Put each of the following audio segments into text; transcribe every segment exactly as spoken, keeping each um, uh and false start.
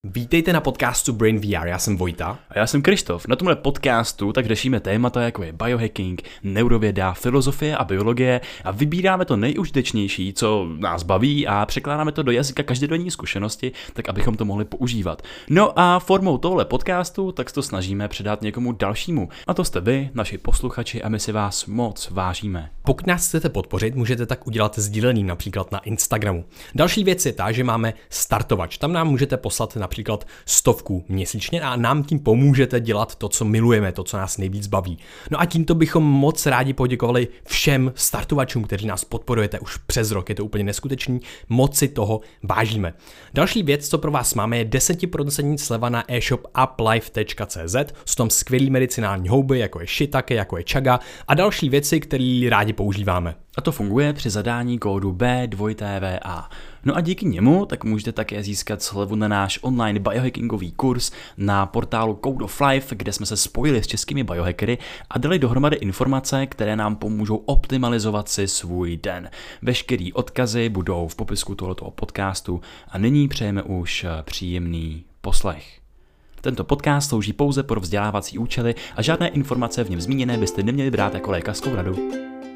Vítejte na podcastu Brain V R, já jsem Vojta. A já jsem Krištof. Na tomhle podcastu tak řešíme témata jako je biohacking, neurověda, filozofie a biologie a vybíráme to nejužitečnější, co nás baví a překládáme to do jazyka každodenní zkušenosti, tak abychom to mohli používat. No a formou tohle podcastu tak se to snažíme předat někomu dalšímu. A to jste vy, naši posluchači, a my si vás moc vážíme. Pokud nás chcete podpořit, můžete tak udělat sdílením například na Instagramu. Další věc je ta, že máme startovač. Tam nám můžete poslat například stovku měsíčně a nám tím pomůžete dělat to, co milujeme, to, co nás nejvíc baví. No a tímto bychom moc rádi poděkovali všem startovačům, kteří nás podporujete už přes rok. Je to úplně neskutečný, moc si toho vážíme. Další věc, co pro vás máme, je deset procent sleva na e-shop uplife tečka cé zet. Jsou tam skvělý medicinální houby, jako je shiitake, jako je chaga a další věci, které rádi používáme. A to funguje při zadání kódu B dva T V A. No a díky němu tak můžete také získat slevu na náš online biohackingový kurz na portálu Code of Life, kde jsme se spojili s českými biohackery a dali dohromady informace, které nám pomůžou optimalizovat si svůj den. Veškerý odkazy budou v popisku tohoto podcastu a nyní přejeme už příjemný poslech. Tento podcast slouží pouze pro vzdělávací účely a žádné informace v něm zmíněné byste neměli brát jako lékařskou radu.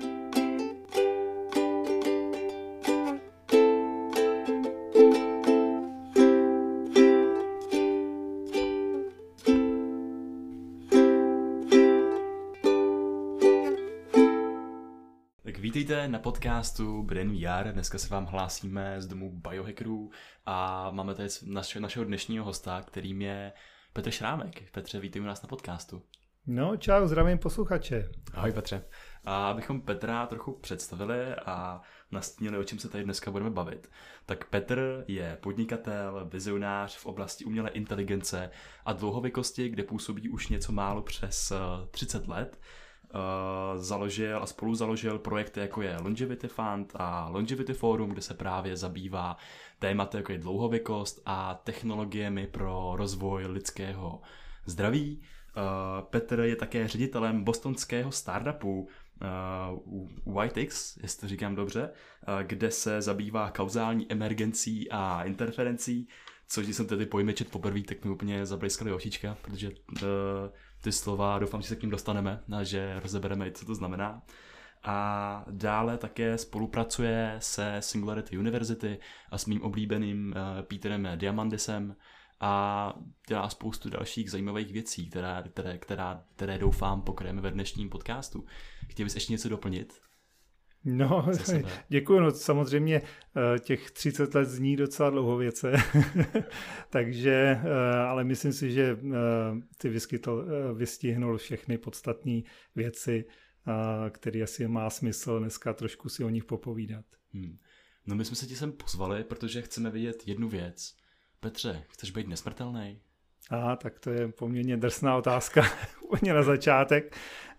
Vítejte na podcastu Brain V R. Dneska se vám hlásíme z domu biohackerů a máme tady naše, našeho dnešního hosta, kterým je Petr Šrámek. Petře, vítej u nás na podcastu. No, čau, zdravím posluchače. Ahoj Petře. A abychom Petra trochu představili a nastínili, o čem se tady dneska budeme bavit, tak Petr je podnikatel, vizionář v oblasti umělé inteligence a dlouhověkosti, kde působí už něco málo přes třicet let. Uh, založil a spolu založil projekty jako je Longevity Fund a Longevity Forum, kde se právě zabývá tématy jako je dlouhověkost a technologiemi pro rozvoj lidského zdraví. Uh, Petr je také ředitelem bostonského startupu uh, White X, jestli to říkám dobře, uh, kde se zabývá kauzální emergencí a interferencí, což když jsem tedy pojmy čet poprvé, tak mi úplně zablejskaly očička, protože uh, ty slova, doufám, že se k ním dostaneme a že rozebereme, co to znamená. A dále také spolupracuje se Singularity University a s mým oblíbeným uh, Peterem Diamandisem a dělá spoustu dalších zajímavých věcí, které, které, která, které doufám pokryjeme ve dnešním podcastu. Chtěl bys ještě něco doplnit? No, děkuji, no samozřejmě těch třicet let zní docela dlouhověce, takže, ale myslím si, že ty vyskytl, vystihnul všechny podstatné věci, které asi má smysl dneska trošku si o nich popovídat. Hmm. No my jsme se ti sem pozvali, protože chceme vidět jednu věc. Petře, chceš být nesmrtelný? Aha, tak to je poměrně drsná otázka úplně na začátek.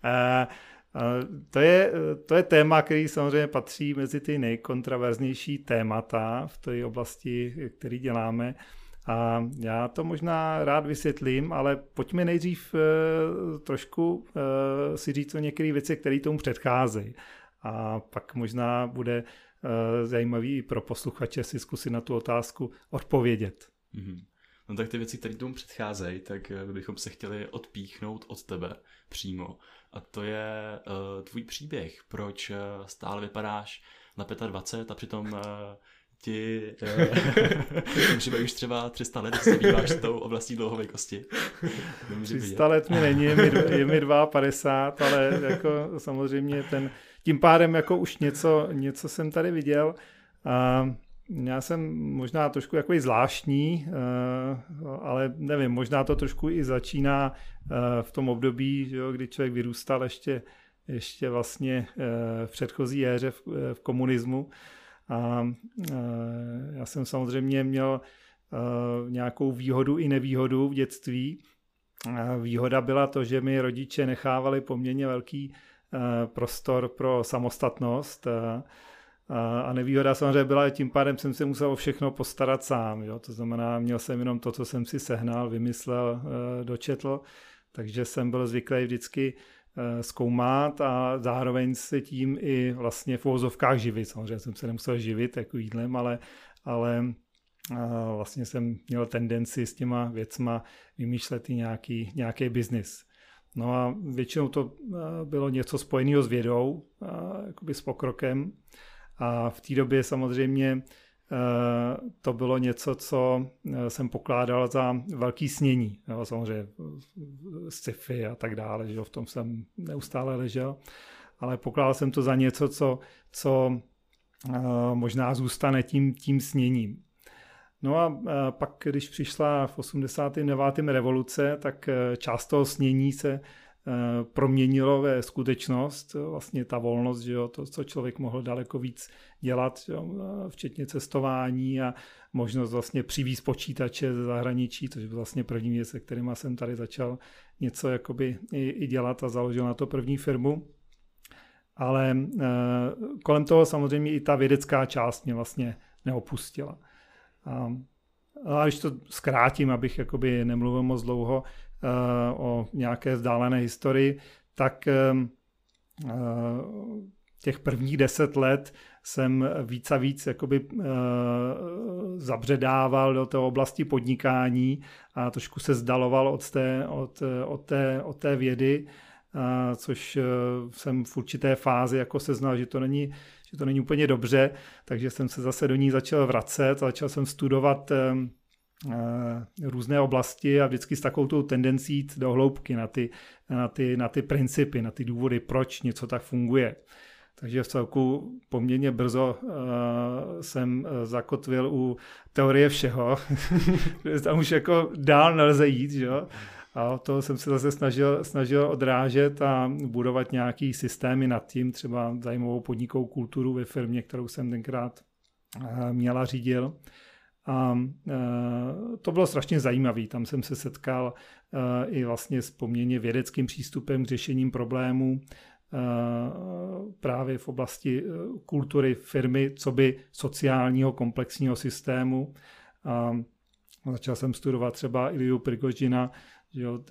To je, to je téma, který samozřejmě patří mezi ty nejkontroverznější témata v té oblasti, který děláme. A já to možná rád vysvětlím, ale pojďme nejdřív trošku si říct o některé věci, které tomu předcházejí. A pak možná bude zajímavý i pro posluchače si zkusit na tu otázku odpovědět. Mm-hmm. No tak ty věci, které tomu předcházejí, tak bychom se chtěli odpíchnout od tebe přímo. A to je uh, tvůj příběh, proč uh, stále vypadáš na dvacet pět a přitom uh, ti uh, může být už třeba tři sta let, když se zabýváš tou oblastí dlouhověkosti. tři sta let mi není, je mi, je mi padesát dva, ale jako samozřejmě ten, tím pádem jako už něco, něco jsem tady viděl. A já jsem možná trošku jako i zvláštní, ale nevím, možná to trošku i začíná v tom období, kdy člověk vyrůstal ještě, ještě vlastně v předchozí éře v komunismu. A já jsem samozřejmě měl nějakou výhodu i nevýhodu v dětství. Výhoda byla to, že mi rodiče nechávali poměrně velký prostor pro samostatnost. A nevýhoda samozřejmě byla, že tím pádem jsem se musel o všechno postarat sám. Jo? To znamená, měl jsem jenom to, co jsem si sehnal, vymyslel, dočetl, takže jsem byl zvyklý vždycky zkoumat a zároveň se tím i vlastně v uvozovkách živit. Samozřejmě jsem se nemusel živit jako jídlem, ale, ale vlastně jsem měl tendenci s těma věcma vymýšlet i nějaký, nějaký biznis. No a většinou to bylo něco spojeného s vědou, jakoby s pokrokem. A v té době samozřejmě to bylo něco, co jsem pokládal za velký snění. Jo, samozřejmě sci-fi a tak dále, že v tom jsem neustále ležel. Ale pokládal jsem to za něco, co, co možná zůstane tím, tím sněním. No a pak, když přišla v osmdesátém devátém revoluce, tak část toho snění se proměnilo ve skutečnost, vlastně ta volnost, že jo, to, co člověk mohl daleko víc dělat, jo, včetně cestování a možnost vlastně přivízt počítače ze zahraničí, což byl vlastně první věc, se kterýma jsem tady začal něco jakoby i, i dělat a založil na to první firmu. Ale e, kolem toho samozřejmě i ta vědecká část mě vlastně neopustila. A, a když to zkrátím, abych jakoby nemluvil moc dlouho e, o nějaké vzdálené historii, tak e, těch prvních deset let jsem víc a víc jakoby e, zabředával do té oblasti podnikání a trošku se zdaloval od té, od, od té, od té vědy, a což jsem v určité fázi jako seznal, že to není, že to není úplně dobře, takže jsem se zase do ní začal vracet, začal jsem studovat různé oblasti a vždycky s takovou tou tendencí jít do hloubky na ty, na ty, na ty principy, na ty důvody, proč něco tak funguje. Takže v celku poměrně brzo uh, jsem zakotvil u teorie všeho, tam už jako dál nelze jít, že jo? A to jsem se zase snažil, snažil odrážet a budovat nějaký systémy nad tím, třeba zajímavou podnikovou kulturu ve firmě, kterou jsem tenkrát měla řídil. A to bylo strašně zajímavé. Tam jsem se setkal i vlastně s poměrně vědeckým přístupem k řešením problémů právě v oblasti kultury firmy, coby sociálního komplexního systému. A začal jsem studovat třeba Iliju Prigožina, jo,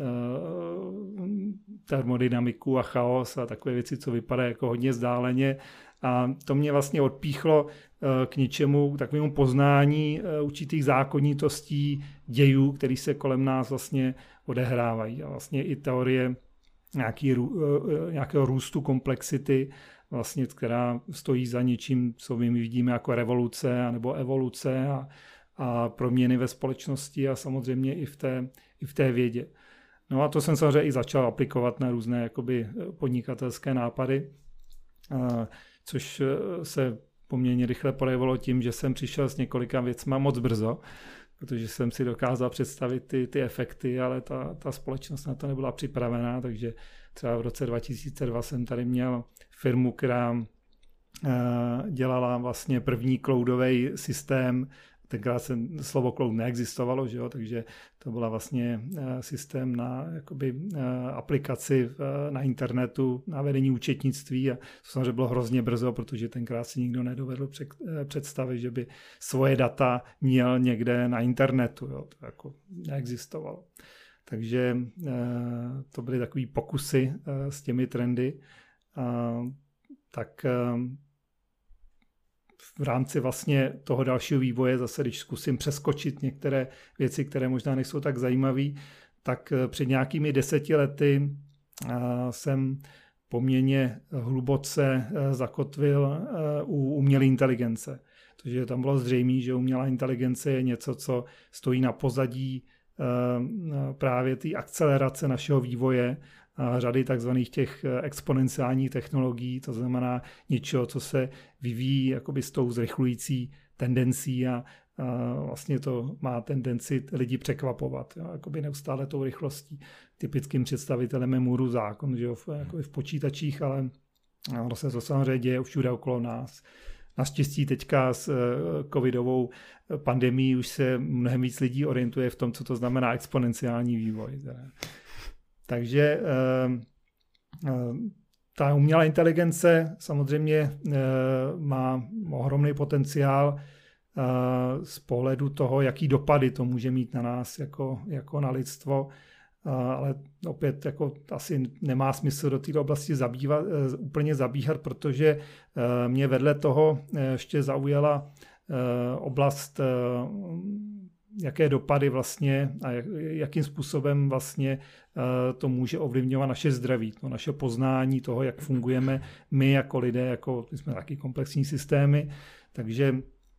termodynamiku a chaos a takové věci, co vypadá jako hodně vzdáleně. A to mě vlastně odpíchlo k něčemu, k takovému poznání určitých zákonitostí dějů, které se kolem nás vlastně odehrávají. A vlastně i teorie nějaký, nějakého růstu komplexity, vlastně, která stojí za něčím, co my vidíme jako revoluce nebo evoluce a, a proměny ve společnosti a samozřejmě i v té, i v té vědě. No a to jsem samozřejmě i začal aplikovat na různé jakoby podnikatelské nápady, což se poměrně rychle projevilo tím, že jsem přišel s několika věcma moc brzo, protože jsem si dokázal představit ty, ty efekty, ale ta, ta společnost na to nebyla připravená, takže třeba v roce dva tisíce dva jsem tady měl firmu, která dělala vlastně první cloudový systém. Tenkrát se slovo cloud neexistovalo, že jo? Takže to byla vlastně systém na jakoby, aplikaci na internetu, na vedení účetnictví a to samozřejmě bylo hrozně brzo, protože tenkrát si nikdo nedovedl představit, že by svoje data měl někde na internetu. Jo? To jako neexistovalo. Takže to byly takové pokusy s těmi trendy. Tak v rámci vlastně toho dalšího vývoje, zase když zkusím přeskočit některé věci, které možná nejsou tak zajímavé, tak před nějakými deseti lety jsem poměrně hluboce zakotvil u umělé inteligence. Takže tam bylo zřejmé, že umělá inteligence je něco, co stojí na pozadí právě té akcelerace našeho vývoje, řady takzvaných těch exponenciálních technologií, to znamená něčeho, co se vyvíjí jakoby s tou zrychlující tendencí a, a vlastně to má tendenci lidi překvapovat, jo, jakoby neustále tou rychlostí. Typickým představitelem je Mooreův zákon, že jo, v, jakoby v počítačích, ale ono se to samozřejmě děje všude okolo nás. Naštěstí teďka s covidovou pandemií už se mnohem víc lidí orientuje v tom, co to znamená exponenciální vývoj. Takže ta umělá inteligence samozřejmě má ohromný potenciál z pohledu toho, jaký dopady to může mít na nás jako, jako na lidstvo, ale opět jako asi nemá smysl do této oblasti zabývat, úplně zabíhat, protože mě vedle toho ještě zaujala oblast, jaké dopady vlastně a jakým způsobem vlastně to může ovlivňovat naše zdraví, to naše poznání toho, jak fungujeme my jako lidé, jako my jsme taky komplexní systémy, takže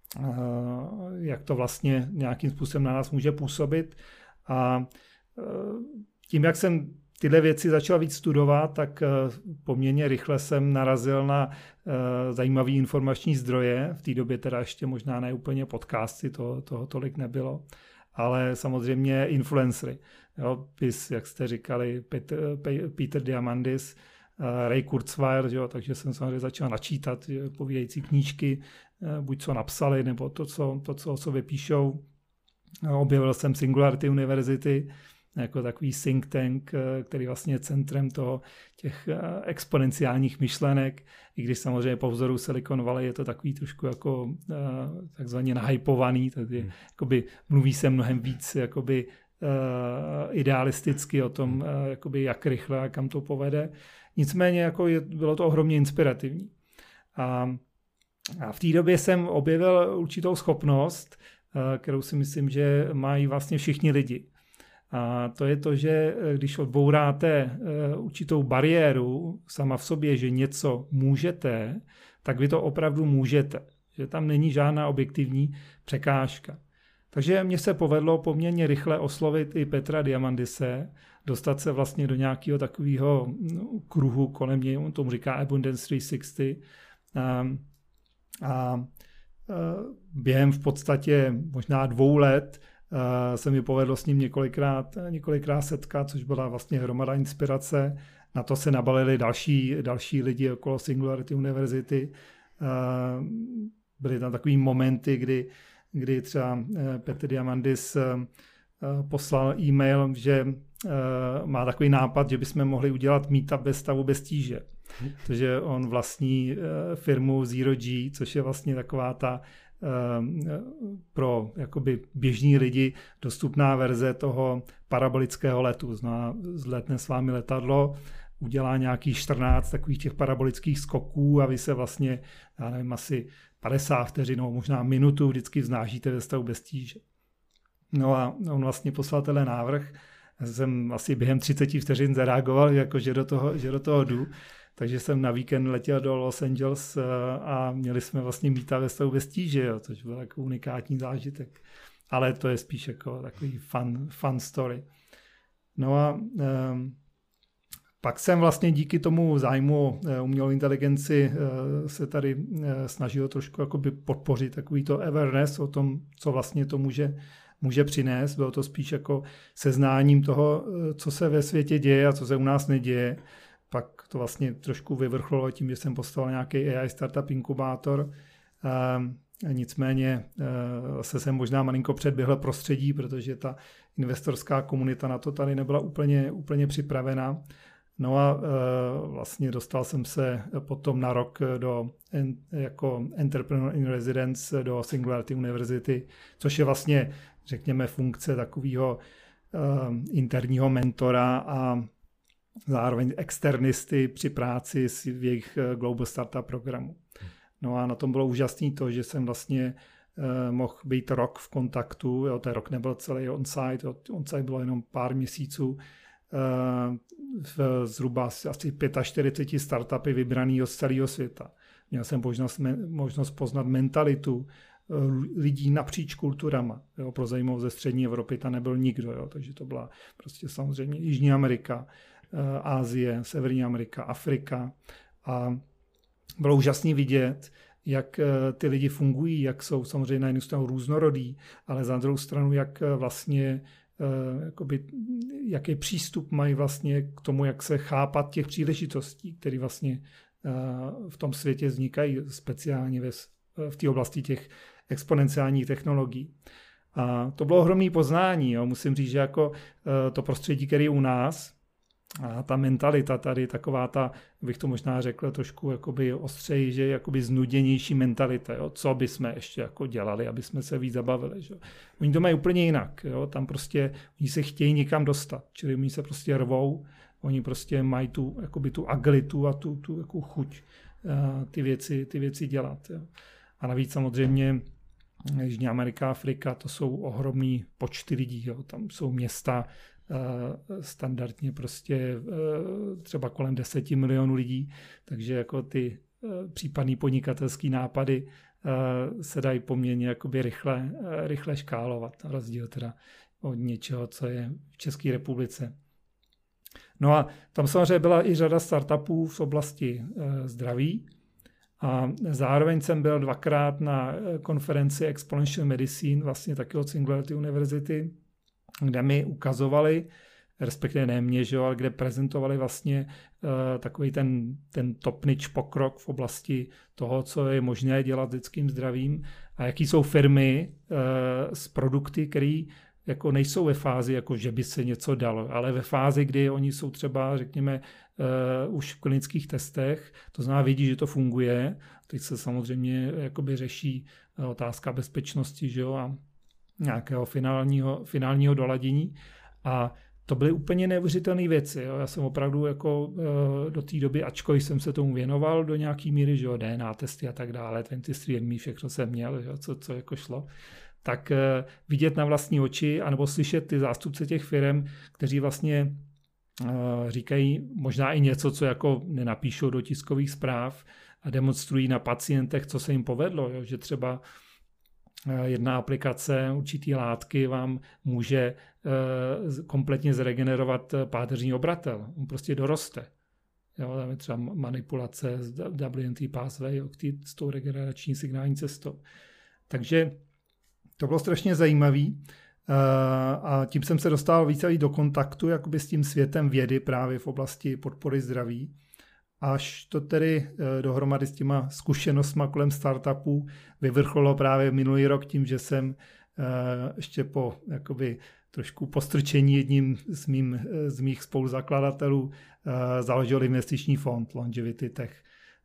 jak to vlastně nějakým způsobem na nás může působit. A tím, jak jsem tyhle věci začal víc studovat, tak poměrně rychle jsem narazil na zajímavý informační zdroje. V té době teda ještě možná ne úplně podcasty, to, toho tolik nebylo, ale samozřejmě influencery. Jo, pis, jak jste říkali, Peter, Peter Diamandis, Ray Kurzweil, jo, takže jsem samozřejmě začal načítat povídající knížky, buď co napsali, nebo to, co, to, co, co vypíšou. Objevil jsem Singularity University, jako takový think tank, který vlastně je centrem toho těch exponenciálních myšlenek, i když samozřejmě po vzoru Silicon Valley je to takový trošku jako takzvaně nahypovaný, takže hmm. jakoby mluví se mnohem víc jakoby idealisticky o tom, jakoby jak rychle a kam to povede. Nicméně jako je, bylo to ohromně inspirativní. A, a v té době jsem objevil určitou schopnost, kterou si myslím, že mají vlastně všichni lidi. A to je to, že když odbouráte určitou bariéru sama v sobě, že něco můžete, tak vy to opravdu můžete. Že tam není žádná objektivní překážka. Takže mně se povedlo poměrně rychle oslovit i Petra Diamandise, dostat se vlastně do nějakého takového kruhu kolem něj, on tomu říká Abundance tři sta šedesát. A, a během v podstatě možná dvou let se mi povedlo s ním několikrát, několikrát setkat, což byla vlastně hromada inspirace. Na to se nabalili další, další lidi okolo Singularity University. Byly tam takový momenty, kdy, kdy třeba Petr Diamandis poslal e-mail, že má takový nápad, že bychom mohli udělat meetup bez stavu bez tíže. Takže on vlastní firmu Zero G, což je vlastně taková ta pro jakoby běžní lidi dostupná verze toho parabolického letu. Zná, zletne s vámi letadlo, udělá nějakých čtrnáct takových těch parabolických skoků a vy se vlastně, já nevím, asi padesát vteřin, no, možná minutu vždycky vznášíte ve stavu bez tíže. No a on vlastně poslal tenhle návrh. Já jsem asi během třicet vteřin zareagoval, jako že do toho, že do toho jdu. Takže jsem na víkend letěl do Los Angeles a měli jsme vlastně míta ve stavu bez tíže, jo, což byl jako unikátní zážitek. Ale to je spíš jako takový fun, fun story. No a um, pak jsem vlastně díky tomu zájmu umělou inteligenci uh, se tady uh, snažil trošku jakoby podpořit takový to awareness o tom, co vlastně to může, může přinést. Bylo to spíš jako seznáním toho, co se ve světě děje a co se u nás neděje. Pak to vlastně trošku vyvrcholilo tím, že jsem postavil nějaký A I startup inkubátor. E, nicméně e, se jsem možná malinko předběhl prostředí, protože ta investorská komunita na to tady nebyla úplně, úplně připravená. No a e, vlastně dostal jsem se potom na rok do, en, jako entrepreneur in residence do Singularity University, což je vlastně, řekněme, funkce takového e, interního mentora a zároveň externisty při práci v jejich Global Startup programu. No a na tom bylo úžasné to, že jsem vlastně eh, mohl být rok v kontaktu, jo, ten rok nebyl celý on-site, on-site bylo jenom pár měsíců, eh, v zhruba asi čtyřicet pět startupy vybraný z celého světa. Měl jsem možnost, možnost poznat mentalitu lidí napříč kulturama. Jo, pro zajímavost ze střední Evropy tam nebyl nikdo, jo, takže to byla prostě samozřejmě Jižní Amerika, Asie, Severní Amerika, Afrika a bylo úžasný vidět, jak ty lidi fungují, jak jsou samozřejmě na jednu stranu různorodí, ale za druhou stranu, jak vlastně jakoby, jaký přístup mají vlastně k tomu, jak se chápat těch příležitostí, které vlastně v tom světě vznikají, speciálně ve, v té oblasti těch exponenciálních technologií. A to bylo ohromné poznání. Jo. Musím říct, že jako to prostředí, které je u nás, a ta mentalita tady, taková ta, bych to možná řekl trošku jakoby ostřeji, že jakoby znuděnější mentalita, jo? Co by jsme ještě jako dělali, aby jsme se víc zabavili. Že? Oni to mají úplně jinak, jo? Tam prostě oni se chtějí někam dostat, čili oni se prostě rvou, oni prostě mají tu, jakoby tu agilitu a tu, tu jako chuť ty věci, ty věci dělat. Jo? A navíc samozřejmě Jižní Amerika, Afrika, to jsou ohromný počty lidí. Jo. Tam jsou města standardně prostě třeba kolem deseti milionů lidí, takže jako ty případný podnikatelský nápady se dají poměrně jakoby rychle, rychle škálovat, na rozdíl teda od něčeho, co je v České republice. No a tam samozřejmě byla i řada startupů v oblasti zdraví a zároveň jsem byl dvakrát na konferenci Exponential Medicine, vlastně taky od Singularity University, kde mi ukazovali, respektive ne mě, že jo, ale kde prezentovali vlastně uh, takový ten, ten top niche pokrok v oblasti toho, co je možné dělat s lidským zdravím a jaký jsou firmy uh, s produkty, které jako nejsou ve fázi, jako že by se něco dalo, ale ve fázi, kdy oni jsou třeba, řekněme, uh, už v klinických testech, to znamená, vidí, že to funguje, teď se samozřejmě jakoby řeší uh, otázka bezpečnosti, že jo, a nějakého finálního, finálního doladění a to byly úplně neuvěřitelné věci. Jo. Já jsem opravdu jako e, do té doby, ačkoliv jsem se tomu věnoval do nějaký míry, že jo, D N A testy a tak dále, dvacet tři andme, všechno jsem měl, že, co, co jako šlo, tak e, vidět na vlastní oči anebo slyšet ty zástupce těch firm, kteří vlastně e, říkají možná i něco, co jako nenapíšou do tiskových zpráv a demonstrují na pacientech, co se jim povedlo, jo, že třeba jedna aplikace určitý látky vám může uh, kompletně zregenerovat páteřní obratel. On prostě doroste. Jo, tam je třeba manipulace s W N T pathway, s tou regenerační signální cestou. Takže to bylo strašně zajímavý uh, a tím jsem se dostal více do kontaktu jakoby s tím světem vědy právě v oblasti podpory zdraví. Až to tedy dohromady s těma zkušenostma kolem startupů vyvrcholilo právě minulý rok tím, že jsem ještě po jakoby trošku postrčení jedním z, mým, z mých spoluzakladatelů založil investiční fond, Longevity Tech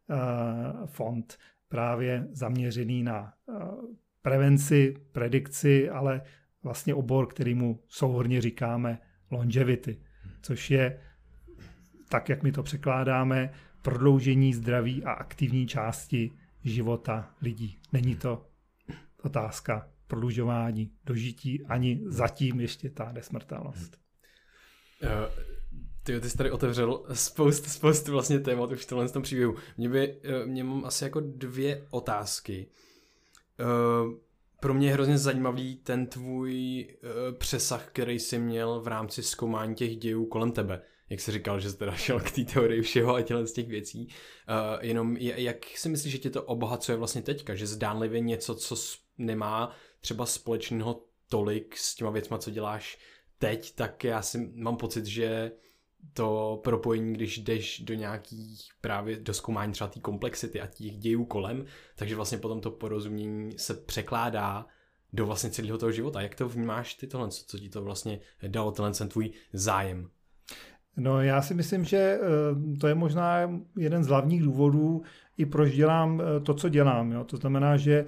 fond, právě zaměřený na prevenci, predikci, ale vlastně obor, kterýmu souhrnně říkáme longevity, což je tak, jak my to překládáme, prodloužení zdraví a aktivní části života lidí. Není to otázka prodlužování dožití, ani zatím ještě ta nesmrtelnost. Uh, ty, ty jsi tady otevřel spoustu, spoustu vlastně témat už v tomhle tom příběhu. Mě, by, mě mám asi jako dvě otázky. Uh, pro mě je hrozně zajímavý ten tvůj uh, přesah, který jsi měl v rámci zkoumání těch dějů kolem tebe. Jak jsi říkal, že jsi teda šel k té teorii všeho a těchto z těch věcí. Uh, jenom jak si myslíš, že tě to obohacuje vlastně teďka? Že zdánlivě něco, co nemá třeba společného tolik s těma věcma, co děláš teď, tak já si mám pocit, že to propojení, když jdeš do nějakých právě do zkoumání třeba té komplexity a těch dějů kolem, takže vlastně potom to porozumění se překládá do vlastně celého toho života. Jak to vnímáš ty tohle, co ti to vlastně dalo, tenhle ten tvůj zájem? No já si myslím, že to je možná jeden z hlavních důvodů, i proč dělám to, co dělám. Jo. To znamená, že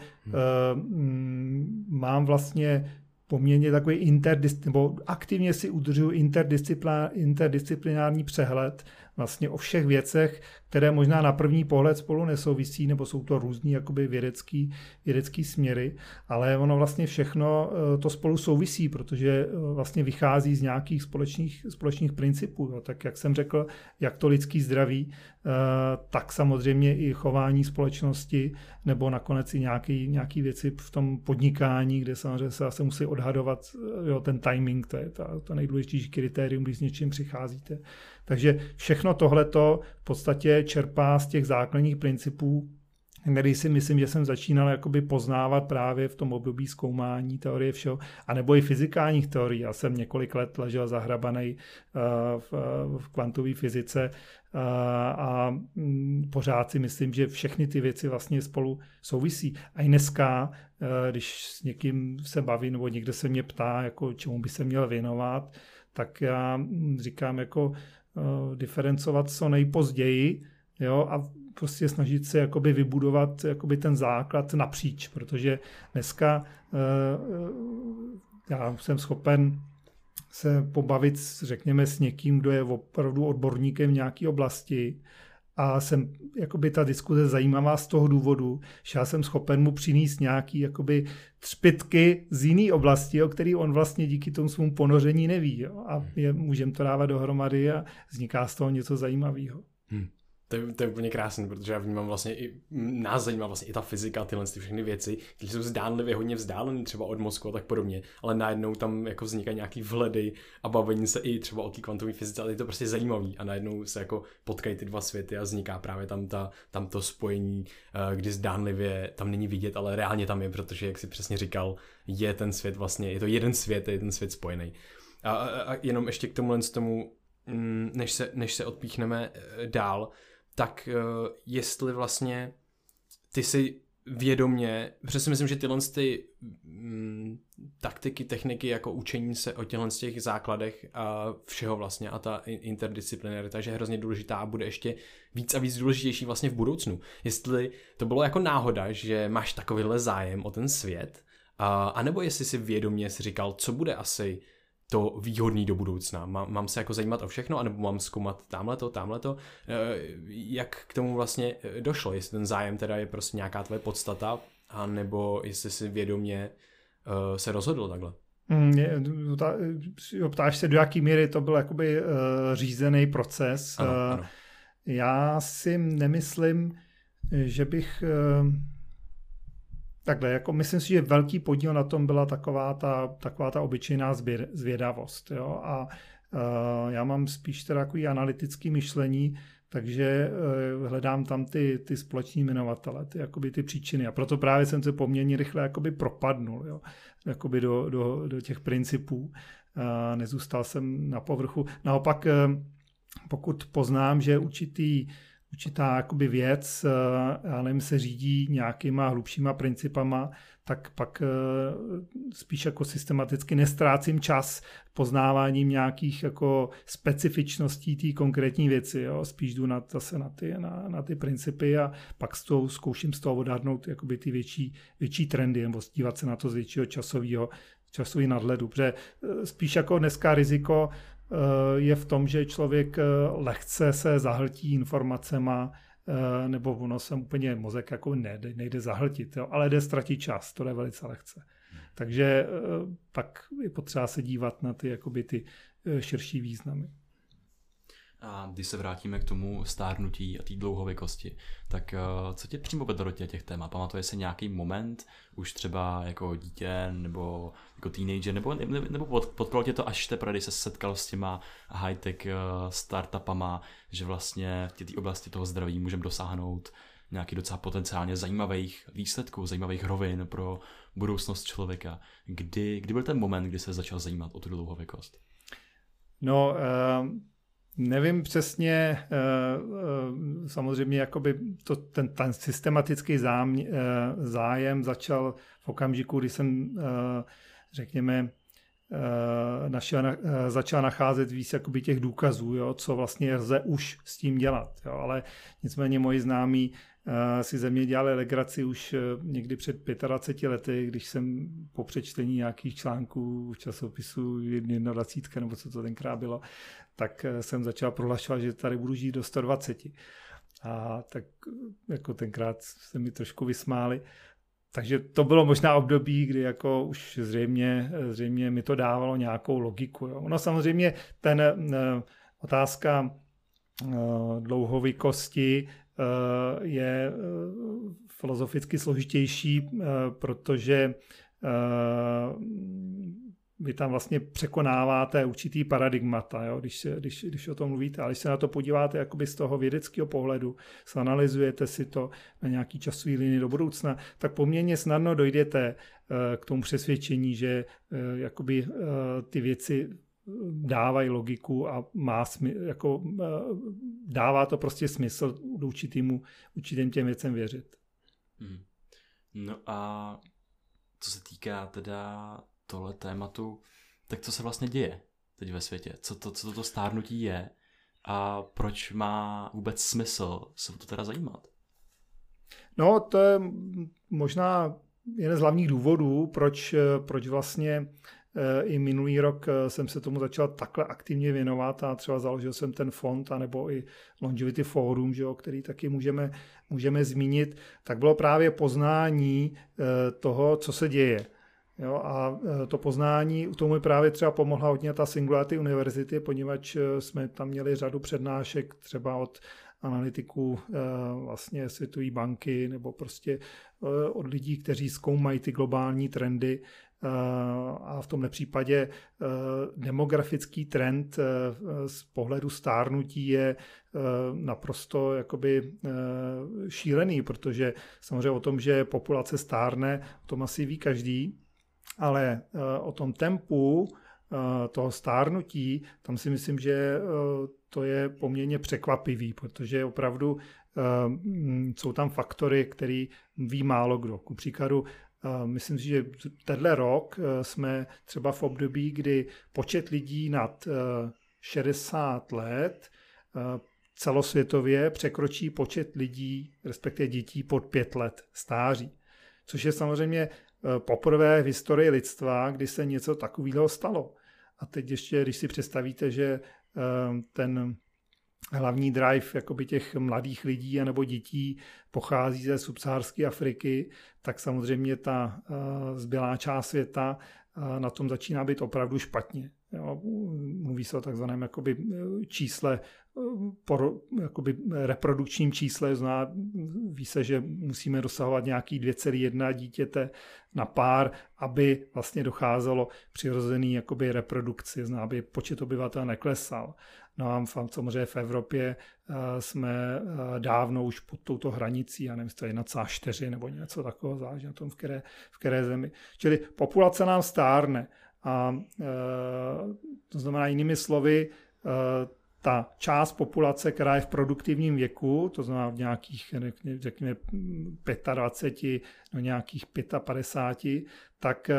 hmm. mám vlastně poměrně takový interdisciplinární, nebo aktivně si udržuji interdisciplinární přehled vlastně o všech věcech, které možná na první pohled spolu nesouvisí, nebo jsou to různý jakoby vědecký, vědecký směry, ale ono vlastně všechno to spolu souvisí, protože vlastně vychází z nějakých společných, společných principů. Jo. Tak jak jsem řekl, jak to lidský zdraví, tak samozřejmě i chování společnosti, nebo nakonec i nějaký, nějaký věci v tom podnikání, kde samozřejmě se zase musí odhadovat jo, ten timing, to je ta, to nejdůležitější kritérium, když s něčím přicházíte. Takže všechno tohleto v podstatě čerpá z těch základních principů, který si myslím, že jsem začínal jakoby poznávat právě v tom období zkoumání teorie všeho, anebo i fyzikálních teorií. Já jsem několik let ležel zahrabanej uh, v, v kvantové fyzice uh, a um, pořád si myslím, že všechny ty věci vlastně spolu souvisí. A i dneska, uh, když s někým se bavím, nebo někde se mě ptá, jako čemu by se měl věnovat, tak já říkám jako uh, diferencovat co nejpozději, jo, a prostě snažit se jakoby vybudovat jakoby ten základ napříč, protože dneska uh, já jsem schopen se pobavit, řekněme, s někým, kdo je opravdu odborníkem v nějaké oblasti a jsem, jakoby ta diskuze zajímavá z toho důvodu, že já jsem schopen mu přinést nějaký jakoby třpytky z jiné oblasti, o který on vlastně díky tomu svému ponoření neví. Jo? A je, můžeme to dávat dohromady a vzniká z toho něco zajímavého. Hmm. To je, to je úplně krásný, protože já vnímám vlastně i, nás zajímá vlastně i ta fyzika, tyhle ty všechny věci, které jsou zdánlivě hodně vzdálené třeba od mozku a tak podobně, ale najednou tam jako vznikají nějaký vhledy a bavení se i třeba o té kvantové fyzice, ale je to prostě zajímavý a najednou se jako potkají ty dva světy a vzniká právě tam, ta, tam to spojení, kdy zdánlivě tam není vidět, ale reálně tam je, protože jak si přesně říkal, je ten svět vlastně, je to jeden svět, je ten svět spojený. A, a, a jenom ještě k tomuhle z tomu, než se, než se odpíchneme dál, tak uh, jestli vlastně ty si vědomě, protože si myslím, že tyhle ty mm, taktiky, techniky jako učení se o těchto těch základech a všeho vlastně a ta interdisciplinarita, že je hrozně důležitá a bude ještě víc a víc důležitější vlastně v budoucnu. Jestli to bylo jako náhoda, že máš takovýhle zájem o ten svět, a, anebo jestli si vědomě si říkal, co bude asi to výhodný do budoucna. Mám, mám se jako zajímat o všechno, anebo mám zkoumat tamhleto, tamhleto. Jak k tomu vlastně došlo? Jestli ten zájem teda je prostě nějaká tvoje podstata, anebo jestli si vědomě uh, se rozhodl takhle? Mm, ptáš se, do jaký míry to byl jakoby uh, řízený proces. Ano, ano. Já si nemyslím, že bych... Uh, Takhle, jako myslím si, že velký podíl na tom byla taková ta, taková ta obyčejná zvědavost. Jo? A uh, já mám spíš teda takový analytický myšlení, takže uh, hledám tam ty, ty společní jmenovatele, ty, jakoby ty příčiny. A proto právě jsem se poměrně rychle jakoby propadnul, jo? Jakoby do, do, do těch principů. Uh, nezůstal jsem na povrchu. Naopak, uh, pokud poznám, že určitý určitá jakoby věc, já nevím, se řídí nějakýma hlubšíma principama, tak pak spíš jako systematicky nestrácím čas poznáváním nějakých jako specifičností té konkrétní věci. Jo? Spíš jdu na, zase na ty, na, na ty principy a pak s tou, zkouším z toho odhadnout jakoby ty větší, větší trendy nebo dívat se na to z většího časového časový nadhledu. Protože spíš jako dneska riziko je v tom, že člověk lehce se zahltí informacema, nebo ono se úplně mozek jako nejde, nejde zahltit, jo, ale jde ztratit čas, to je velice lehce. Hmm. Takže pak je potřeba se dívat na ty, jakoby ty širší významy. A když se vrátíme k tomu stárnutí a té dlouhověkosti, tak co tě přímo vedlo do těch témat? Pamatuje se nějaký moment, už třeba jako dítě nebo jako teenager, nebo, nebo potkalo tě to až teprve, když se setkal s těma high-tech startupama, že vlastně v té oblasti toho zdraví můžeme dosáhnout nějaký docela potenciálně zajímavých výsledků, zajímavých rovin pro budoucnost člověka. Kdy, kdy byl ten moment, kdy se začal zajímat o tu dlouhověkost? No, uh... Nevím přesně, samozřejmě jakoby to, ten, ten systematický zájem, zájem začal v okamžiku, kdy jsem, řekněme, našel, začal nacházet víc jakoby těch důkazů, jo, co vlastně lze už s tím dělat. Jo. Ale nicméně moji známí si ze mě dělali legraci už někdy před dvaceti pěti lety, když jsem po přečtení nějakých článků v časopisu dvacet jedna nebo co to tenkrát bylo, tak jsem začal prohlašovat, že tady budu žít do sto dvacet. A tak jako tenkrát se mi trošku vysmáli. Takže to bylo možná období, kdy jako už zřejmě, zřejmě mi to dávalo nějakou logiku. Jo. No samozřejmě ten otázka dlouhověkosti je filozoficky složitější, protože vy tam vlastně překonáváte určitý paradigmata, jo, když, když, když o tom mluvíte. Ale když se na to podíváte jakoby z toho vědeckého pohledu, analyzujete si to na nějaký časový linii do budoucna, tak poměrně snadno dojdete k tomu přesvědčení, že jakoby ty věci dávají logiku a má smysl, jako dává to prostě smysl určitýmu, určitým těm věcem věřit. Hmm. No a co se týká teda tohle tématu, tak co se vlastně děje teď ve světě? Co to, co to stárnutí je a proč má vůbec smysl se to teda zajímat? No, to je možná jeden z hlavních důvodů, proč, proč vlastně i minulý rok jsem se tomu začal takhle aktivně věnovat a třeba založil jsem ten fond, anebo i Longevity Forum, že jo, který taky můžeme, můžeme zmínit, tak bylo právě poznání toho, co se děje. Jo, a to poznání, tomu mi právě třeba pomohla hodně ta Singularity University, poněvadž jsme tam měli řadu přednášek třeba od analytiků vlastně Světové banky nebo prostě od lidí, kteří zkoumají ty globální trendy a v tomhle případě demografický trend z pohledu stárnutí je naprosto jakoby šílený, protože samozřejmě o tom, že populace stárne, o tom asi ví každý, ale o tom tempu toho stárnutí, tam si myslím, že to je poměrně překvapivý, protože opravdu jsou tam faktory, které ví málo kdo. Ku příkladu, myslím si, že tenhle rok jsme třeba v období, kdy počet lidí nad šedesát let celosvětově překročí počet lidí, respektive dětí pod pět let stáří. Což je samozřejmě poprvé v historii lidstva, kdy se něco takového stalo. A teď ještě, když si představíte, že ten hlavní drive jakoby těch mladých lidí anebo dětí pochází ze subsaharské Afriky, tak samozřejmě ta zbylá část světa na tom začíná být opravdu špatně. Jo, mluví se o takzvaném jakoby čísle, por, jakoby reprodukčním čísle, zná, ví se, že musíme dosahovat nějaký dvě celá jedna dítěte na pár, aby vlastně docházelo přirozený jakoby reprodukci, zná, aby počet obyvatel neklesal. No a samozřejmě v Evropě jsme dávno už pod touto hranicí, já nevím, jestli to je jedna celá čtyři nebo něco takového, záleží na tom, v které, v které zemi. Čili populace nám stárne. A e, to znamená jinými slovy, e, ta část populace, která je v produktivním věku, to znamená v nějakých, řekněme, dvacet pět do nějakých padesát pět, tak e,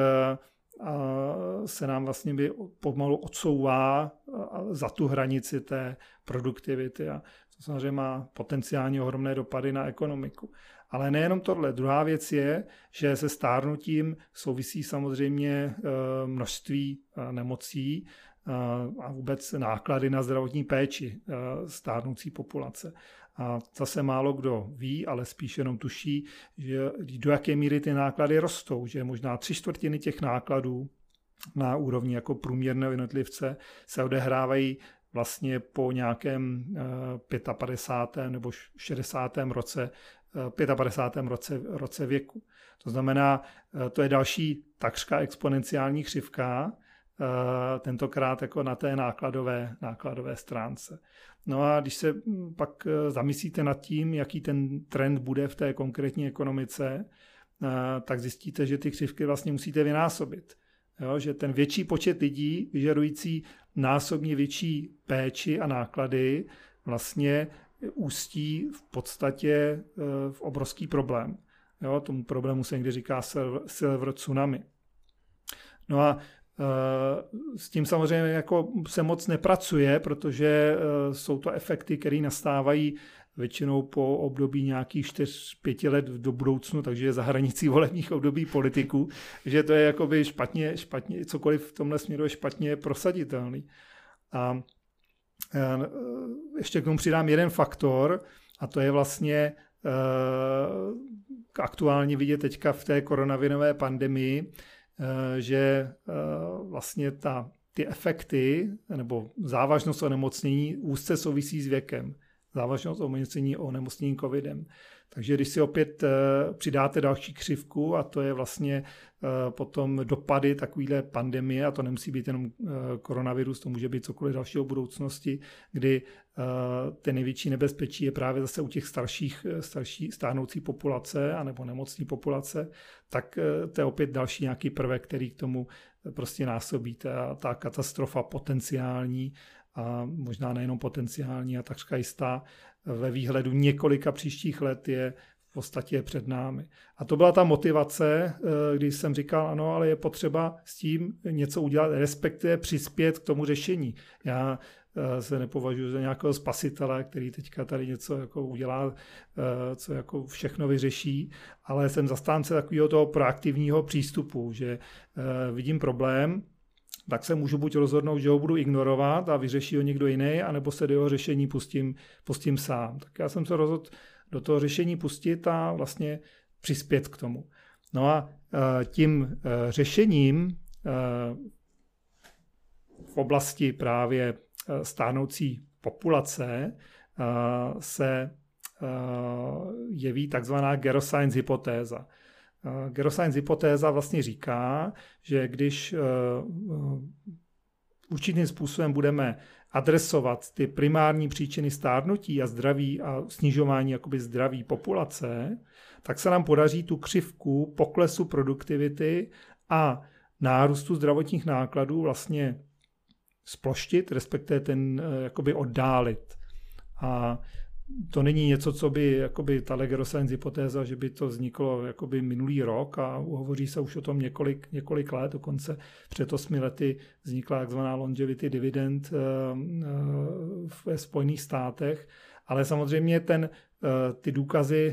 se nám vlastně by pomalu odsouvá za tu hranici té produktivity a to samozřejmě má potenciálně ohromné dopady na ekonomiku. Ale nejenom tohle. Druhá věc je, že se stárnutím souvisí samozřejmě množství nemocí a vůbec náklady na zdravotní péči stárnoucí populace. A zase málo kdo ví, ale spíš jenom tuší, že do jaké míry ty náklady rostou, že možná tři čtvrtiny těch nákladů na úrovni jako průměrného jednotlivce se odehrávají vlastně po nějakém padesátém pátém nebo šedesátém roce, padesátém pátém roce, roce věku. To znamená, to je další takřka exponenciální křivka, tentokrát jako na té nákladové, nákladové stránce. No a když se pak zamyslíte nad tím, jaký ten trend bude v té konkrétní ekonomice, tak zjistíte, že ty křivky vlastně musíte vynásobit. Jo, že ten větší počet lidí vyžadující násobně větší péči a náklady vlastně ústí v podstatě v obrovský problém. Jo, tomu problému se někdy říká silver tsunami. No a s tím samozřejmě jako se moc nepracuje, protože jsou to efekty, které nastávají většinou po období nějakých čtyř pět let do budoucnu, takže je za hranicí volebních období politiků, že to je jakoby špatně, špatně, cokoliv v tomhle směru je špatně prosaditelný. A ještě k tomu přidám jeden faktor, a to je vlastně aktuálně vidět teďka v té koronavirové pandemii, že vlastně ta, ty efekty nebo závažnost onemocnění úzce souvisí s věkem. Závažnost onemocnění onemocnění covidem. Takže když si opět přidáte další křivku, a to je vlastně potom dopady takovéhle pandemie, a to nemusí být jenom koronavirus, to může být cokoliv dalšího v budoucnosti, kdy ten největší nebezpečí je právě zase u těch starších, starší stárnoucí populace anebo nemocní populace, tak to je opět další nějaký prvek, který k tomu prostě násobí. Ta, ta katastrofa potenciální a možná nejenom potenciální a takřka jistá ve výhledu několika příštích let je v podstatě před námi. A to byla ta motivace, když jsem říkal, ano, ale je potřeba s tím něco udělat, respektive přispět k tomu řešení. Já se nepovažuji za nějakého spasitele, který teďka tady něco jako udělá, co jako všechno vyřeší, ale jsem zastánce takového toho proaktivního přístupu, že vidím problém tak se můžu buď rozhodnout, že ho budu ignorovat a vyřeší ho někdo jiný, anebo se do jeho řešení pustím, pustím sám. Tak já jsem se rozhodl do toho řešení pustit a vlastně přispět k tomu. No a tím řešením v oblasti právě stárnoucí populace se jeví takzvaná geroscience hypotéza. Geroscience hypotéza vlastně říká, že když určitým způsobem budeme adresovat ty primární příčiny stárnutí a zdraví a snižování jakoby zdraví populace, tak se nám podaří tu křivku poklesu produktivity a nárůstu zdravotních nákladů vlastně sploštit, respektive ten jakoby oddálit. A to není něco, co by jakoby ta geroscience hypotéza, že by to vzniklo jakoby minulý rok a hovoří se už o tom několik, několik let, dokonce před osmi lety vznikla takzvaná longevity dividend ve Spojených státech, ale samozřejmě ten, ty důkazy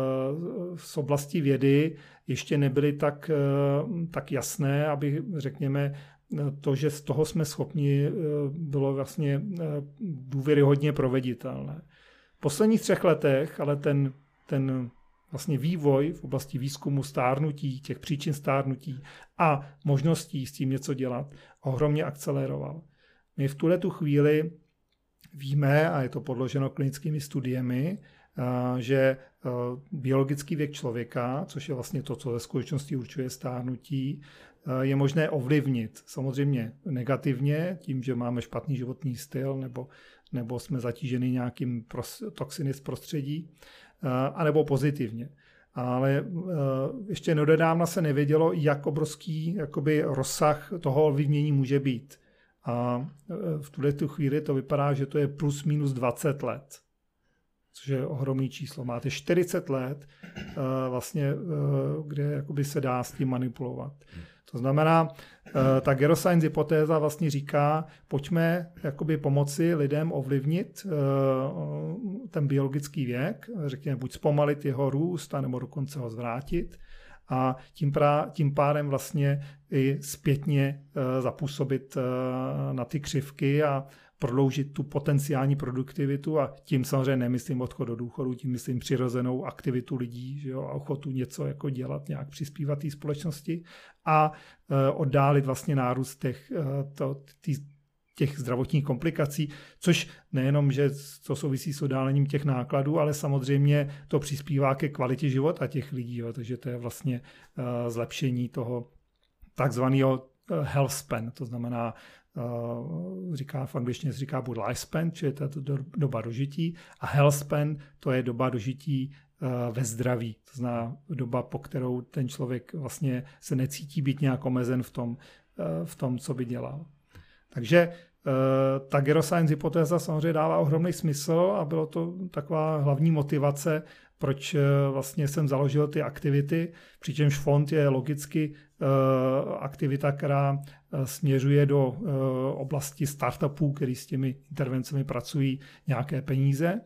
z oblasti vědy ještě nebyly tak, tak jasné, aby řekněme, to, že z toho jsme schopni, bylo vlastně důvěryhodně proveditelné. V posledních třech letech ale ten, ten vlastně vývoj v oblasti výzkumu stárnutí, těch příčin stárnutí a možností s tím něco dělat ohromně akceleroval. My v tuhletu chvíli víme, a je to podloženo klinickými studiemi, že biologický věk člověka, což je vlastně to, co ve skutečnosti určuje stárnutí, je možné ovlivnit. Samozřejmě negativně, tím, že máme špatný životní styl nebo, nebo jsme zatíženi nějakým pros, toxiny z prostředí, anebo pozitivně. Ale ještě nedávna se nevědělo, jak obrovský jakoby, rozsah toho ovlivnění může být. A v tuto chvíli to vypadá, že to je plus minus dvacet let. Což je ohromný číslo. Máte čtyřicet let, vlastně, kde jakoby se dá s tím manipulovat. To znamená, ta geroscience hypotéza vlastně říká, pojďme jakoby pomoci lidem ovlivnit ten biologický věk, řekněme buď zpomalit jeho růst, nebo dokonce ho zvrátit a tím, prá, tím pádem vlastně i zpětně zapůsobit na ty křivky a prodloužit tu potenciální produktivitu a tím samozřejmě nemyslím odchod do důchodu, tím myslím přirozenou aktivitu lidí, že jo, a ochotu něco jako dělat, nějak přispívat té společnosti a e, oddálit vlastně nárůst těch, e, to, tý, těch zdravotních komplikací, což nejenom, že to souvisí s oddálením těch nákladů, ale samozřejmě to přispívá ke kvalitě života těch lidí, jo, takže to je vlastně e, zlepšení toho takzvaného health span, to znamená Uh, říká v angličtině se říká buď lifespan, čili to je to doba dožití, a health span, to je doba dožití uh, ve zdraví. To znamená doba, po kterou ten člověk vlastně se necítí být nějak omezen v tom, uh, v tom, co by dělal. Takže uh, ta geroscience hypotéza samozřejmě dává ohromný smysl a bylo to taková hlavní motivace, proč vlastně jsem založil ty aktivity, přičemž fond je logicky aktivita, která směřuje do oblasti startupů, který s těmi intervencemi pracují nějaké peníze.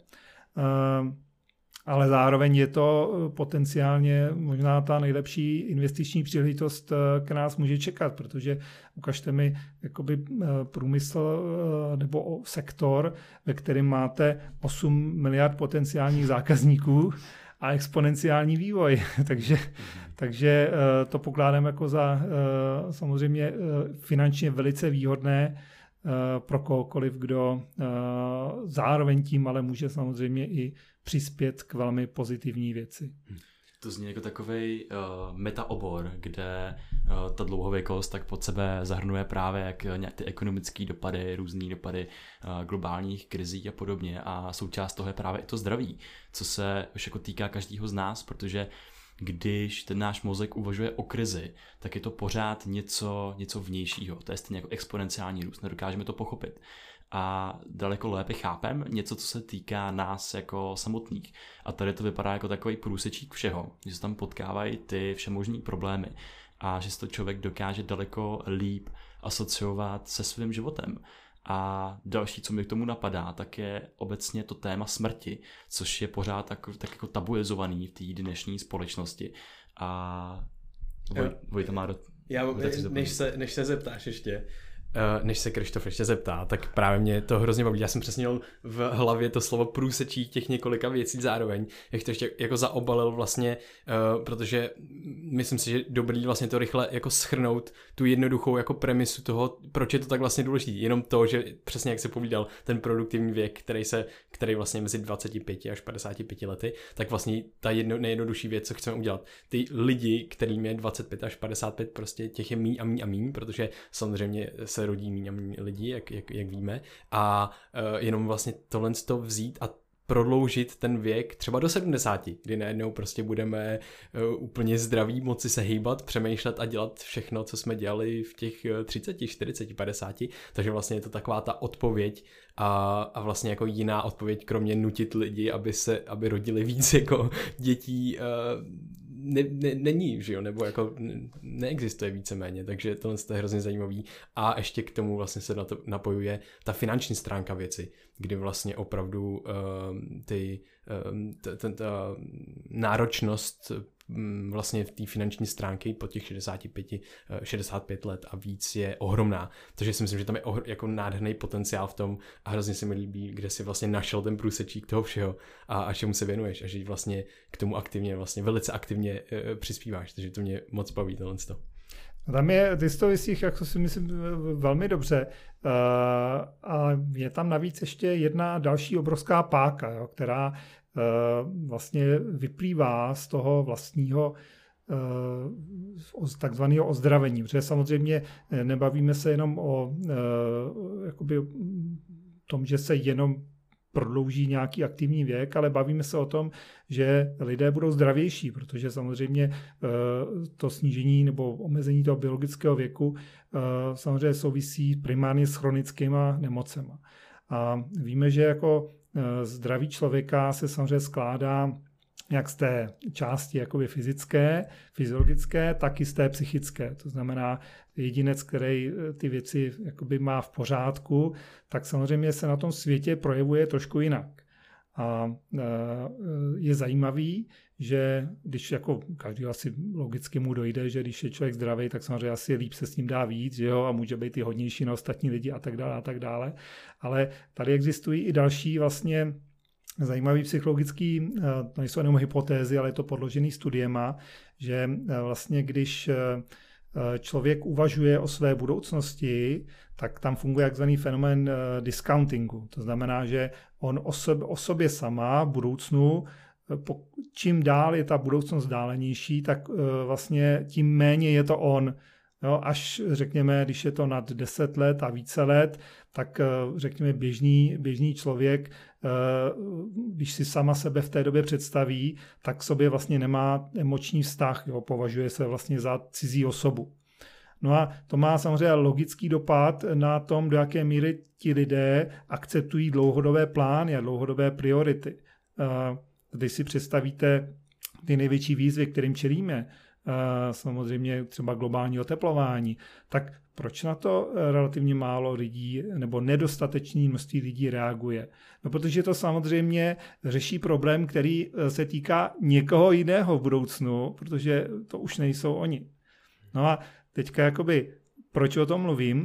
Ale zároveň je to potenciálně možná ta nejlepší investiční příležitost, která nás může čekat, protože ukažte mi jakoby průmysl nebo sektor, ve kterém máte osm miliard potenciálních zákazníků a exponenciální vývoj. takže, takže to pokládám jako za samozřejmě finančně velice výhodné pro kohokoliv, kdo zároveň tím ale může samozřejmě i přispět k velmi pozitivní věci. To zní jako takovej uh, metaobor, kde uh, ta dlouhověkost tak pod sebe zahrnuje právě jak nějak ty ekonomické dopady, různý dopady uh, globálních krizí a podobně a součást toho je právě i to zdraví, co se už jako týká každého z nás, protože když ten náš mozek uvažuje o krizi, tak je to pořád něco, něco vnějšího. To je stejně jako exponenciální růst, nedokážeme to pochopit. A daleko lépe chápem něco, co se týká nás jako samotných. A tady to vypadá jako takový průsečík všeho, že se tam potkávají ty všemožný problémy a že se to člověk dokáže daleko líp asociovat se svým životem. A další, co mi k tomu napadá, tak je obecně to téma smrti, což je pořád tak, tak jako tabuizovaný v té dnešní společnosti. A Voj, Vojta má do... Já, než, se, než se zeptáš ještě, než se Krištof ještě zeptá, tak právě mě to hrozně baví. Já jsem přesně měl v hlavě to slovo průsečí těch několika věcí zároveň, jak to ještě jako zaobalil vlastně, uh, protože myslím si, že dobrý vlastně to rychle jako shrnout tu jednoduchou jako premisu toho, proč je to tak vlastně důležité. Jenom to, že přesně jak se povídal, ten produktivní věk, který se, který vlastně mezi dvacet pět až padesát pět lety, tak vlastně ta jedno, nejjednodušší věc, co chceme udělat. Ty lidi, kterým je dvacet pět až padesát pět, prostě těch je míň a míň a míň, protože samozřejmě se rodí míň a míň lidí, jak, jak, jak víme, a uh, jenom vlastně tohle z toho vzít a prodloužit ten věk třeba do sedmdesáti, kdy najednou prostě budeme uh, úplně zdraví, moci se hýbat, přemýšlet a dělat všechno, co jsme dělali v těch třiceti, čtyřiceti, padesáti, takže vlastně je to taková ta odpověď a, a vlastně jako jiná odpověď, kromě nutit lidi, aby se, aby rodili víc jako dětí, uh, Ne, ne, není, že jo, nebo jako neexistuje víceméně, takže tohle je hrozně zajímavý a ještě k tomu vlastně se na to napojuje ta finanční stránka věci, kdy vlastně opravdu uh, ty, uh, t, t, ta náročnost um, vlastně v té finanční stránky po těch šedesát pět, šedesát pět let a víc je ohromná, takže si myslím, že tam je ohr, jako nádherný potenciál v tom a hrozně se mi líbí, kde si vlastně našel ten průsečík toho všeho a, a čemu se věnuješ a že vlastně k tomu aktivně, vlastně velice aktivně uh, přispíváš, takže to mě moc baví tohle. Tam je, ty jsi to vysích, jak si myslím, velmi dobře. Uh, a je tam navíc ještě jedna další obrovská páka, jo, která uh, vlastně vyplývá z toho vlastního uh, takzvaného ozdravení. Protože samozřejmě nebavíme se jenom o uh, jakoby tom, že se jenom prodlouží nějaký aktivní věk, ale bavíme se o tom, že lidé budou zdravější, protože samozřejmě to snížení nebo omezení toho biologického věku samozřejmě souvisí primárně s chronickýma nemocema. A víme, že jako zdraví člověka se samozřejmě skládá jak z té části jakoby fyzické, fyziologické, tak i z té psychické. To znamená, jedinec, který ty věci jakoby má v pořádku, tak samozřejmě se na tom světě projevuje trošku jinak. A je zajímavý, že když jako každý asi logicky mu dojde, že když je člověk zdravý, tak samozřejmě asi líp se s ním dá víc, že jo, a může být i hodnější na ostatní lidi a tak dále a tak dále. Ale tady existují i další vlastně zajímavý psychologický, to nejsou jenom hypotézy, ale je to podložený studiema, že vlastně když člověk uvažuje o své budoucnosti, tak tam funguje takzvaný fenomén discountingu. To znamená, že on o sobě, o sobě sama v budoucnu, čím dál je ta budoucnost dálenější, tak vlastně tím méně je to on. Jo, až řekněme, když je to nad deset let a více let, tak řekněme běžný, běžný člověk, když si sama sebe v té době představí, tak k sobě vlastně nemá emoční vztah, jo, považuje se vlastně za cizí osobu. No a to má samozřejmě logický dopad na tom, do jaké míry ti lidé akceptují dlouhodobé plány a dlouhodobé priority. Když si představíte ty největší výzvy, kterým čelíme, samozřejmě třeba globální oteplování, tak proč na to relativně málo lidí nebo nedostatečné množství lidí reaguje? No, protože to samozřejmě řeší problém, který se týká někoho jiného v budoucnu, protože to už nejsou oni. No a teďka jakoby, proč o tom mluvím?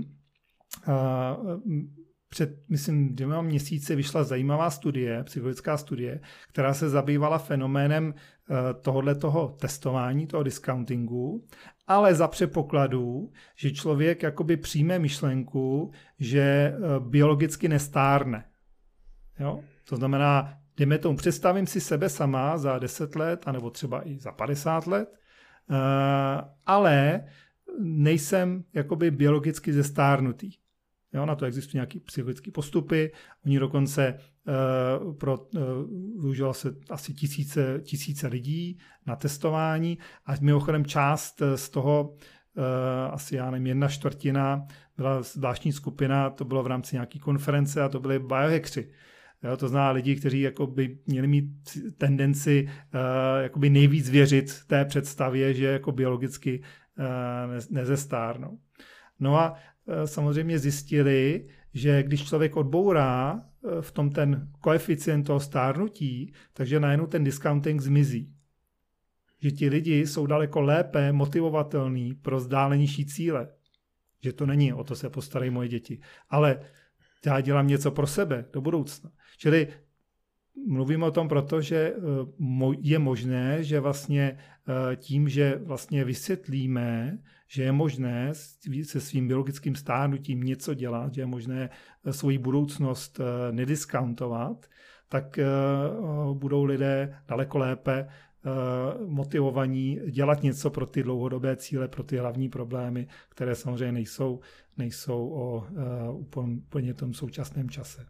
Před, myslím, dvěma měsíci vyšla zajímavá studie, psychologická studie, která se zabývala fenoménem tohoto testování, toho discountingu, ale za předpokladu, že člověk jakoby přijme myšlenku, že biologicky nestárne. Jo? To znamená, dejme tomu, představím si sebe sama za deset let, anebo třeba i za padesát let, ale nejsem jakoby biologicky zestárnutý. Jo, na to existují nějaké psychologické postupy. Oni dokonce uh, pro, uh, využilo se asi tisíce, tisíce lidí na testování a mimochodem část z toho, uh, asi já nevím, jedna čtvrtina, byla zvláštní skupina, to bylo v rámci nějaké konference a to byli biohackři. Jo, to znamená lidi, kteří jakoby měli mít tendenci uh, jakoby nejvíc věřit té představě, že jako biologicky uh, nezestárnou. No a samozřejmě zjistili, že když člověk odbourá v tom ten koeficient toho stárnutí, takže najednou ten discounting zmizí. Že ti lidi jsou daleko lépe motivovatelní pro vzdálenější cíle. že to není, o to se postarají moje děti, ale já dělám něco pro sebe do budoucna. Čili mluvím o tom proto, že je možné, že vlastně tím, že vlastně vysvětlíme, že je možné se svým biologickým stárnutím něco dělat, že je možné svoji budoucnost nediskountovat, tak budou lidé daleko lépe motivovaní dělat něco pro ty dlouhodobé cíle, pro ty hlavní problémy, které samozřejmě nejsou, nejsou o úplně tom současném čase.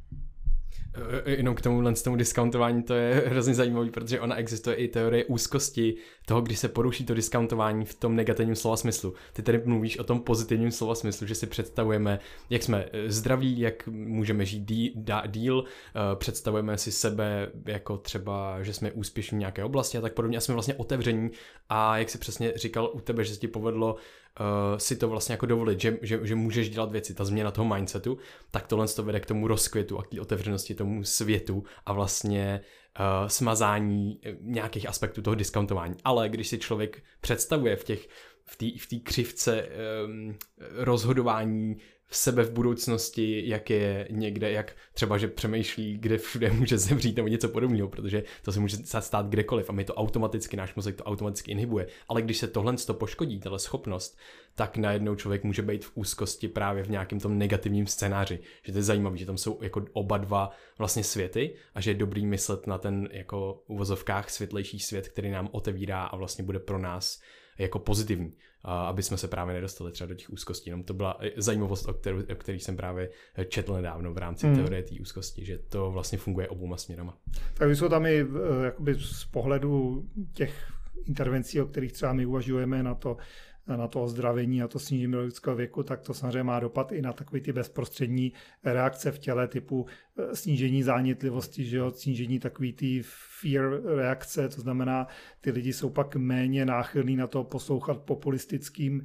Jenom k tomuhle z tomu discountování, to je hrozně zajímavý, protože ona existuje i teorie úzkosti toho, když se poruší to discountování v tom negativním slova smyslu. Ty tady mluvíš o tom pozitivním slova smyslu, že si představujeme, jak jsme zdraví, jak můžeme žít dí, dá, díl, představujeme si sebe jako třeba, že jsme úspěšní v nějaké oblasti a tak podobně a jsme vlastně otevření a jak jsi přesně říkal u tebe, že se ti povedlo Uh, si to vlastně jako dovolit, že, že, že můžeš dělat věci, ta změna toho mindsetu, tak tohle to vede k tomu rozkvětu a k té otevřenosti tomu světu a vlastně uh, smazání nějakých aspektů toho discountování. Ale když si člověk představuje v těch v té v té křivce um, rozhodování v sebe v budoucnosti, jak je někde, jak třeba, že přemýšlí, kde všude může zemřít nebo něco podobného, protože to se může stát kdekoliv a my to automaticky, náš mozek to automaticky inhibuje. Ale když se tohle to poškodí, tato schopnost, tak najednou člověk může být v úzkosti právě v nějakém tom negativním scénáři. Že to je zajímavé, že tam jsou jako oba dva vlastně světy a že je dobrý myslet na ten jako v uvozovkách světlejší svět, který nám otevírá a vlastně bude pro nás jako pozitivní, aby jsme se právě nedostali třeba do těch úzkostí. Jenom to byla zajímavost, o kterou, o který jsem právě četl nedávno v rámci hmm. teorie té úzkosti, že to vlastně funguje obouma směrama. Tak jsou tam i jakoby z pohledu těch intervencí, o kterých třeba my uvažujeme na to, na to ozdravení a to snížení biologického věku, tak to samozřejmě má dopad i na takové ty bezprostřední reakce v těle typu snížení zánětlivosti, že jo, snížení takový ty fear reakce, to znamená, ty lidi jsou pak méně náchylní na to poslouchat populistickým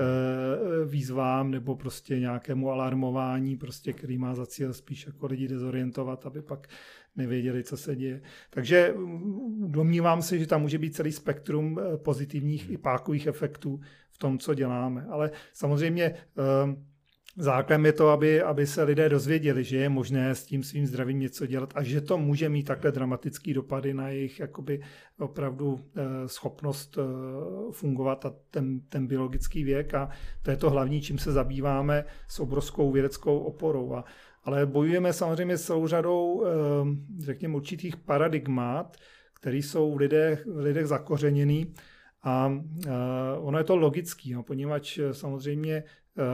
e, výzvám nebo prostě nějakému alarmování, prostě, který má za cíl spíš jako lidi dezorientovat, aby pak nevěděli, co se děje. Takže domnívám se, že tam může být celý spektrum pozitivních i pákových efektů v tom, co děláme. Ale samozřejmě základem je to, aby, aby se lidé dozvěděli, že je možné s tím svým zdravím něco dělat a že to může mít takhle dramatický dopady na jejich jakoby opravdu schopnost fungovat a ten, ten biologický věk. A to je to hlavní, čím se zabýváme s obrovskou vědeckou oporou. A ale bojujeme samozřejmě s celou řadou, řekněme, určitých paradigmat, které jsou v lidech, v lidech zakořeněný. A ono je to logický, no, poněvadž samozřejmě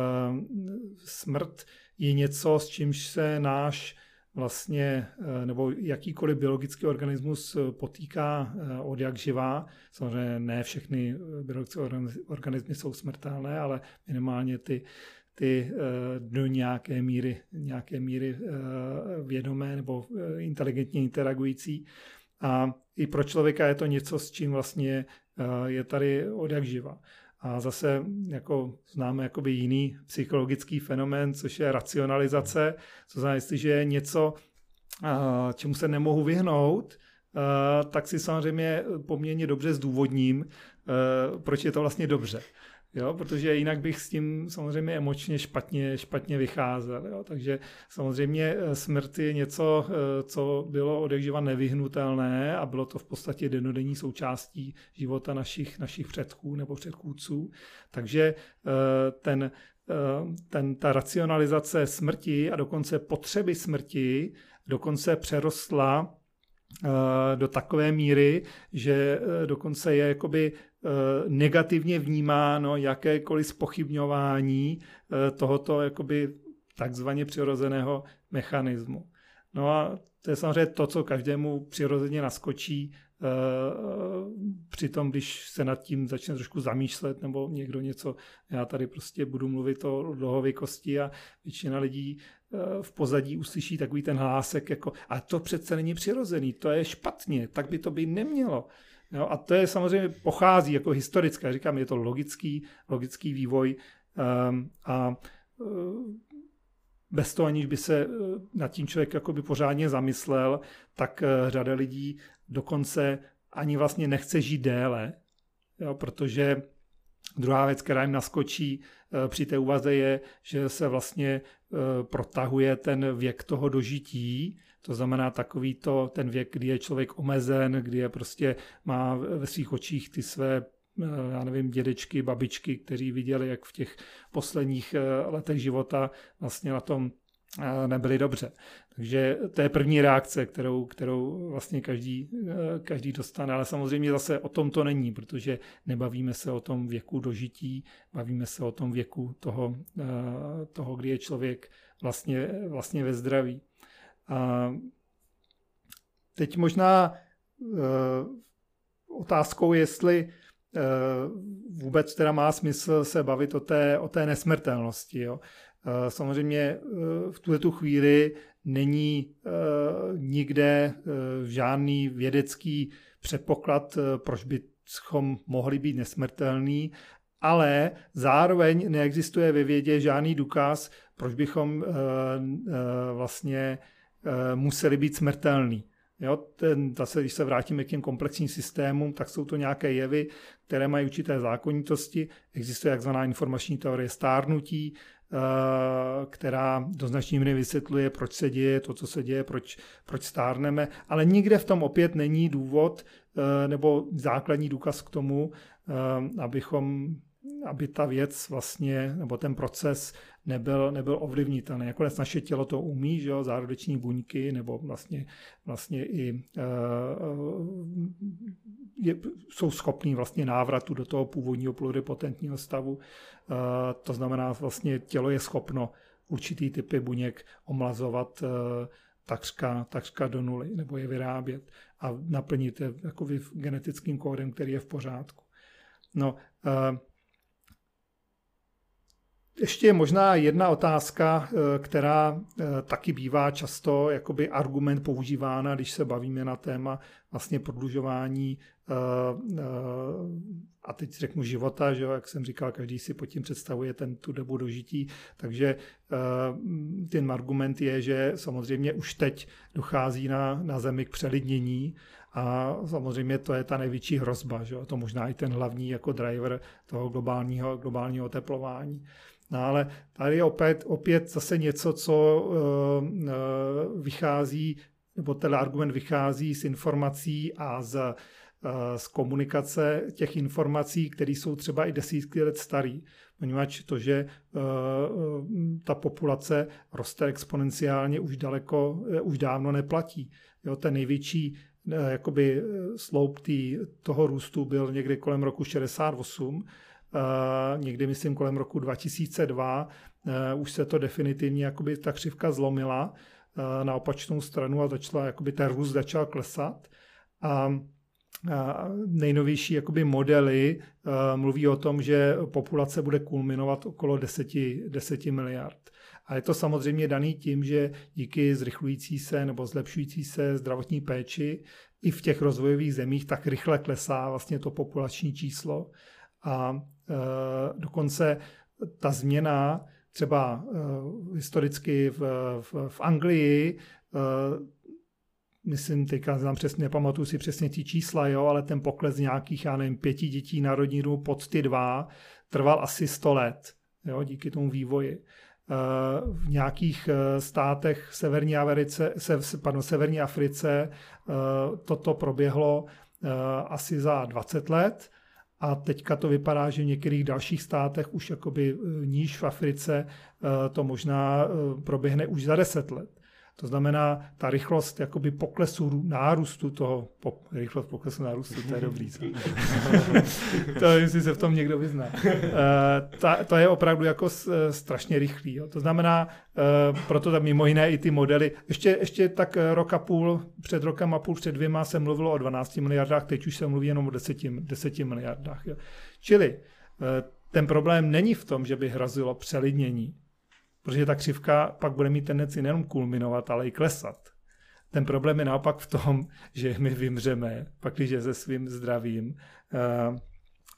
smrt je něco, s čímž se náš vlastně, nebo jakýkoliv biologický organismus potýká od jak živá. Samozřejmě ne všechny biologické organismy jsou smrtelné, ale minimálně ty ty do nějaké míry, nějaké míry vědomé nebo inteligentně interagující. A i pro člověka je to něco, s čím vlastně je tady od jak živa. A zase jako známe jakoby jiný psychologický fenomén, což je racionalizace. To znamená, jestliže je něco, čemu se nemohu vyhnout, tak si samozřejmě poměrně dobře zdůvodním, proč je to vlastně dobře. Jo, protože jinak bych s tím samozřejmě emočně špatně, špatně vycházel. Jo. Takže samozřejmě smrt je něco, co bylo odjakživa nevyhnutelné a bylo to v podstatě dennodenní součástí života našich, našich předků nebo předchůdců. Takže ten, ten, ta racionalizace smrti a dokonce potřeby smrti dokonce přerostla do takové míry, že dokonce je jakoby negativně vnímáno jakékoliv zpochybňování tohoto jakoby takzvaně přirozeného mechanismu. No a to je samozřejmě to, co každému přirozeně naskočí při tom, když se nad tím začne trošku zamýšlet, nebo někdo něco, já tady prostě budu mluvit o dlouhověkosti a většina lidí v pozadí uslyší takový ten hlásek, jako a to přece není přirozený, to je špatně, tak by to být nemělo. Jo, a to je samozřejmě pochází jako historické, říkám, je to logický, logický vývoj um, a um, bez toho, aniž by se nad tím člověk jakoby pořádně zamyslel, tak uh, řada lidí dokonce ani vlastně nechce žít déle, jo, protože Druhá věc, která jim naskočí při té úvaze, je, že se vlastně protahuje ten věk toho dožití. To znamená takový to, ten věk, kdy je člověk omezen, kdy je prostě má ve svých očích ty své, já nevím, dědečky, babičky, kteří viděli, jak v těch posledních letech života vlastně na tom nebyli dobře. Takže to je první reakce, kterou, kterou vlastně každý, každý dostane, ale samozřejmě zase o tom to není, protože nebavíme se o tom věku dožití, bavíme se o tom věku toho, toho kdy je člověk vlastně, vlastně ve zdraví. A teď možná otázkou, jestli vůbec teda má smysl se bavit o té, o té nesmrtelnosti. Jo. Samozřejmě v tuto chvíli není nikde žádný vědecký předpoklad, proč bychom mohli být nesmrtelní, ale zároveň neexistuje ve vědě žádný důkaz, proč bychom vlastně museli být smrtelní. Jo, ten, zase, když se vrátíme k těm komplexním systémům, tak jsou to nějaké jevy, které mají určité zákonitosti. Existuje takzvaná informační teorie stárnutí, která do značné míry vysvětluje, proč se děje to, co se děje, proč, proč stárneme, ale nikde v tom opět není důvod nebo základní důkaz k tomu, abychom, aby ta věc vlastně, nebo ten proces nebyl, nebyl ovlivnitelný. Nakonec naše tělo to umí, že jo, zárodeční buňky, nebo vlastně, vlastně i je, jsou schopní vlastně návratu do toho původního pluripotentního stavu. To znamená, vlastně tělo je schopno určitý typy buněk omlazovat takřka, takřka do nuly, nebo je vyrábět a naplnit je jakoby genetickým kódem, který je v pořádku. No, ještě je možná jedna otázka, která taky bývá často jakoby argument používána, když se bavíme na téma vlastně prodlužování a teď řeknu života, že jo, jak jsem říkal, každý si pod tím představuje ten, tu dobu dožití, takže ten argument je, že samozřejmě už teď dochází na, na Zemi k přelidnění a samozřejmě to je ta největší hrozba, že jo, to možná i ten hlavní jako driver toho globálního, globálního oteplování. No ale tady je opět, opět zase něco, co uh, vychází, nebo ten argument vychází z informací a z, uh, z komunikace těch informací, které jsou třeba i desítky let starý. Poněvadž to, že uh, ta populace roste exponenciálně, už daleko, uh, už dávno neplatí. Jo, ten největší uh, jakoby sloup tý, toho růstu byl někdy kolem roku šedesát osm, Uh, někdy myslím kolem roku dva tisíce dva uh, už se to definitivně jakoby ta křivka zlomila uh, na opačnou stranu a začala, jakoby ten růst začal klesat a uh, nejnovější jakoby modely uh, mluví o tom, že populace bude kulminovat okolo deset miliard. A je to samozřejmě daný tím, že díky zrychlující se nebo zlepšující se zdravotní péči i v těch rozvojových zemích tak rychle klesá vlastně to populační číslo. A e, dokonce ta změna třeba e, historicky v, v, v Anglii, e, myslím, teďka znám přesně, nepamatuju si přesně ty čísla, jo, ale ten pokles nějakých, já nevím, pěti dětí na rodinu pod ty dva trval asi sto let, jo, díky tomu vývoji. E, v nějakých státech Severní, Americe, se, pardon, Severní Africe e, toto proběhlo e, asi za dvacet let. A teďka to vypadá, že v některých dalších státech už jakoby níž v Africe to možná proběhne už za deset let. To znamená, ta rychlost jakoby poklesu nárůstu toho, po, rychlost poklesu nárůstu, to je dobrý. To jestli se v tom někdo vyzná. Ta, to je opravdu jako strašně rychlý. Jo. To znamená, proto tam mimo jiné i ty modely, ještě, ještě tak rok a půl, před rokem a půl, před dvěma se mluvilo o dvanácti miliardách, teď už se mluví jenom o deseti miliardách. Jo. Čili ten problém není v tom, že by hrozilo přelidnění, protože ta křivka pak bude mít tendenci nejenom kulminovat, ale i klesat. Ten problém je naopak v tom, že my vymřeme, pak když se svým zdravím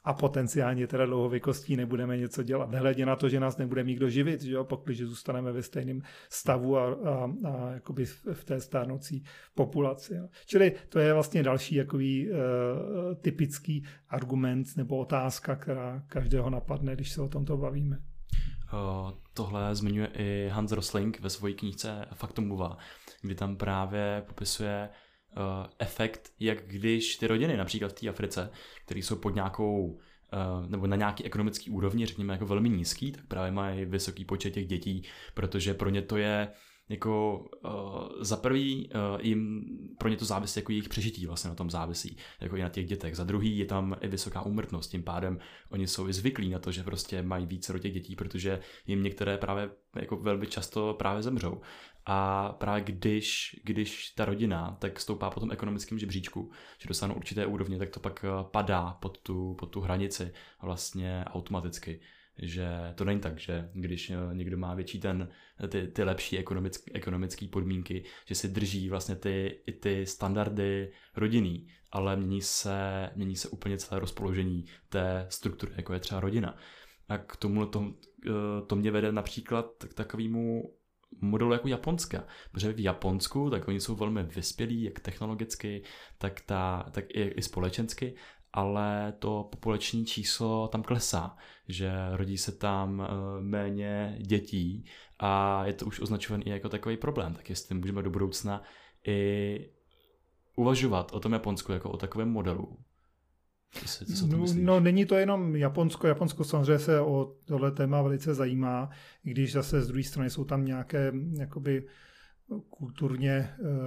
a potenciálně teda dlouhověkostí nebudeme něco dělat. Nehledě na to, že nás nebude nikdo živit, že jo, pokud zůstaneme ve stejném stavu a, a, a jakoby v té stárnoucí populaci. Jo. Čili to je vlastně další jakový uh, typický argument nebo otázka, která každého napadne, když se o tomto bavíme. Uh, tohle zmiňuje i Hans Rosling ve své knížce Faktum mluvá, kdy tam právě popisuje uh, efekt, jak když ty rodiny, například v té Africe, které jsou pod nějakou uh, nebo na nějaký ekonomický úrovni, řekněme jako velmi nízký, tak právě mají vysoký počet těch dětí, protože pro ně to je jako uh, za prvý uh, jim pro ně to závisí, jako jejich přežití vlastně na tom závisí, jako i na těch dětech. Za druhý je tam i vysoká úmrtnost, tím pádem oni jsou i zvyklí na to, že prostě mají více těch dětí, protože jim některé právě jako velmi často právě zemřou. A právě když, když ta rodina tak stoupá po tom ekonomickém žebříčku, že dostanou určité úrovně, tak to pak padá pod tu, pod tu hranici vlastně automaticky. Že to není tak, že když někdo má větší ten, ty, ty lepší ekonomické ekonomické podmínky, že si drží vlastně ty, i ty standardy rodinný, ale mění se, mění se úplně celé rozpoložení té struktury, jako je třeba rodina. A k tomu to, to mě vede například k takovému modelu jako Japonska, protože v Japonsku tak oni jsou velmi vyspělí, jak technologicky, tak, ta, tak i, i společensky, ale to populační číslo tam klesá, že rodí se tam méně dětí a je to už označovaný jako takový problém. Tak jestli můžeme do budoucna i uvažovat o tom Japonsku jako o takovém modelu. Co, co no, no není to jenom Japonsko. Japonsko samozřejmě se o tohle téma velice zajímá, i když zase z druhé strany jsou tam nějaké jakoby kulturně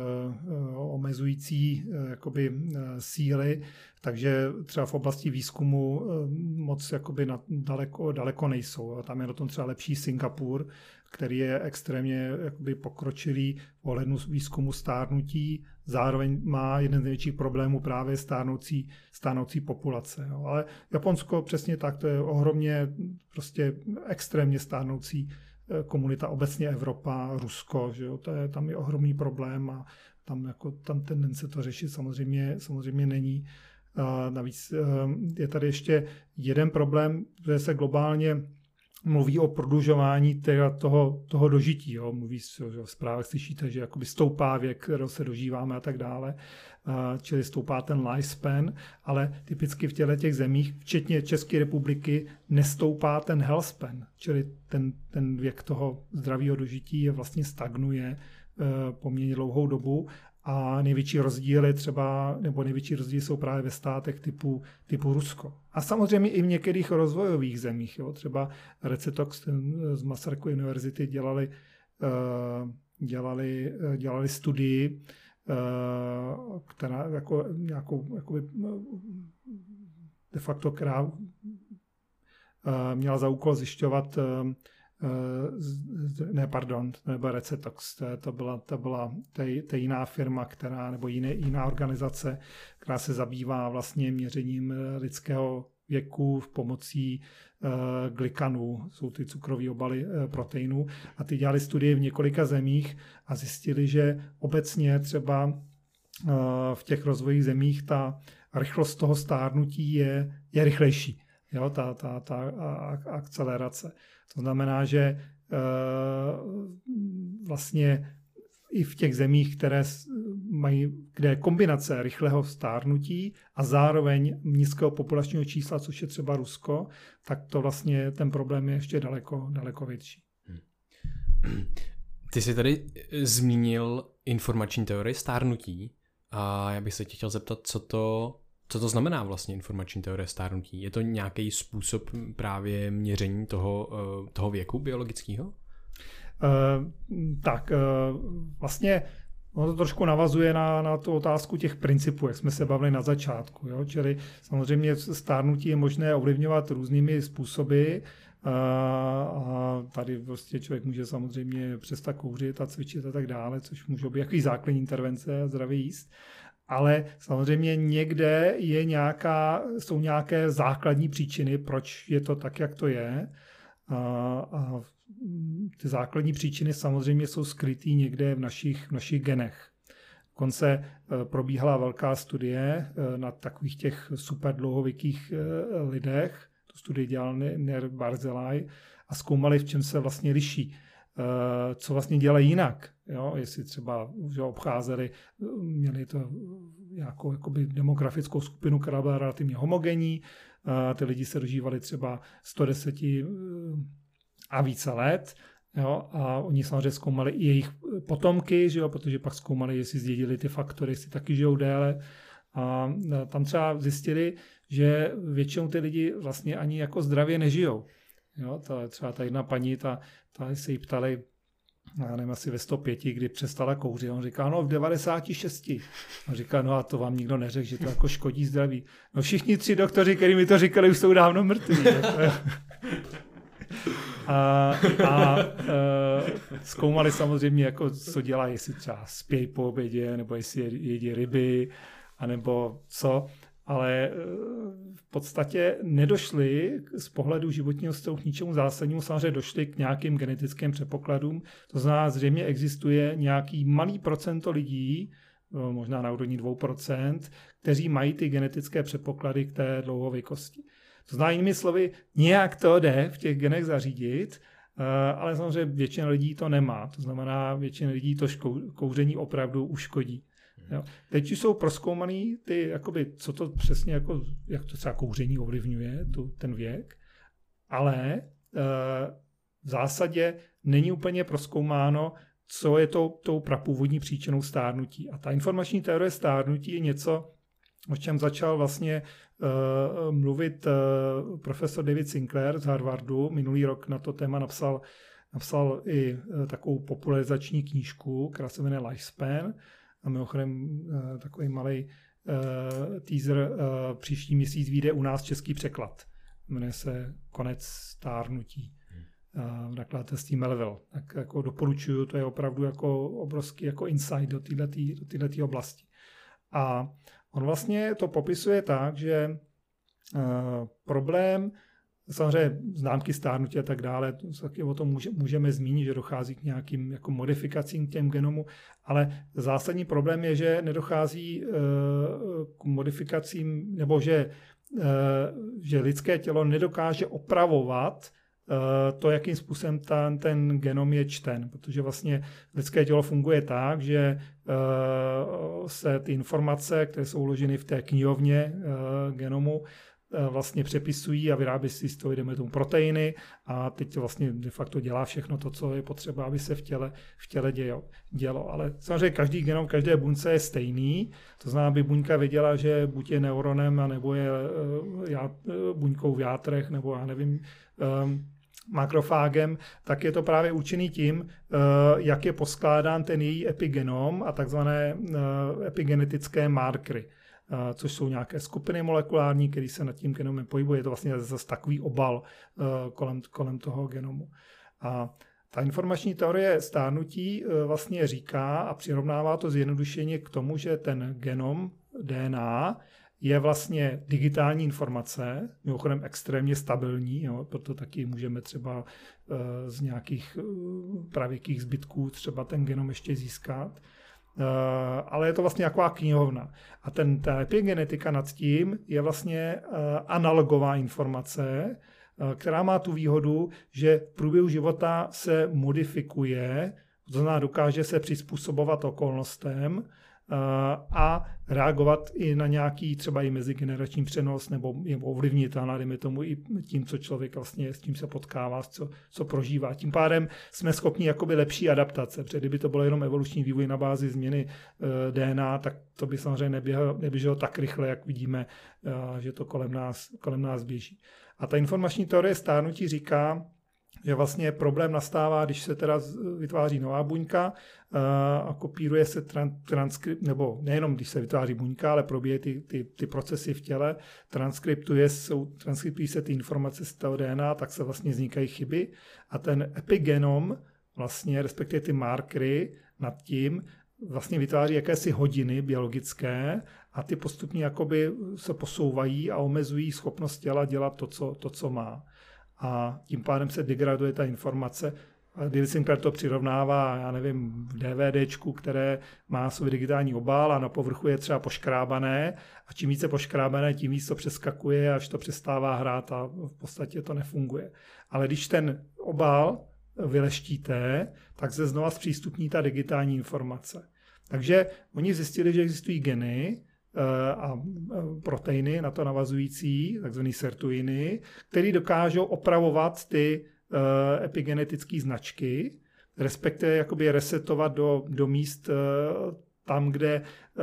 uh, omezující uh, jakoby, uh, síly, takže třeba v oblasti výzkumu uh, moc jakoby na, daleko, daleko nejsou. Tam je na tom třeba lepší Singapur, který je extrémně jakoby pokročilý v ohledu výzkumu stárnutí, zároveň má jeden z největších problémů právě stárnoucí, stárnoucí populace. Jo. Ale Japonsko přesně tak, to je ohromně prostě extrémně stárnoucí komunita, obecně Evropa, Rusko, že jo, to je, tam je ohromný problém a tam, jako, tam tendence to řešit samozřejmě, samozřejmě není. A navíc je tady ještě jeden problém, že se globálně mluví o prodlužování toho, toho dožití. Jo. Mluví, že v zprávách slyšíte, že jakoby stoupá věk, kterého se dožíváme a tak dále, a čili stoupá ten lifespan, ale typicky v těchto těch zemích, včetně České republiky, nestoupá ten healthspan, čili ten, ten věk toho zdravého dožití je vlastně stagnuje e, poměrně dlouhou dobu. A největší rozdíly třeba, nebo největší rozdíly jsou právě ve státech typu, typu Rusko. A samozřejmě i v některých rozvojových zemích. Jo. Třeba Recetox z Masarykovy univerzity dělali, dělali, dělali studii, která jako nějakou jakoby, de facto, která měla za úkol zjišťovat ne, pardon, to nebyla Recetox, to, to byla, to byla to jiná firma, která, nebo jiné, jiná organizace, která se zabývá vlastně měřením lidského věku v pomocí uh, glykanů, jsou ty cukrové obaly uh, proteinů, a ty dělali studie v několika zemích a zjistili, že obecně třeba uh, v těch rozvojových zemích ta rychlost toho stárnutí je, je rychlejší. Jo, ta, ta, ta akcelerace. To znamená, že uh, vlastně i v těch zemích, které mají, kde je kombinace rychlého stárnutí a zároveň nízkého populačního čísla, což je třeba Rusko, tak to vlastně ten problém je ještě daleko, daleko větší. Ty jsi tady zmínil informační teorii stárnutí a já bych se tě chtěl zeptat, co to Co to znamená vlastně informační teorie stárnutí? Je to nějaký způsob právě měření toho, toho věku biologického? Uh, tak uh, vlastně ono to trošku navazuje na, na tu otázku těch principů, jak jsme se bavili na začátku. Jo? Čili samozřejmě stárnutí je možné ovlivňovat různými způsoby. Uh, a tady prostě člověk může samozřejmě přestat kouřit a cvičit a tak dále, což můžou být jaký základní intervence a zdravě jíst. Ale samozřejmě někde je nějaká, jsou nějaké základní příčiny, proč je to tak, jak to je. A, a ty základní příčiny samozřejmě jsou skrytý někde v našich, v našich genech. Konce probíhala velká studie na takových těch super dlouhověkých lidech, tu studii dělal Nir Barzilai a zkoumali, v čem se vlastně liší, co vlastně dělají jinak. Jo? Jestli třeba že obcházeli, měli to nějakou jakoby demografickou skupinu, která byla relativně homogenní, ty lidi se dožívali třeba sto deset a více let, jo? A oni samozřejmě zkoumali i jejich potomky, že jo? Protože pak zkoumali, jestli zdědili ty faktory, jestli taky žijou déle. A tam třeba zjistili, že většinou ty lidi vlastně ani jako zdravě nežijou. Jo? Ta, třeba ta jedna paní, ta, ta se jí ptali, já nevím, asi ve sto pět, kdy přestala kouřit. On říká, no v devadesát šest. On říká, no a to vám nikdo neřekl, že to jako škodí zdraví. No všichni tři doktoři, kteří mi to říkali, už jsou dávno mrtví. A, a e, zkoumali samozřejmě, jako, co dělá, jestli třeba spějí po obědě, nebo jestli jedí ryby, anebo co. Ale v podstatě nedošli z pohledu životního stylu k ničemu zásadnímu, samozřejmě došli k nějakým genetickým předpokladům. To znamená, zřejmě existuje nějaký malý procento lidí, možná na úrovni dvě procenta, kteří mají ty genetické předpoklady k té dlouhověkosti. To znamená, jinými slovy, nějak to jde v těch genech zařídit, ale samozřejmě většina lidí to nemá. To znamená, většina lidí to škou, kouření opravdu uškodí. Jo. Teď jsou prozkoumaný ty, jakoby, co to přesně, jako, jak to třeba kouření ovlivňuje, tu, ten věk, ale e, v zásadě není úplně prozkoumáno, co je to, tou prapůvodní příčinou stárnutí. A ta informační teorie stárnutí je něco, o čem začal vlastně e, mluvit e, profesor David Sinclair z Harvardu. Minulý rok na to téma napsal, napsal i e, takovou popularizační knížku, která se jmenuje Lifespan. A mimochodem takový malý uh, teaser, uh, příští měsíc vyjde u nás český překlad. Jmenuje se Konec stárnutí. Hmm. Uh, nakladatelství Melville. Tak jako doporučuju, to je opravdu jako obrovský jako insight do této do této oblasti. A on vlastně to popisuje tak, že uh, problém, samozřejmě známky stárnutí a tak dále, taky o tom může, můžeme zmínit, že dochází k nějakým jako modifikacím k těm genomu, ale zásadní problém je, že nedochází uh, k modifikacím, nebo že, uh, že lidské tělo nedokáže opravovat uh, to, jakým způsobem ten, ten genom je čten, protože vlastně lidské tělo funguje tak, že uh, se ty informace, které jsou uloženy v té knihovně uh, genomu, vlastně přepisují a vyrábí si z toho, jdeme tomu, proteiny a teď to vlastně de facto dělá všechno to, co je potřeba, aby se v těle, v těle dělo, dělo. Ale samozřejmě každý genom, každé buňce je stejný, to znamená, aby buňka věděla, že buď je neuronem, nebo je já, buňkou v játrech, nebo já nevím, um, makrofágem, tak je to právě určený tím, jak je poskládán ten její epigenom a takzvané epigenetické markery, což jsou nějaké skupiny molekulární, které se nad tím genomem pohybují. Je to vlastně zase takový obal kolem, kolem toho genomu. A ta informační teorie stárnutí vlastně říká a přirovnává to zjednodušeně k tomu, že ten genom D N A je vlastně digitální informace, mimochodem extrémně stabilní, jo, proto taky můžeme třeba z nějakých pravěkých zbytků třeba ten genom ještě získat. Uh, ale je to vlastně taková knihovna. A ten, ta epigenetika nad tím je vlastně uh, analogová informace, uh, která má tu výhodu, že v průběhu života se modifikuje, to znamená dokáže se přizpůsobovat okolnostem uh, a reagovat i na nějaký třeba i mezigenerační přenos nebo je ovlivnitelná, dejme tomu, i tím, co člověk vlastně s tím se potkává, co, co prožívá. Tím pádem jsme schopni jakoby lepší adaptace, protože kdyby to bylo jenom evoluční vývoj na bázi změny uh, D N A, tak to by samozřejmě neběhlo, neběželo tak rychle, jak vidíme, uh, že to kolem nás, kolem nás běží. A ta informační teorie stárnutí říká, že vlastně problém nastává, když se teda vytváří nová buňka uh, a kopíruje se tran, transkript, nebo nejenom když se vytváří buňka, ale probíhají ty, ty, ty procesy v těle, transkriptuje, jsou, transkriptují se ty informace z toho D N A, tak se vlastně vznikají chyby a ten epigenom vlastně, respektive ty markery nad tím, vlastně vytváří jakési hodiny biologické a ty postupně jakoby se posouvají a omezují schopnost těla dělat to, co, to, co má. A tím pádem se degraduje ta informace. Bill Sinclair to přirovnává, já nevím, v DVDčku, které má svůj digitální obal a na povrchu je třeba poškrábané a čím více poškrábané, tím víc to přeskakuje, až to přestává hrát a v podstatě to nefunguje. Ale když ten obal vyleštíte, tak se znova zpřístupní ta digitální informace. Takže oni zjistili, že existují geny a proteiny na to navazující, takzvané sirtuiny, které dokážou opravovat ty epigenetické značky, respektive jakoby resetovat do, do míst tam, kde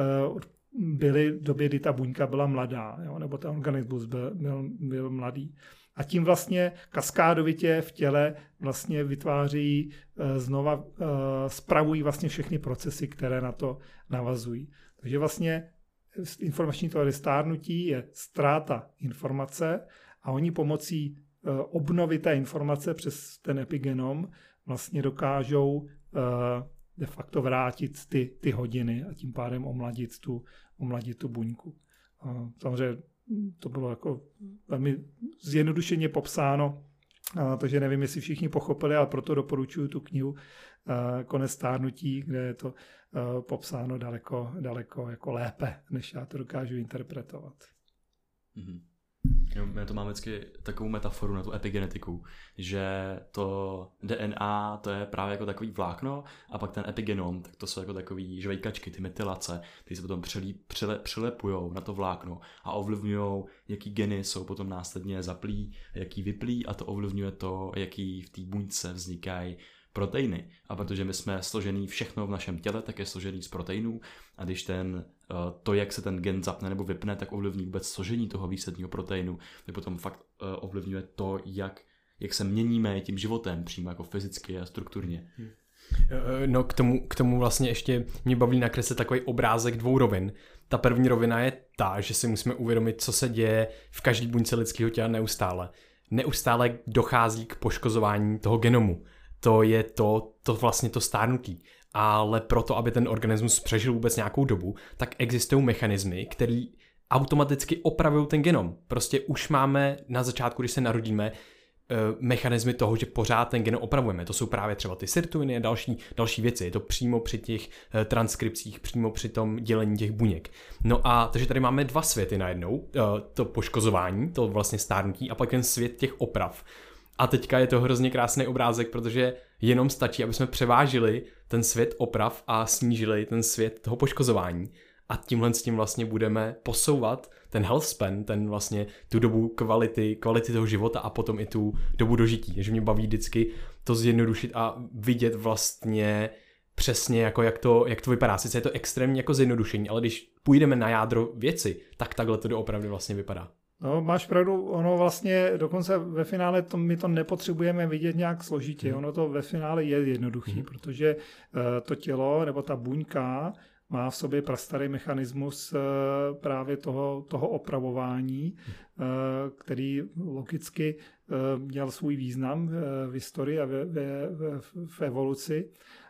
byly v době, kdy ta buňka byla mladá, jo, nebo ten organismus byl, byl, byl mladý. A tím vlastně kaskádovitě v těle vlastně vytváří znova, spravují vlastně všechny procesy, které na to navazují. Takže vlastně informační teorie stárnutí je ztráta informace a oni pomocí obnovy té informace přes ten epigenom vlastně dokážou de facto vrátit ty, ty hodiny a tím pádem omladit tu, omladit tu buňku. Samozřejmě to bylo jako velmi zjednodušeně popsáno, takže nevím, jestli všichni pochopili, ale proto doporučuji tu knihu Konec stárnutí, kde je to popsáno daleko, daleko jako lépe, než já to dokážu interpretovat. Mm-hmm. My to máme vždycky takovou metaforu na tu epigenetiku, že to D N A to je právě jako takový vlákno a pak ten epigenom, tak to jsou jako takový žvejkačky, ty metylace, ty se potom přilí, přile, přilepujou na to vlákno a ovlivňují, jaký geny jsou potom následně zaplí, jaký vyplí a to ovlivňuje to, jaký v té buňce vznikají proteiny. A protože my jsme složený všechno v našem těle, tak je složený z proteinů a když ten, to, jak se ten gen zapne nebo vypne, tak ovlivní vůbec složení toho výsledního proteinu. Tak potom fakt ovlivňuje to, jak, jak se měníme tím životem, přímo jako fyzicky a strukturně. No k tomu, k tomu vlastně ještě mě baví nakreslit takový obrázek dvou rovin. Ta první rovina je ta, že si musíme uvědomit, co se děje v každé buňce lidského těla neustále. Neustále dochází k poškozování toho genomu. To je to, to vlastně to stárnutí. Ale proto, aby ten organismus přežil vůbec nějakou dobu, tak existují mechanismy, které automaticky opravují ten genom. Prostě už máme na začátku, když se narodíme, mechanismy toho, že pořád ten genom opravujeme. To jsou právě třeba ty sirtuiny a další, další věci. Je to přímo při těch transkripcích, přímo při tom dělení těch buněk. No a takže tady máme dva světy najednou. To poškozování, to vlastně stárnutí a pak ten svět těch oprav. A teďka je to hrozně krásný obrázek, protože jenom stačí, aby jsme převážili ten svět oprav a snížili ten svět toho poškozování. A tímhle s tím vlastně budeme posouvat ten health span, ten vlastně tu dobu kvality, kvality toho života a potom i tu dobu dožití. Takže mě baví vždycky to zjednodušit a vidět vlastně přesně jako jak to, jak to vypadá. Sice je to extrémně jako zjednodušení, ale když půjdeme na jádro věci, tak takhle to doopravdy vlastně vypadá. No, máš pravdu, ono vlastně dokonce ve finále to, my to nepotřebujeme vidět nějak složitě, hmm. ono to ve finále je jednoduchý, hmm. protože uh, to tělo nebo ta buňka má v sobě prastarý mechanismus uh, právě toho, toho opravování, uh, který logicky uh, měl svůj význam uh, v historii a ve, ve, ve, v evoluci.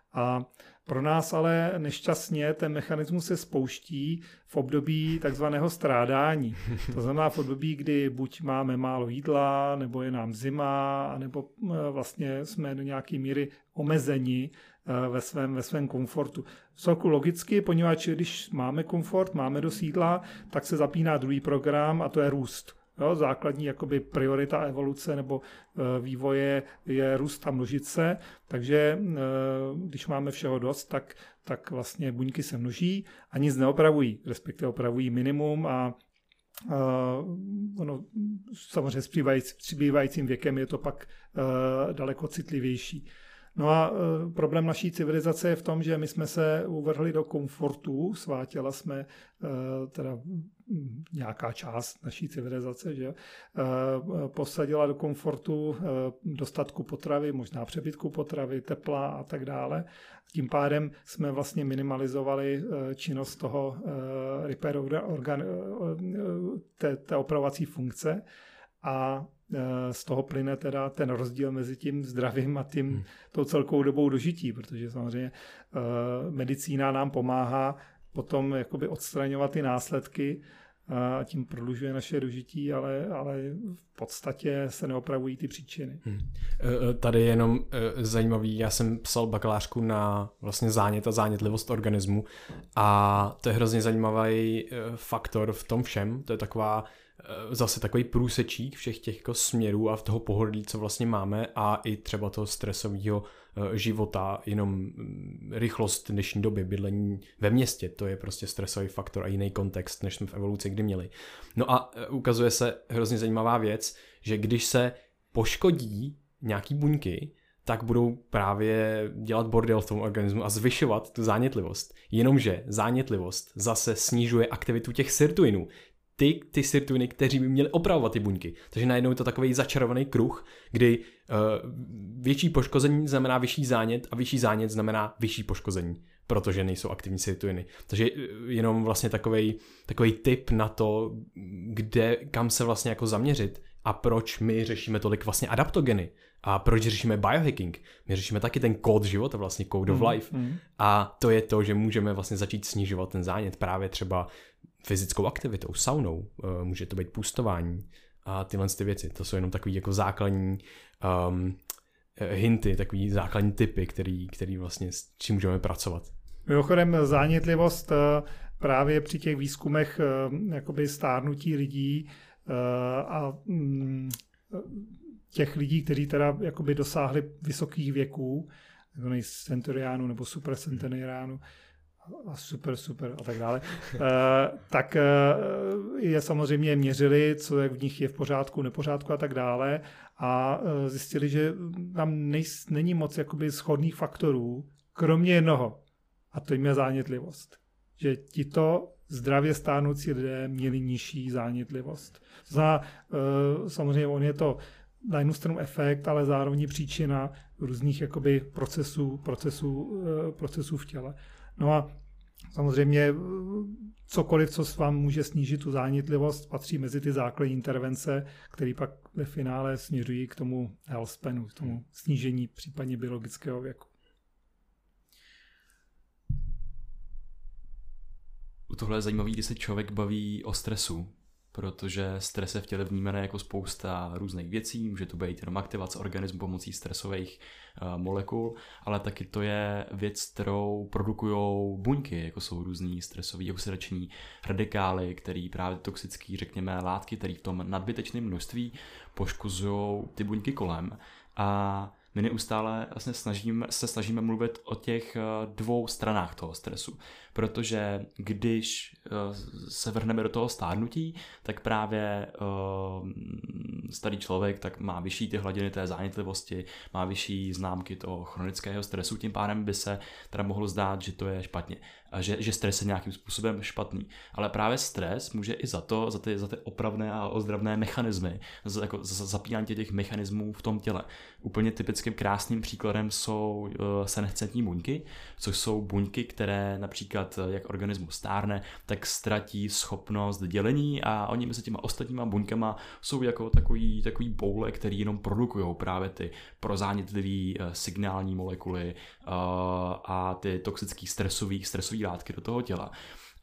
A pro nás ale nešťastně ten mechanismus se spouští v období takzvaného strádání. To znamená v období, kdy buď máme málo jídla, nebo je nám zima, nebo vlastně jsme do nějaké míry omezeni ve svém, ve svém komfortu. Vcelku logicky, poněvadž když máme komfort, máme dost jídla, tak se zapíná druhý program a to je růst. Jo, základní jakoby priorita evoluce nebo e, vývoje je růst a množit se, takže e, když máme všeho dost, tak, tak vlastně buňky se množí a nic neopravují, respektive opravují minimum a e, ono samozřejmě s přibývajícím věkem je to pak e, daleko citlivější. No a e, problém naší civilizace je v tom, že my jsme se uvrhli do komfortu, svá těla jsme, e, teda nějaká část naší civilizace, že e, posadila do komfortu e, dostatku potravy, možná přebytku potravy, tepla a tak dále. Tím pádem jsme vlastně minimalizovali e, činnost toho e, repair organ, e, té, té opravovací funkce a z toho plyne teda ten rozdíl mezi tím zdravím a tím hmm. tou celkou dobou dožití, protože samozřejmě uh, medicína nám pomáhá potom jakoby odstraňovat ty následky, a tím prodlužuje naše dožití, ale, ale v podstatě se neopravují ty příčiny. Hmm. Tady jenom zajímavý, já jsem psal bakalářku na vlastně zánět a zánětlivost organismu a to je hrozně zajímavý faktor v tom všem, to je taková zase takový průsečík všech těch jako směrů a v toho pohodlí, co vlastně máme a i třeba toho stresového života, jenom rychlost dnešní doby, bydlení ve městě, to je prostě stresový faktor a jiný kontext, než jsme v evoluci kdy měli. No a ukazuje se hrozně zajímavá věc, že když se poškodí nějaký buňky, tak budou právě dělat bordel v tom organismu a zvyšovat tu zánětlivost. Jenomže zánětlivost zase snižuje aktivitu těch sirtuinů. Ty, ty sirtuiny, kteří by měli opravovat ty buňky. Takže najednou je to takový začarovaný kruh, kdy uh, větší poškození znamená vyšší zánět a vyšší zánět znamená vyšší poškození, protože nejsou aktivní sirtuiny. Takže jenom vlastně takovej, takovej tip na to, kde, kam se vlastně jako zaměřit a proč my řešíme tolik vlastně adaptogeny a proč řešíme biohacking. My řešíme taky ten kód života, vlastně code of life. Mm, mm. A to je to, že můžeme vlastně začít snižovat ten zánět právě třeba fyzickou aktivitou, saunou, může to být půstování a tyhle ty věci. To jsou jenom takový jako základní um, hinty, takový základní typy, který, který vlastně s čím můžeme pracovat. Mimochodem zánětlivost právě při těch výzkumech jakoby stárnutí lidí a těch lidí, kteří teda jakoby dosáhli vysokých věků, centuriánů nebo supercentenariánů, a super, super a tak dále, tak je samozřejmě měřili, co jak v nich je v pořádku, nepořádku a tak dále a zjistili, že tam nej, není moc jakoby shodných faktorů, kromě jednoho, a to jim je zánětlivost. Že tito zdravě stárnoucí lidé měli nižší zánětlivost. Zná, samozřejmě on je to na jednu stranu efekt, ale zároveň příčina různých jakoby procesů, procesů, procesů v těle. No a samozřejmě cokoliv, co vám může snížit tu zánětlivost, patří mezi ty základní intervence, které pak ve finále směřují k tomu health spanu, k tomu snížení případně biologického věku. U tohle je zajímavý, když se člověk baví o stresu, protože stres je v těle vnímaný jako spousta různých věcí, může to být jenom aktivace organismu pomocí stresových uh, molekul, ale taky to je věc, kterou produkují buňky, jako jsou různý stresový oxidační radikály, který právě toxický, řekněme, látky, které v tom nadbytečném množství poškozují ty buňky kolem. A my neustále vlastně snažíme, se snažíme mluvit o těch dvou stranách toho stresu, protože když se vrhneme do toho stárnutí, tak právě uh, starý člověk tak má vyšší ty hladiny té zánětlivosti, má vyšší známky toho chronického stresu, tím pádem by se teda mohlo zdát, že to je špatně a že, že stres je nějakým způsobem špatný. Ale právě stres může i za to, za ty, za ty opravné a ozdravné mechanismy, za, jako, za zapínání těch mechanismů v tom těle. Úplně typickým krásným příkladem jsou uh, senescentní buňky, což jsou buňky, které například jak organismus stárne, tak ztratí schopnost dělení a oni mezi těma ostatníma buňkama jsou jako takový, takový boule, který jenom produkují právě ty prozánětlivý uh, signální molekuly uh, a ty toxický stresový, stresový látky do toho těla.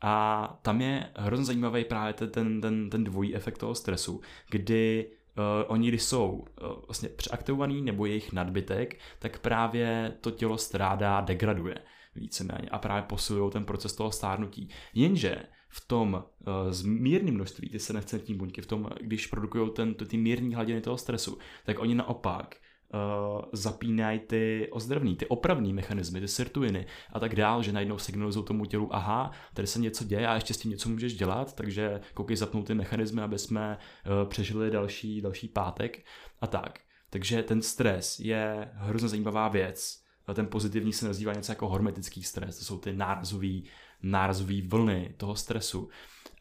A tam je hrozně zajímavý právě ten, ten, ten dvojí efekt toho stresu, kdy Uh, oni, když jsou uh, vlastně přeaktivovaný nebo jejich nadbytek, tak právě to tělo strádá, degraduje víceméně a právě posilují ten proces toho stárnutí. Jenže v tom uh, mírném množství, ty senescentní buňky, v tom, když produkují ten, ty mírní hladiny toho stresu, tak oni naopak Uh, zapínají ty ozdravný, ty opravný mechanismy, ty sirtuiny a tak dál, že najednou signalizují tomu tělu, aha, tady se něco děje a ještě s tím něco můžeš dělat, takže koukej zapnout ty mechanismy, aby jsme uh, přežili další, další pátek a tak. Takže ten stres je hrozně zajímavá věc. Ten pozitivní se nazývá něco jako hormetický stres, to jsou ty nárazový, nárazový vlny toho stresu.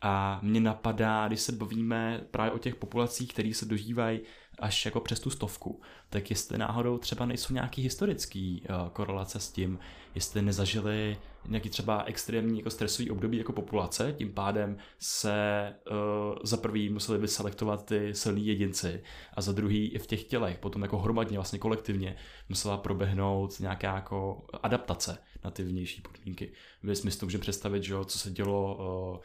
A mě napadá, když se bavíme právě o těch populacích, které se dožívají až jako přes tu stovku, tak jestli náhodou třeba nejsou nějaký historický uh, korelace s tím, jestli nezažili nějaký třeba extrémní jako stresový období jako populace, tím pádem se uh, za prvý museli vyselektovat ty silní jedinci a za druhý i v těch tělech, potom jako hromadně, vlastně kolektivně musela proběhnout nějaká jako adaptace na ty vnější podmínky. Ve smyslu můžeme představit, že jo, co se dělo uh, v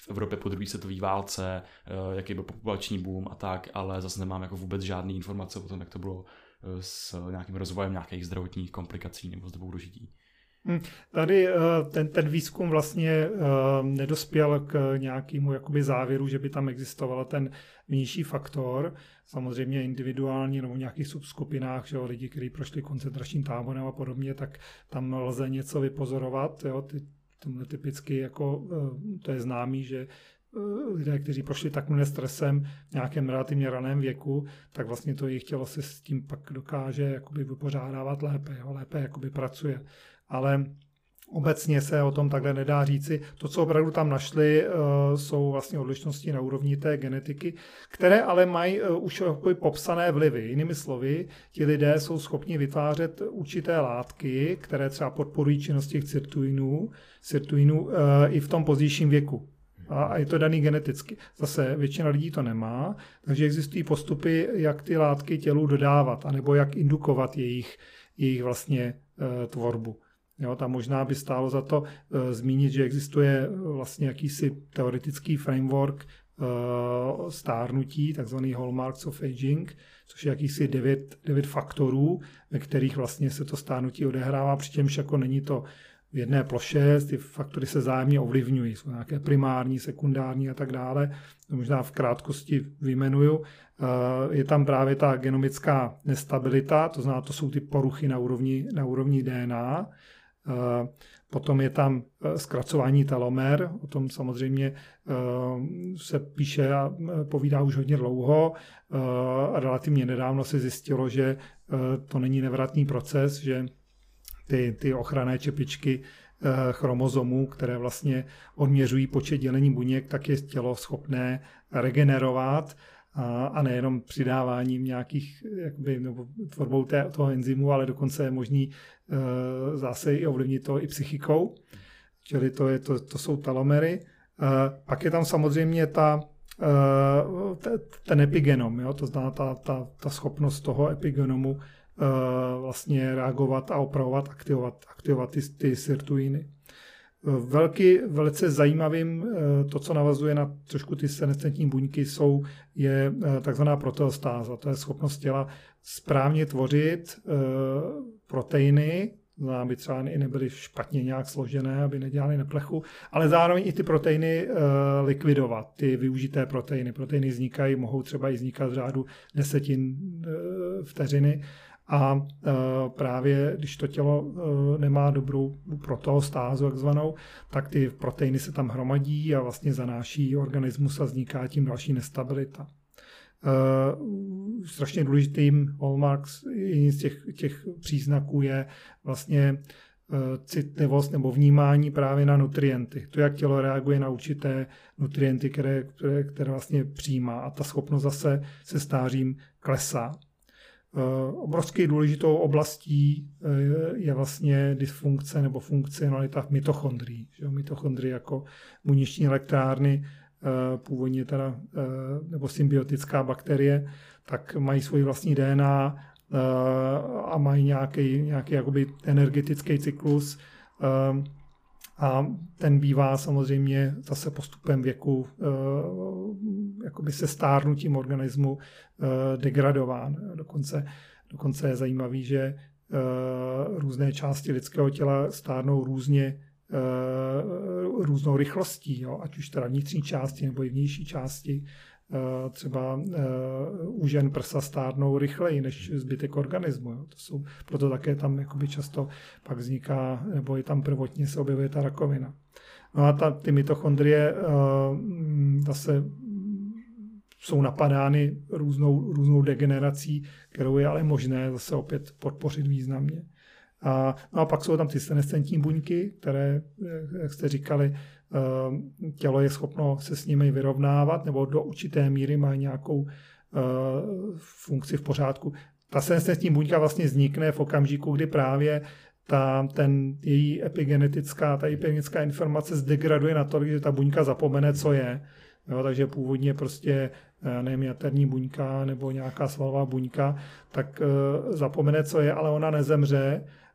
v Evropě po druhé světové válce, jaký byl populační boom a tak, ale zase nemám jako vůbec žádné informace o tom, jak to bylo s nějakým rozvojem nějakých zdravotních komplikací nebo s dobou dožití. Tady ten, ten výzkum vlastně nedospěl k nějakému jakoby závěru, že by tam existoval ten vnější faktor. Samozřejmě individuálně nebo v nějakých subskupinách, že jo, lidi, kteří prošli koncentračním táborem a podobně, tak tam lze něco vypozorovat. Jo. Ty, tomhle typicky jako, to je známý, že lidé, kteří prošli takovým stresem v nějakém relativně raném věku, tak vlastně to jejich tělo se s tím pak dokáže jakoby vypořádávat lépe, jo, lépe jakoby pracuje. Ale obecně se o tom takhle nedá říci. To, co opravdu tam našli, jsou vlastně odlišnosti na úrovni té genetiky, které ale mají už popsané vlivy. Jinými slovy, ti lidé jsou schopni vytvářet určité látky, které třeba podporují činnost těch sirtuinů, sirtuinů i v tom pozdějším věku. A je to daný geneticky. Zase většina lidí to nemá, takže existují postupy, jak ty látky tělu dodávat, anebo jak indukovat jejich, jejich vlastně tvorbu. Jo, tam možná by stálo za to uh, zmínit, že existuje vlastně jakýsi teoretický framework uh, stárnutí, takzvaný hallmarks of aging, což je jakýsi devět, devět faktorů, ve kterých vlastně se to stárnutí odehrává, přičemž jako není to v jedné ploše, ty faktory se vzájemně ovlivňují, jsou nějaké primární, sekundární a tak dále, to možná v krátkosti vyjmenuju. Uh, je tam právě ta genomická nestabilita, to znamená, to jsou ty poruchy na úrovni, na úrovni D N A. Potom je tam zkracování telomer, o tom samozřejmě se píše a povídá už hodně dlouho. Relativně nedávno se zjistilo, že to není nevratný proces, že ty, ty ochranné čepičky chromozomů, které vlastně odměřují počet dělení buněk, tak je tělo schopné regenerovat. A nejenom přidáváním nějakých, jakoby, nebo tvorbou té, toho enzymu, ale dokonce je možný e, zase i ovlivnit to i psychikou. Čili to, je, to, to jsou telomery. E, pak je tam samozřejmě ta, e, ten epigenom, jo? To znamená ta, ta, ta schopnost toho epigenomu e, vlastně reagovat a opravovat, aktivovat, aktivovat ty, ty sirtuiny. Velký, velice zajímavým, to, co navazuje na trošku ty senescentní buňky, jsou, je takzvaná proteostáza. To je schopnost těla správně tvořit proteiny, aby třeba i nebyly špatně nějak složené, aby nedělaly neplechu, ale zároveň i ty proteiny likvidovat, ty využité proteiny. Proteiny vznikají, mohou třeba i vznikat v řádu desetin vteřiny. A e, právě když to tělo e, nemá dobrou proteostázu, jakzvanou, tak ty proteiny se tam hromadí a vlastně zanáší organismus a vzniká tím další nestabilita. E, strašně důležitým hallmarks, jedním z těch, těch příznaků je vlastně e, citlivost nebo vnímání právě na nutrienty. To, jak tělo reaguje na určité nutrienty, které, které, které vlastně přijímá, a ta schopnost zase se stářím klesá. Obrovsky důležitou oblastí je vlastně dysfunkce nebo funkcionalita mitochondrií. Mitochondrie jako buněční elektrárny, původně teda, nebo symbiotická bakterie, tak mají svůj vlastní D N A a mají nějaký, nějaký jakoby energetický cyklus. A ten bývá samozřejmě zase postupem věku jakoby se stárnutím organismu degradován. Dokonce, dokonce je zajímavý, že různé části lidského těla stárnou různě, různou rychlostí, jo? Ať už teda vnitřní části nebo i vnější části. Třeba u žen prsa stárnou rychleji než zbytek organismu. Jo. To jsou, proto také tam jakoby často pak vzniká, nebo i tam prvotně se objevuje ta rakovina. No a ta, ty mitochondrie zase jsou napadány různou, různou degenerací, kterou je ale možné zase opět podpořit významně. A, no a pak jsou tam ty senescentní buňky, které, jak jste říkali, tělo je schopno se s nimi vyrovnávat, nebo do určité míry má nějakou uh, funkci v pořádku. Ta senescentní buňka vlastně vznikne v okamžiku, kdy právě ta, ten její epigenetická, ta epigenetická informace zdegraduje na to, že ta buňka zapomene, co je. Jo, takže původně prostě, nevím, jaterní buňka nebo nějaká svalová buňka, tak uh, zapomene, co je, ale ona nezemře,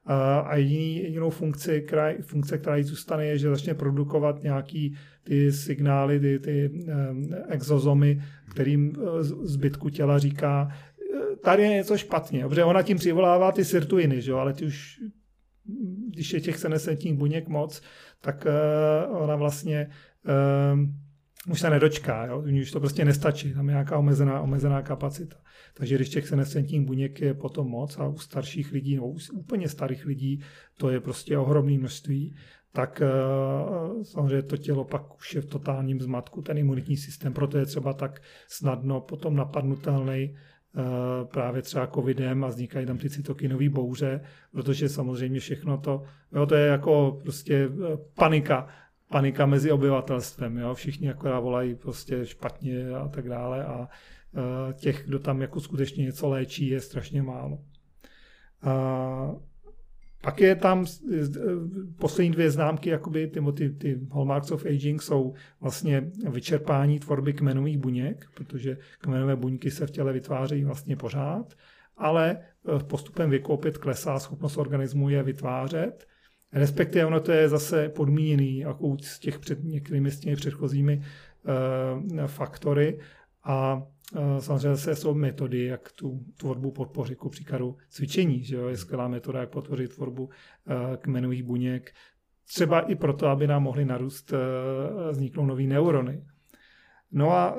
a jediný, jedinou funkci, která, funkce, která jí zůstane, je, že začne produkovat nějaký ty signály, ty, ty exozomy, kterým zbytku těla říká, tady je něco špatně, protože ona tím přivolává ty sirtuiny, že jo, ale ty už, když je těch senescentních buněk moc, tak uh, ona vlastně uh, už se nedočká, jo? Už to prostě nestačí, tam je nějaká omezená, omezená kapacita. Takže když těch senescentních buněk je potom moc a u starších lidí, no u úplně starých lidí, to je prostě ohromné množství, tak uh, samozřejmě to tělo pak už je v totálním zmatku, ten imunitní systém, proto je třeba tak snadno potom napadnutelný Uh, právě třeba covidem a vznikají tam ty cytokinové bouře, protože samozřejmě všechno to, jo, to je jako prostě panika, panika mezi obyvatelstvem, jo, všichni akorát volají prostě špatně a tak dále a uh, těch, kdo tam jako skutečně něco léčí, je strašně málo. Uh, Pak je tam poslední dvě známky, jakoby ty, ty, ty hallmarks of aging jsou vlastně vyčerpání tvorby kmenových buněk, protože kmenové buňky se v těle vytvářejí vlastně pořád, ale postupem věku opět klesá schopnost organismu je vytvářet. Respektive ono to je zase podmíněný jako s těch před, některými z těmi předchozími uh, faktory a samozřejmě zase jsou metody, jak tu tvorbu podpořit, ku příkladu cvičení, že jo, je skvělá metoda, jak podpořit tvorbu kmenových buněk, třeba i proto, aby nám mohly narůst, vzniknout nový neurony. No a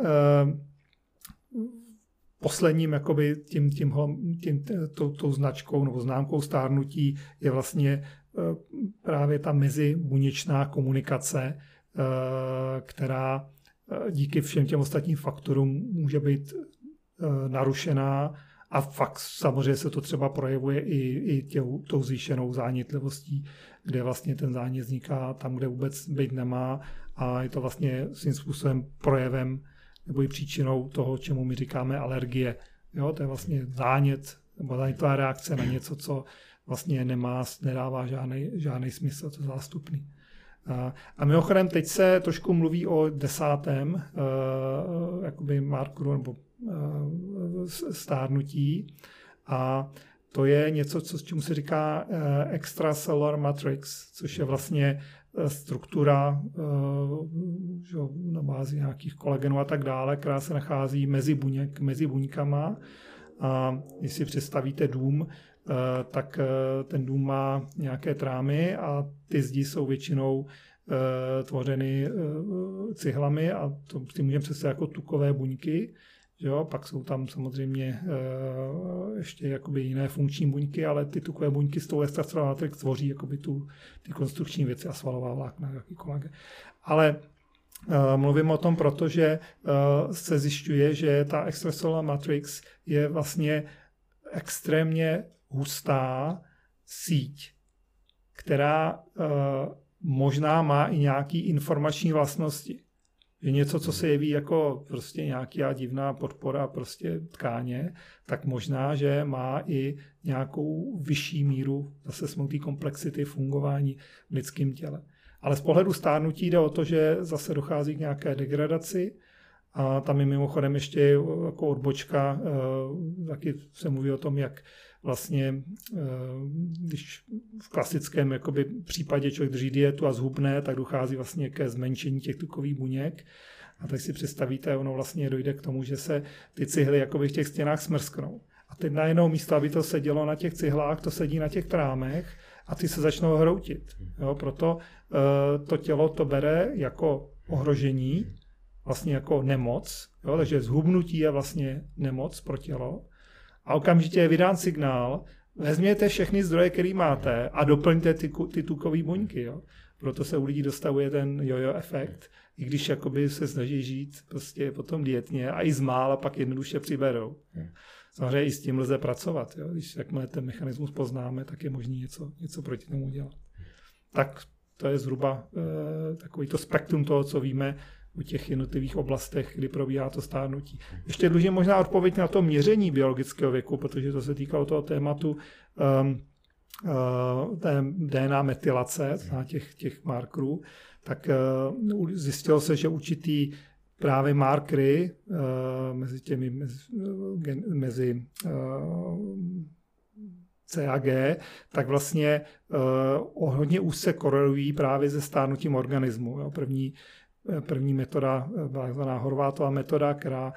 posledním jakoby tím, tím, tím, tou, tou značkou nebo známkou stárnutí je vlastně právě ta mezibuněčná komunikace, která díky všem těm ostatním faktorům může být e, narušená a fakt samozřejmě se to třeba projevuje i, i těm, tou zvýšenou zánětlivostí, kde vlastně ten zánět vzniká tam, kde vůbec být nemá a je to vlastně svým způsobem projevem nebo i příčinou toho, čemu my říkáme alergie. Jo, to je vlastně zánět nebo zánětová reakce na něco, co vlastně nemá, nedává žádný, žádný smysl, to je zástupný. A mimochodem teď se trošku mluví o desátém uh, jakoby markeru nebo uh, stárnutí a to je něco, co, čemu se říká uh, extracellular matrix, což je vlastně uh, struktura uh, na bázi nějakých kolagenů a tak dále, která se nachází mezi, buněk, mezi buňkama. A když si představíte dům, tak ten dům má nějaké trámy a ty zdi jsou většinou tvořeny cihlami a to si můžeme představit jako tukové buňky. Jo? Pak jsou tam samozřejmě ještě jakoby jiné funkční buňky, ale ty tukové buňky s tou extracellular matrix tvoří jakoby tu, ty konstrukční věci a svalová vlákna, jaký kolagen. Ale Uh, mluvím o tom, protože uh, se zjišťuje, že ta extracellular matrix je vlastně extrémně hustá síť, která uh, možná má i nějaký informační vlastnosti. Je něco, co se jeví jako prostě nějaká divná podpora prostě tkáně, tak možná, že má i nějakou vyšší míru zase smutný komplexity fungování v lidském těle. Ale z pohledu stárnutí jde o to, že zase dochází k nějaké degradaci a tam je mimochodem ještě jako odbočka, taky se mluví o tom, jak vlastně, když v klasickém jakoby případě člověk drží dietu a zhubne, tak dochází vlastně ke zmenšení těch tukových buněk. A tak si představíte, ono vlastně dojde k tomu, že se ty cihly jakoby v těch stěnách smrsknou. A teď najednou místo, aby to sedělo na těch cihlách, to sedí na těch trámech a ty se začnou hroutit. Jo, proto uh, to tělo to bere jako ohrožení, vlastně jako nemoc. Jo, takže zhubnutí je vlastně nemoc pro tělo. A okamžitě je vydán signál, vezměte všechny zdroje, které máte a doplňte ty, ty tukové buňky. Jo. Proto se u lidí dostavuje ten jojo efekt, i když jakoby se snaží žít prostě potom dietně a i zmál a pak jednoduše přiberou. Samozřejmě i s tím lze pracovat. Jo. Když jakmile ten mechanismus poznáme, tak je možné něco, něco proti tomu dělat. Tak to je zhruba e, takový to spektrum toho, co víme u těch jednotlivých oblastech, kdy probíhá to stárnutí. Ještě dlužím možná odpověď na to měření biologického věku, protože to se týkalo toho tématu um, uh, té D N A metylace, těch, těch markerů, tak uh, zjistilo se, že určitý právě markery uh, mezi těmi mezi, mezi uh, C a G, tak vlastně uh, hodně úzce korelují právě se stárnutím organismu. Jo. První, první metoda, takzvaná Horvátova metoda, která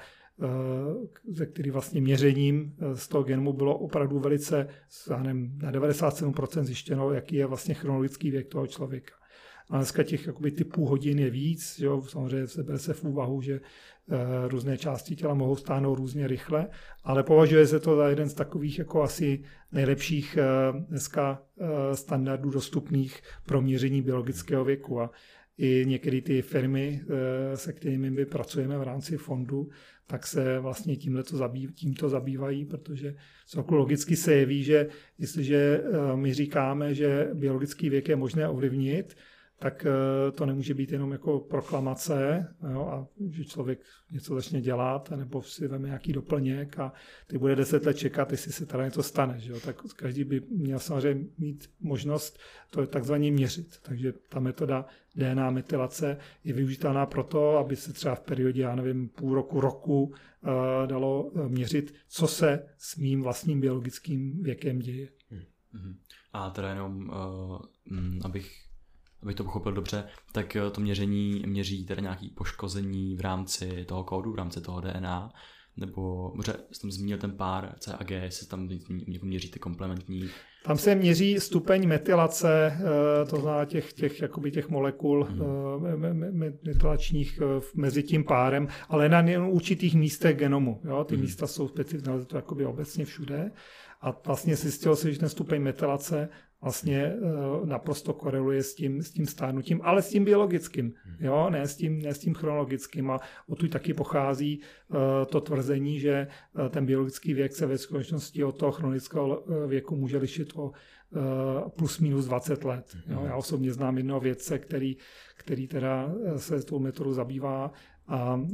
ze který vlastně měřením z toho genomu bylo opravdu velice, na devadesát sedm procent zjištěno, jaký je vlastně chronologický věk toho člověka. A dneska těch jakoby, typů hodin je víc, jo? Samozřejmě se bere se v úvahu, že uh, různé části těla mohou stáhnout různě rychle, ale považuje se to za jeden z takových jako asi nejlepších uh, dneska uh, standardů dostupných pro měření biologického věku. A i některé ty firmy, uh, se kterými my pracujeme v rámci fondu, tak se vlastně tímto zabývají, tímto zabývají, protože logicky se jeví, že jestliže uh, my říkáme, že biologický věk je možné ovlivnit, tak to nemůže být jenom jako proklamace, jo, a že člověk něco začne dělat, nebo si veme nějaký doplněk a ty bude deset let čekat, jestli se teda něco stane. Že jo. Tak každý by měl samozřejmě mít možnost to takzvaně měřit. Takže ta metoda D N A metylace je využitelná proto, aby se třeba v periodě, já nevím, půl roku, roku uh, dalo měřit, co se s mým vlastním biologickým věkem děje. Hmm. A teda jenom, uh, abych abych to pochopil dobře, tak to měření měří teda nějaké poškození v rámci toho kódu, v rámci toho D N A, nebo možná jsi tam zmínil ten pár C a G, jestli tam měří ty komplementní. Tam se měří stupeň metylace, to znamená těch, těch, jakoby těch molekul hmm. metylačních mezi tím párem, ale na určitých místech genomu. Jo? Ty hmm. místa jsou specifické, to jakoby obecně všude. A vlastně zjistilo se, že ten stupeň metylace vlastně uh, naprosto koreluje s tím, s tím stárnutím, ale s tím biologickým, jo? Ne, s tím, ne s tím chronologickým. A odtud taky pochází uh, to tvrzení, že uh, ten biologický věk se ve skutečnosti od toho chronického věku může lišit o uh, plus minus dvacet let. Jo? Já osobně znám jednoho vědce, který, který teda se tou metodou zabývá a uh,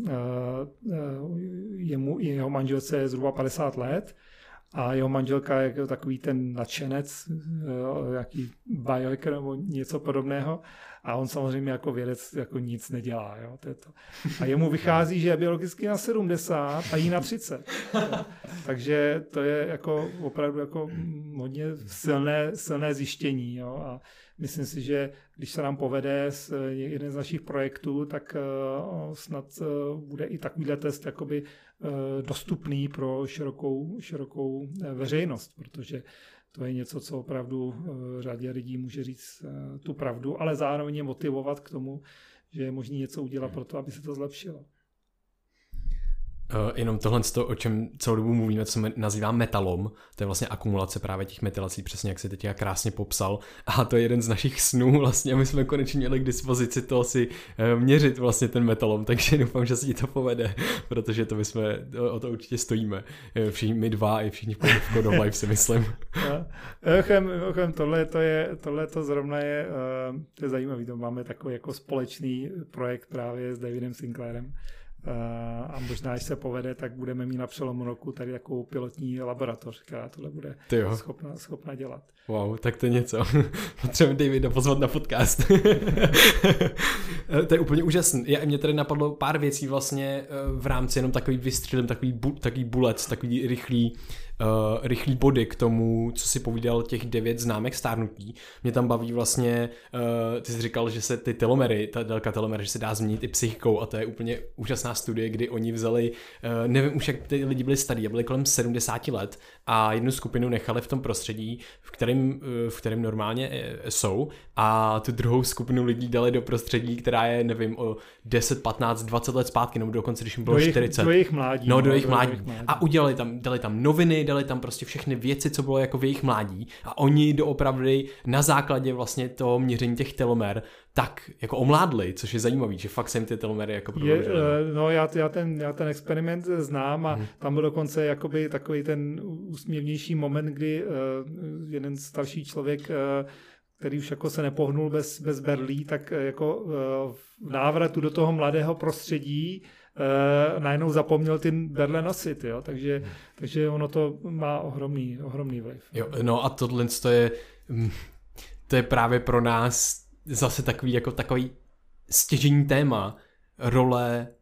uh, jemu, jeho manželce je zhruba padesát let. A jeho manželka je jako takový ten nadšenec, nějaký biohacker nebo něco podobného. A on samozřejmě jako vědec jako nic nedělá. Jo, to je to. A jemu vychází, že je biologicky na sedmdesát a jí na třicet. Jo. Takže to je jako opravdu jako hodně silné, silné zjištění. Jo. A myslím si, že když se nám povede s jeden z našich projektů, tak uh, snad uh, bude i takovýhle test jakoby uh, dostupný pro širokou, širokou veřejnost, protože to je něco, co opravdu uh, řadě lidí může říct uh, tu pravdu, ale zároveň je motivovat k tomu, že je možné něco udělat pro to, aby se to zlepšilo. Uh, jenom tohle, o čem celou dobu mluvíme, co se nazývá metalom, to je vlastně akumulace právě těch metylací, přesně jak si teď krásně popsal. A to je jeden z našich snů vlastně, a my jsme konečně měli k dispozici to si uh, měřit vlastně ten metalom, takže doufám, že se ti to povede, protože to my jsme, o to určitě stojíme. Všichni my dva i všichni v Code of Life si myslím. Ochem, ochem, tohle to je, tohle to zrovna je, uh, to je zajímavý, to máme takový jako společný projekt právě s Davidem Sinclairem. A možná, až se povede, tak budeme mít na přelomu roku tady takovou pilotní laboratoř, která tohle bude schopna, schopna dělat. Wow, tak to je něco. Potřebujeme Davida pozvat na podcast. To je úplně úžasný. Já, mě tady napadlo pár věcí vlastně v rámci jenom takový vystřelím, takový, bu, takový bullet, takový rychlý, uh, rychlý body k tomu, co si povídal těch devět známek stárnutí. Mě tam baví vlastně, uh, ty jsi říkal, že se ty telomery, ta délka telomer, že se dá změnit i psychikou a to je úplně úžasná studie, kdy oni vzali, uh, nevím už jak ty lidi byli starí, byli kolem sedmdesát let a jednu skupinu nechali v tom prostředí, v kterém, uh, v kterém normálně uh, jsou a tu druhou skupinu lidí dali do prostředí, která je, nevím, o deset, patnáct, dvacet let zpátky, nebo dokonce, když jim bylo do jejich, čtyřicet. Do jejich mládí. No, do jejich mládí. A udělali tam, dali tam noviny, dali tam prostě všechny věci, co bylo jako v jejich mládí a oni doopravdy na základě vlastně toho měření těch telomer tak jako omládli, což je zajímavý, že fakt se jim ty telomery jako prodloužily. No já, já, ten, já ten experiment znám a hmm. tam byl dokonce jakoby takový ten úsměvnější moment, kdy uh, jeden starší člověk, uh, který už jako se nepohnul bez, bez berlí, tak uh, jako uh, v návratu do toho mladého prostředí Uh, najednou zapomněl ty berle nosit, jo? Takže, hmm. takže ono to má ohromný, ohromný vliv. Jo, no a tohle to je, to je právě pro nás zase takový, jako takový stěžení téma role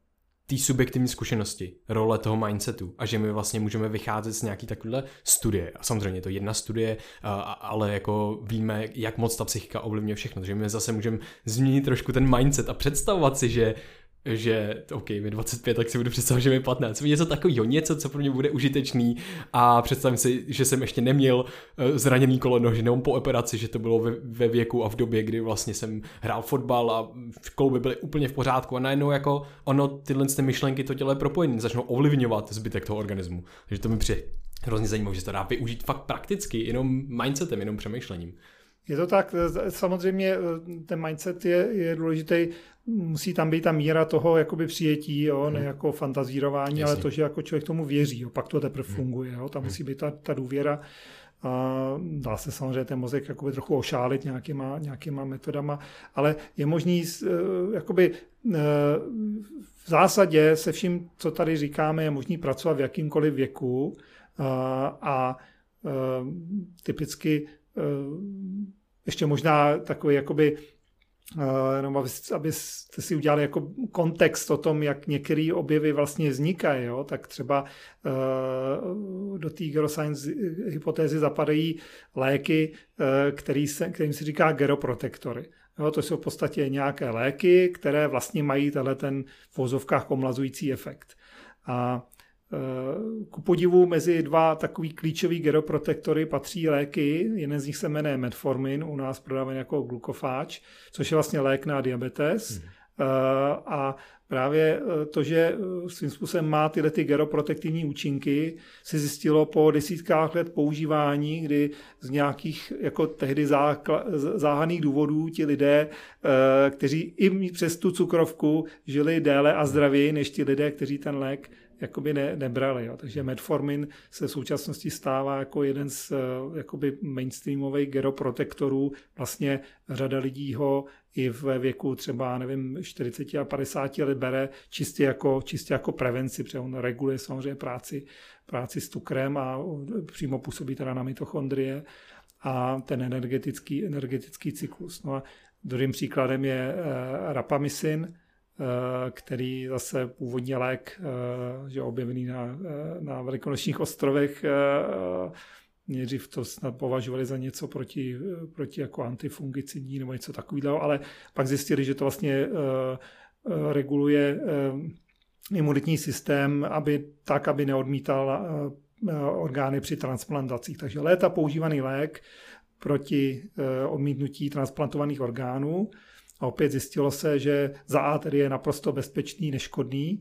té subjektivní zkušenosti, role toho mindsetu a že my vlastně můžeme vycházet z nějaký takovýhle studie. A samozřejmě je to jedna studie, ale jako víme, jak moc ta psychika ovlivňuje všechno. Takže my zase můžeme změnit trošku ten mindset a představovat si, že že OK, mi dvacet pět, tak si budu představit, že mi patnáct. Něco takového, něco, co pro mě bude užitečný a představím si, že jsem ještě neměl zraněný koleno, že nemám po operaci, že to bylo ve, ve věku a v době, kdy vlastně jsem hrál fotbal a klouby byly úplně v pořádku a najednou jako ono tyhle ty myšlenky to tělo je propojené, začnou ovlivňovat zbytek toho organismu. Takže to mi přijde hrozně zajímavé, že se to dá využít fakt prakticky, jenom mindsetem, jenom přemýšlením. Je to tak, samozřejmě ten mindset je, je důležitý, musí tam být ta míra toho jakoby přijetí, jo, ne jako fantazírování, Jasně. ale to, že jako člověk tomu věří, jo, pak to teprve hmm. funguje, jo, tam hmm. musí být ta, ta důvěra. A dá se samozřejmě ten mozek jakoby trochu ošálit nějakýma, nějakýma metodama, ale je možný jakoby v zásadě se vším, co tady říkáme, je možný pracovat v jakýmkoliv věku a, a typicky ještě možná takový jakoby jenom aby, abyste si udělali jako kontext o tom, jak některé objevy vlastně vznikají, jo? Tak třeba uh, do té geroscience hypotézy zapadají léky, uh, který se, kterým se říká geroprotektory. Jo? To jsou v podstatě nějaké léky, které vlastně mají tenhle ten v vozovkách omlazující efekt. A ku podivu mezi dva takový klíčový geroprotektory patří léky, jeden z nich se jmenuje Metformin, u nás prodávaný jako glukofáč, což je vlastně lék na diabetes. Hmm. A právě to, že svým způsobem má tyhle ty geroprotektivní účinky, se zjistilo po desítkách let používání, kdy z nějakých jako tehdy zákla, záhaných důvodů ti lidé, kteří i přes tu cukrovku žili déle a zdravěji než ti lidé, kteří ten lék jakoby ne, nebrali. Jo. Takže Metformin se v současnosti stává jako jeden z jakoby mainstreamových geroprotektorů. Vlastně řada lidí ho i ve věku třeba, nevím, čtyřicet a padesát let bere čistě jako, čistě jako prevenci, protože on reguluje samozřejmě práci, práci s cukrem a přímo působí teda na mitochondrie a ten energetický, energetický cyklus. No a druhým příkladem je uh, rapamycin, který zase původně lék, že objevený na, na Velikonočních ostrovech, nejdřív to snad považovali za něco proti, proti jako antifungicidní nebo něco takového, ale pak zjistili, že to vlastně reguluje imunitní systém, aby, tak, aby neodmítal orgány při transplantacích. Takže léta používaný lék proti odmítnutí transplantovaných orgánů. A opět zjistilo se, že za A tedy je naprosto bezpečný, neškodný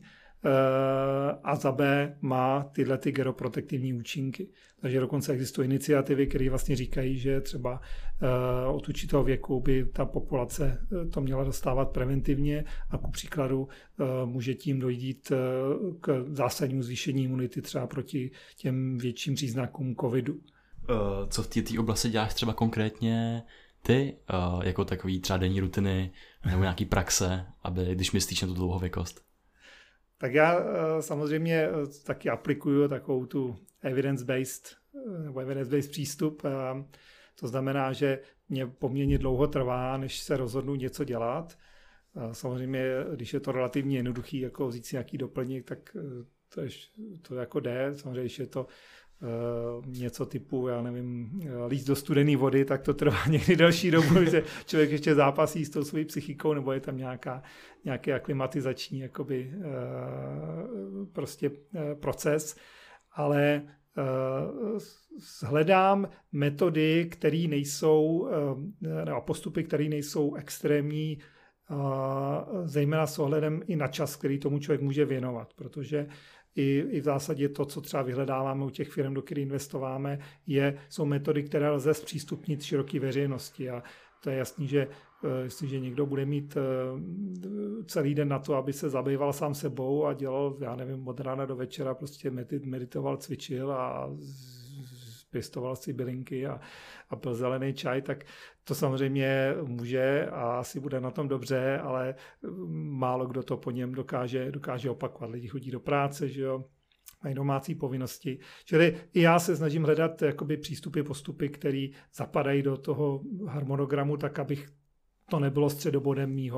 a za B má tyhle ty geroprotektivní účinky. Takže dokonce existují iniciativy, které vlastně říkají, že třeba od určitého věku by ta populace to měla dostávat preventivně a ku příkladu může tím dojít k zásadnímu zvýšení imunity třeba proti těm větším příznakům covidu. Co v této oblasti děláš třeba konkrétně ty, uh, jako takový třeba denní rutiny nebo nějaký praxe, aby, když myslíš na tu dlouhověkost? Tak já uh, samozřejmě uh, taky aplikuju takovou tu evidence-based, nebo evidence-based přístup. Uh, to znamená, že mě poměrně dlouho trvá, než se rozhodnu něco dělat. Uh, samozřejmě, když je to relativně jednoduchý, jako vzít si nějaký doplněk, tak uh, to, je, to jako jde. Samozřejmě, když je to Uh, něco typu, já nevím, líst do studené vody, tak to trvá někdy delší dobu, že člověk ještě zápasí s tou svojí psychikou, nebo je tam nějaká, nějaký aklimatizační jakoby, uh, prostě uh, proces, ale uh, hledám metody, které nejsou, uh, nebo postupy, které nejsou extrémní, uh, zejména s ohledem i na čas, který tomu člověk může věnovat, protože I, i v zásadě to, co třeba vyhledáváme u těch firm, do kterých investováme, je, jsou metody, které lze zpřístupnit široké veřejnosti. A to je jasný, že jestliže někdo bude mít celý den na to, aby se zabýval sám sebou a dělal, já nevím, od rána do večera, prostě meditoval, cvičil a pěstoval si bylinky a, a pil zelený čaj, tak to samozřejmě může a asi bude na tom dobře, ale málo kdo to po něm dokáže, dokáže opakovat. Lidi chodí do práce, že jo, mají domácí povinnosti. Čili i já se snažím hledat jakoby přístupy, postupy, které zapadají do toho harmonogramu, tak abych to nebylo středobodem mýho,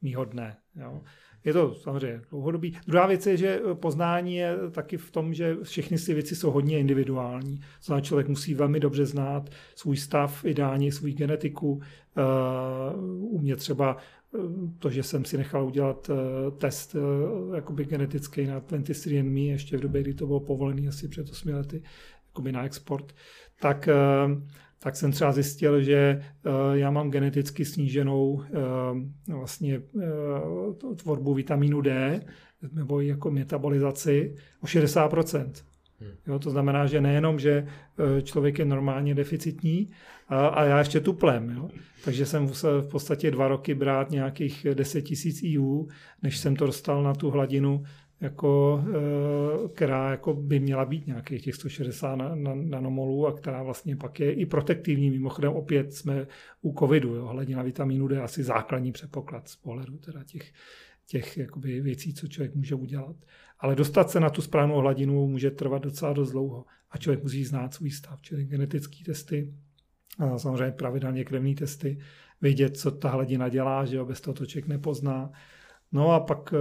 mýho dne. Jo. Je to samozřejmě dlouhodobý. Druhá věc je, že poznání je taky v tom, že všechny ty věci jsou hodně individuální. Znamená, člověk musí velmi dobře znát svůj stav, ideálně svou genetiku, u mě třeba to, že jsem si nechal udělat test jakoby genetický na dvacet tři and me, ještě v době, kdy to bylo povolené asi před osmi lety, jakoby na export, tak, tak jsem třeba zjistil, že já mám geneticky sníženou vlastně tvorbu vitamínu D, nebo jako metabolizaci o šedesát procent. Jo, to znamená, že nejenom, že člověk je normálně deficitní, a, a já ještě tuplem. Jo. Takže jsem musel v podstatě dva roky brát nějakých deset tisíc E U, než jsem to dostal na tu hladinu, jako, která jako by měla být nějakých těch sto šedesát nanomolů a která vlastně pak je i protektivní. Mimochodem opět jsme u covidu. Jo. Hladina vitamínu D je asi základní předpoklad z pohledu teda těch těch jakoby věcí, co člověk může udělat. Ale dostat se na tu správnou hladinu může trvat docela dost dlouho. A člověk musí znát svůj stav, čili genetické testy, a samozřejmě pravidelně krevní testy, vědět, co ta hladina dělá, že jo, bez toho to člověk nepozná. No a pak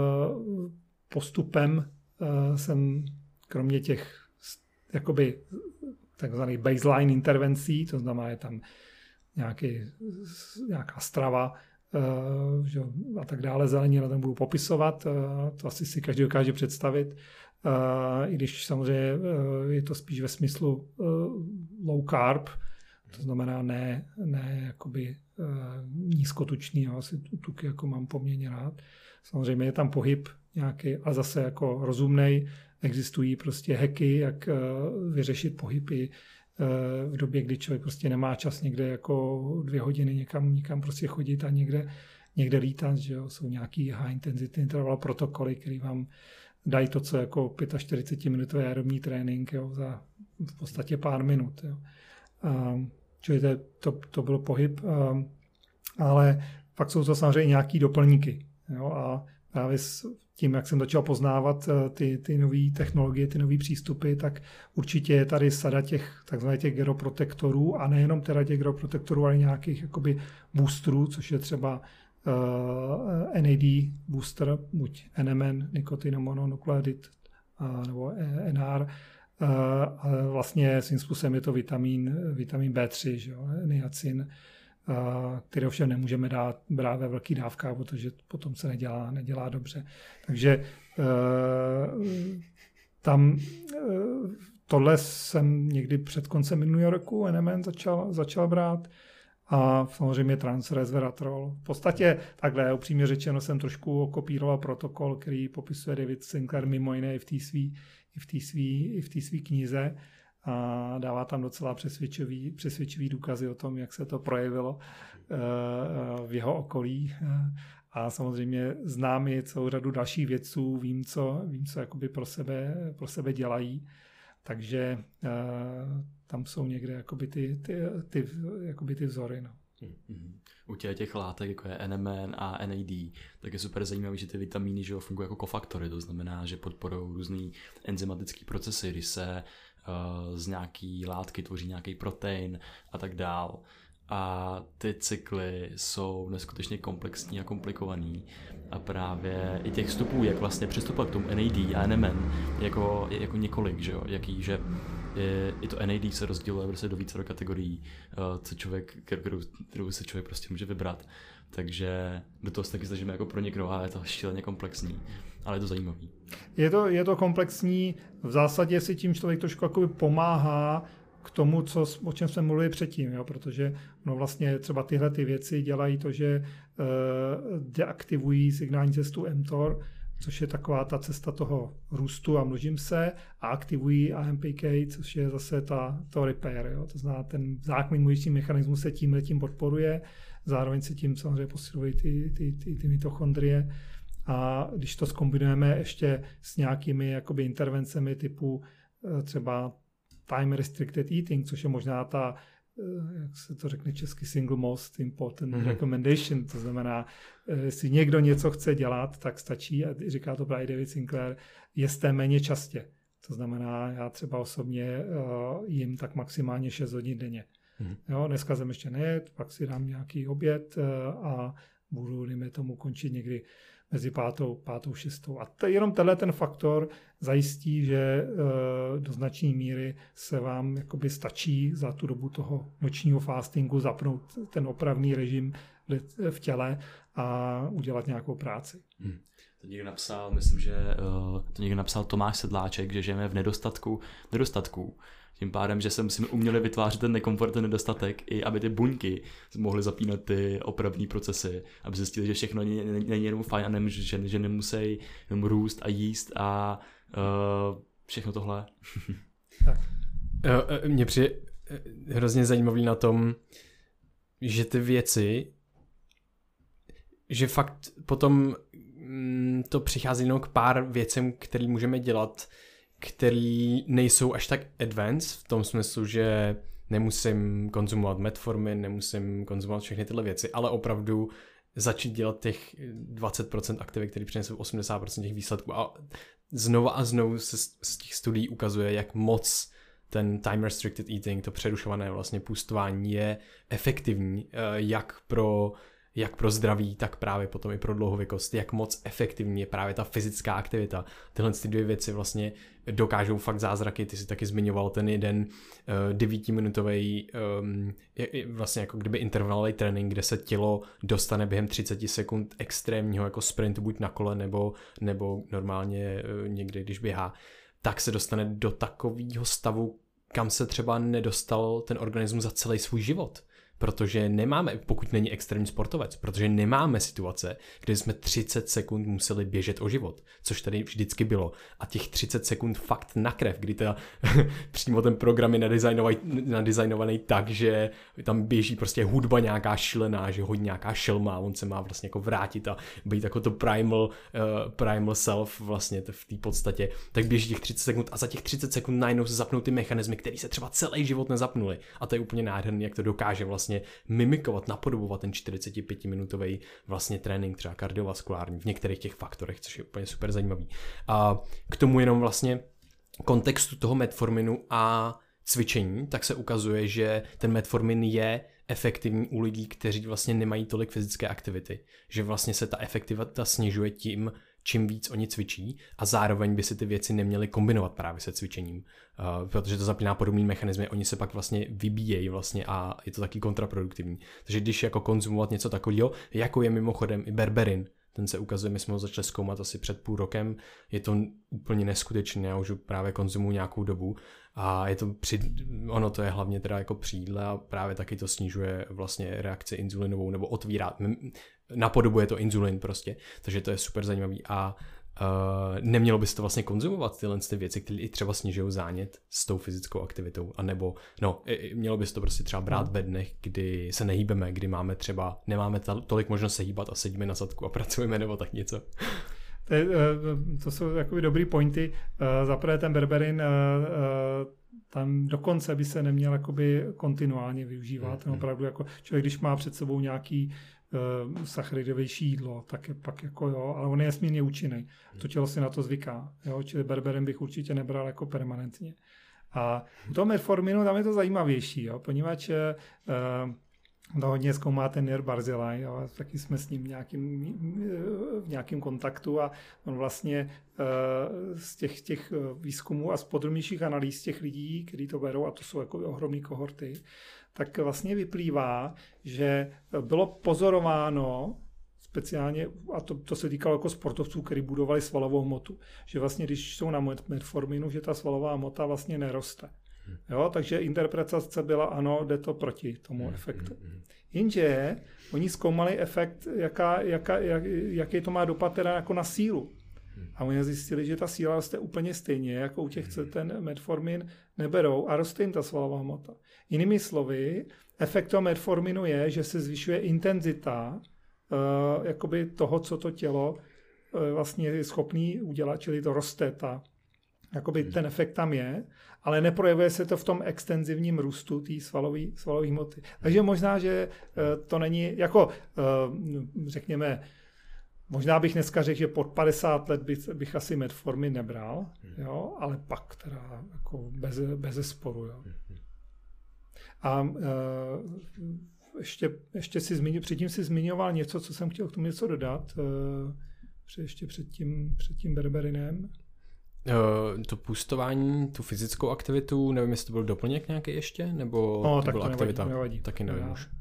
postupem jsem kromě těch jakoby takzvaných baseline intervencí, to znamená, je tam nějaký, nějaká strava, Uh, že, a tak dále, zelenina tam budu popisovat, uh, to asi si každý dokáže představit, uh, i když samozřejmě uh, je to spíš ve smyslu uh, low carb, to znamená ne, ne jakoby uh, nízkotučný, jo, asi tuky jako mám poměrně rád. Samozřejmě je tam pohyb nějaký, a zase jako rozumnej, existují prostě hacky, jak uh, vyřešit pohyby v době, kdy člověk prostě nemá čas někde jako dvě hodiny někam, někam prostě chodit a někde, někde lítat, že jo, jsou nějaký high intensity interval protokoly, který vám dají to, co jako čtyřicet pět minutový aerobní trénink, jo, za v podstatě pár minut, jo. Um, čili to, to, to byl pohyb, um, ale pak jsou to samozřejmě nějaký doplňky, jo, a právě s tím, jak jsem začal poznávat ty, ty nové technologie, ty nové přístupy, tak určitě je tady sada těch takzvaných těch geroprotektorů a nejenom teda těch geroprotektorů, ale nějakých jakoby boosterů, což je třeba uh, N A D booster, buď N M N, nikotinomononukleotid, uh, nebo N R, uh, ale vlastně svým způsobem je to vitamin, vitamin B tři, že jo, niacin, které ovšem nemůžeme dát, brát ve velkých dávkách, protože potom se nedělá, nedělá dobře. Takže tam tohle jsem někdy před koncem minulého roku N M N začal, začal brát a samozřejmě transresveratrol. V podstatě takhle, upřímně řečeno, jsem trošku kopíroval protokol, který popisuje David Sinclair mimo jiné i v té svý, i v té svý, i v té svý knize, a dává tam docela přesvědčivý, přesvědčivý důkazy o tom, jak se to projevilo v jeho okolí. A samozřejmě znám i celou řadu dalších vědců, vím, co, vím, co jakoby pro sebe, pro sebe dělají. Takže tam jsou někde jakoby ty, ty, ty, jakoby ty vzory. No. U těch, těch látek, jako je N M N a N A D, tak je super zajímavé, že ty vitamíny, že fungují jako kofaktory, to znamená, že podporují různý enzymatický procesy, kdy se uh, z nějaký látky tvoří nějaký protein a tak dál. A ty cykly jsou neskutečně komplexní a komplikovaný. A právě i těch vstupů, jak vlastně přistupovat k tomu N A D a N M N, jako, jako několik, že jo, jaký, že je, i to N A D se rozděluje prostě do více kategorií, co člověk, kterou, kterou se člověk prostě může vybrat. Takže do toho se taky snažíme jako proniknout a je to šíleně komplexní, ale je to zajímavý. Je to, je to komplexní, v zásadě si tím člověk trošku jakoby pomáhá k tomu, co, o čem jsme mluvili předtím, jo? Protože no vlastně třeba tyhle ty věci dělají to, že uh, deaktivují signální cestu mTOR, což je taková ta cesta toho růstu a množím se, a aktivují A M P K, což je zase ta, to repair. Jo? To znamená, ten základní imunitní mechanismus se tímhletím podporuje, zároveň se tím samozřejmě posilují ty, ty, ty, ty mitochondrie. A když to zkombinujeme ještě s nějakými jakoby intervencemi typu uh, třeba time restricted eating, což je možná ta, jak se to řekne česky, single most important mm-hmm. recommendation, to znamená, jestli někdo něco chce dělat, tak stačí, a říká to právě David Sinclair, jeste méně častě. To znamená, já třeba osobně uh, jim tak maximálně šest hodin denně. Mm-hmm. Jo, dneska jsem ještě nejet, pak si dám nějaký oběd uh, a budu, dejme tomu, končit někdy mezi pátou, pátou, šestou. A to, jenom tenhle ten faktor zajistí, že e, do značné míry se vám jakoby stačí za tu dobu toho nočního fastingu zapnout ten opravný režim v těle a udělat nějakou práci. Hmm. To někdo napsal, myslím, že uh, to někdo napsal Tomáš Sedláček, že žijeme v nedostatku nedostatků. Tím pádem, že se musíme uměli vytvářet ten nekomfort, ten nedostatek, i aby ty buňky mohly zapínat ty opravní procesy, aby zjistili, že všechno není, není jenom fajn a nemůže, že, že nemusí jenom růst a jíst a uh, všechno tohle. Tak. Mně přijde hrozně zajímavý na tom, že ty věci, že fakt potom to přichází jenom k pár věcem, které můžeme dělat, které nejsou až tak advanced, v tom smyslu, že nemusím konzumovat metformin, nemusím konzumovat všechny tyhle věci, ale opravdu začít dělat těch dvacet procent aktivit, které přinesou osmdesát procent těch výsledků. A znova a znovu se z těch studií ukazuje, jak moc ten time restricted eating, to přerušované vlastně půstování je efektivní, jak pro jak pro zdraví, tak právě potom i pro dlouhověkost, jak moc efektivní je právě ta fyzická aktivita. Tyhle ty dvě věci vlastně dokážou fakt zázraky. Ty jsi taky zmiňoval ten jeden uh, devítiminutový um, vlastně jako kdyby intervalový trénink, kde se tělo dostane během třicet sekund extrémního jako sprintu buď na kole nebo, nebo normálně uh, někde, když běhá, tak se dostane do takového stavu, kam se třeba nedostal ten organismus za celý svůj život. Protože nemáme, pokud není extrémní sportovec, protože nemáme situace, kde jsme třicet sekund museli běžet o život, což tady vždycky bylo. A těch třicet sekund fakt na krev, kdy teda přímo ten program je nadizajnovaný, nadizajnovaný tak, že tam běží prostě hudba nějaká šílená, že hodí nějaká šelma, on se má vlastně jako vrátit a být jako to primal, uh, primal self vlastně v té podstatě, tak běží těch třicet sekund a za těch třicet sekund najednou se zapnou ty mechanismy, které se třeba celý život nezapnuly. A to je úplně nádherný, jak to dokáže vlastně mimikovat, napodobovat ten čtyřicetipětiminutový vlastně trénink, třeba kardiovaskulární v některých těch faktorech, což je úplně super zajímavý. A k tomu jenom vlastně kontextu toho metforminu a cvičení, tak se ukazuje, že ten metformin je efektivní u lidí, kteří vlastně nemají tolik fyzické aktivity, že vlastně se ta efektivita snižuje tím, čím víc oni cvičí a zároveň by si ty věci neměly kombinovat právě se cvičením, uh, protože to zapíná podobný mechanismy, oni se pak vlastně vybíjejí vlastně a je to taky kontraproduktivní. Takže když jako konzumovat něco takového, jako je mimochodem i berberin, ten se ukazuje, my jsme ho začali zkoumat asi před půl rokem, je to úplně neskutečné, já už právě konzumuji nějakou dobu a je to při, ono to je hlavně teda jako při jídle a právě taky to snižuje vlastně reakci inzulinovou nebo otvírá, napodobuje to inzulin prostě, takže to je super zajímavý a Uh, nemělo by se to vlastně konzumovat tyhle ty věci, které i třeba snižují zánět s tou fyzickou aktivitou, anebo no, mělo by se to prostě třeba brát ve dnech, kdy se nehýbeme, kdy máme třeba, nemáme ta, tolik možnost se hýbat a sedíme na zadku a pracujeme nebo tak něco. To, je, to jsou takové dobrý pointy. Zaprvé ten berberin tam dokonce by se neměl jakoby kontinuálně využívat. Mm, opravdu jako člověk, když má před sebou nějaký uh, sacharidovější jídlo, tak je pak jako jo, ale on je nesmírně účinný. To tělo si na to zvyká. Jo? Čili berberin bych určitě nebral jako permanentně. A u toho metforminu tam je to zajímavější, jo? Poněvadž uh, to hodně zkoumá ten Nir Barzilai, jo? Taky jsme s ním nějakým, v nějakém kontaktu a on vlastně uh, z těch, těch výzkumů a z podrobnějších analýz těch lidí, kteří to berou, a to jsou jako ohromný kohorty, tak vlastně vyplývá, že bylo pozorováno speciálně, a to, to se týkalo jako sportovců, kteří budovali svalovou hmotu, že vlastně když jsou na metforminu, že ta svalová hmota vlastně neroste. Jo, takže interpretace byla ano, jde to proti tomu efektu. Jenže oni zkoumali efekt, jaká, jaká, jak, jaký to má dopad teda jako na sílu. A oni zjistili, že ta síla roste úplně stejně, jako u těch, co ten metformin neberou a roste jim ta svalová hmota. Jinými slovy, efekt toho metforminu je, že se zvyšuje intenzita uh, jakoby toho, co to tělo uh, vlastně je schopný udělat, čili to roste ta jakoby ten efekt tam je, ale neprojevuje se to v tom extenzivním růstu té svalové svalové hmoty. Takže možná, že to není, jako řekněme, možná bych dneska řekl, že pod padesát let bych, bych asi metformin nebral, jo, ale pak teda jako bez, bez sporu. Jo. A ještě, ještě si zmiňu, předtím si zmiňoval něco, co jsem chtěl k tomu něco dodat. Ještě před tím, před tím berberinem. Uh, to pustování, tu fyzickou aktivitu, nevím, jestli to byl doplněk nějaký ještě, nebo no, to tak byla to aktivita? Nevadí, nevadí. Taky nevím už.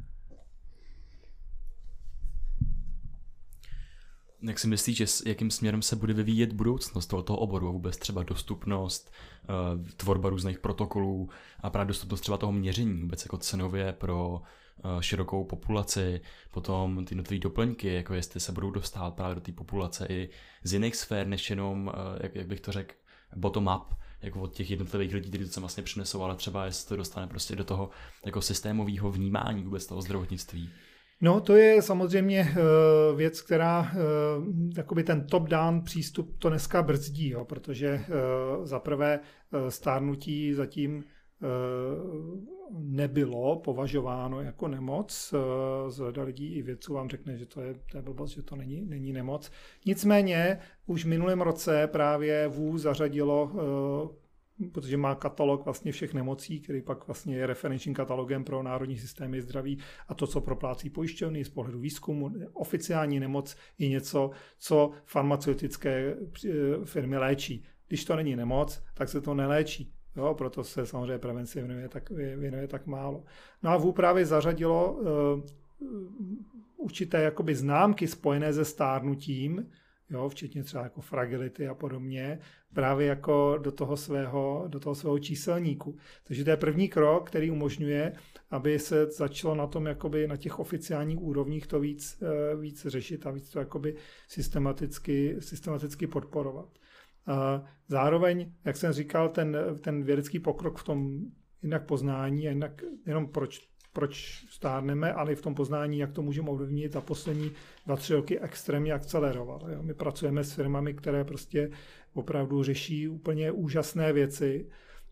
Jak si myslíš, že jakým směrem se bude vyvíjet budoucnost tohoto oboru a vůbec třeba dostupnost, tvorba různých protokolů a právě dostupnost třeba toho měření vůbec jako cenově pro širokou populaci, potom ty jednotlivé doplňky, jako jestli se budou dostávat právě do té populace i z jiných sfér, než jenom, jak, jak bych to řekl, bottom-up, jako od těch jednotlivých lidí, kteří to sem vlastně přinesou, ale třeba jestli to dostane prostě do toho jako systémového vnímání vůbec toho zdravotnictví. No, to je samozřejmě uh, věc, která uh, jakoby ten top-down přístup to dneska brzdí, jo, protože uh, za prvé uh, stárnutí zatím uh, nebylo považováno jako nemoc. Uh, řada lidí i vědců vám řekne, že to je, to je blbost, že to není, není nemoc. Nicméně už v minulém roce právě V Ú zařadilo, uh, protože má katalog vlastně všech nemocí, který pak vlastně je referenčním katalogem pro národní systémy zdraví a to, co proplácí pojišťovny z pohledu výzkumu. Oficiální nemoc je něco, co farmaceutické firmy léčí. Když to není nemoc, tak se to neléčí. Jo, proto se samozřejmě prevenci věnuje tak, věnuje tak málo. No a V Ú právě zařadilo uh, určité jakoby známky spojené se stárnutím, jo, včetně třeba jako fragility a podobně, právě jako do toho svého, do toho svého číselníku. Takže to je první krok, který umožňuje, aby se začalo na tom, jakoby na těch oficiálních úrovních to víc, víc řešit a víc to jakoby systematicky, systematicky podporovat. Zároveň, jak jsem říkal, ten, ten vědecký pokrok v tom jinak poznání, a jinak jenom proč proč stárneme, ale i v tom poznání, jak to můžeme ovlivnit, za poslední dva, tři roky extrémně akceleroval. Jo. My pracujeme s firmami, které prostě opravdu řeší úplně úžasné věci.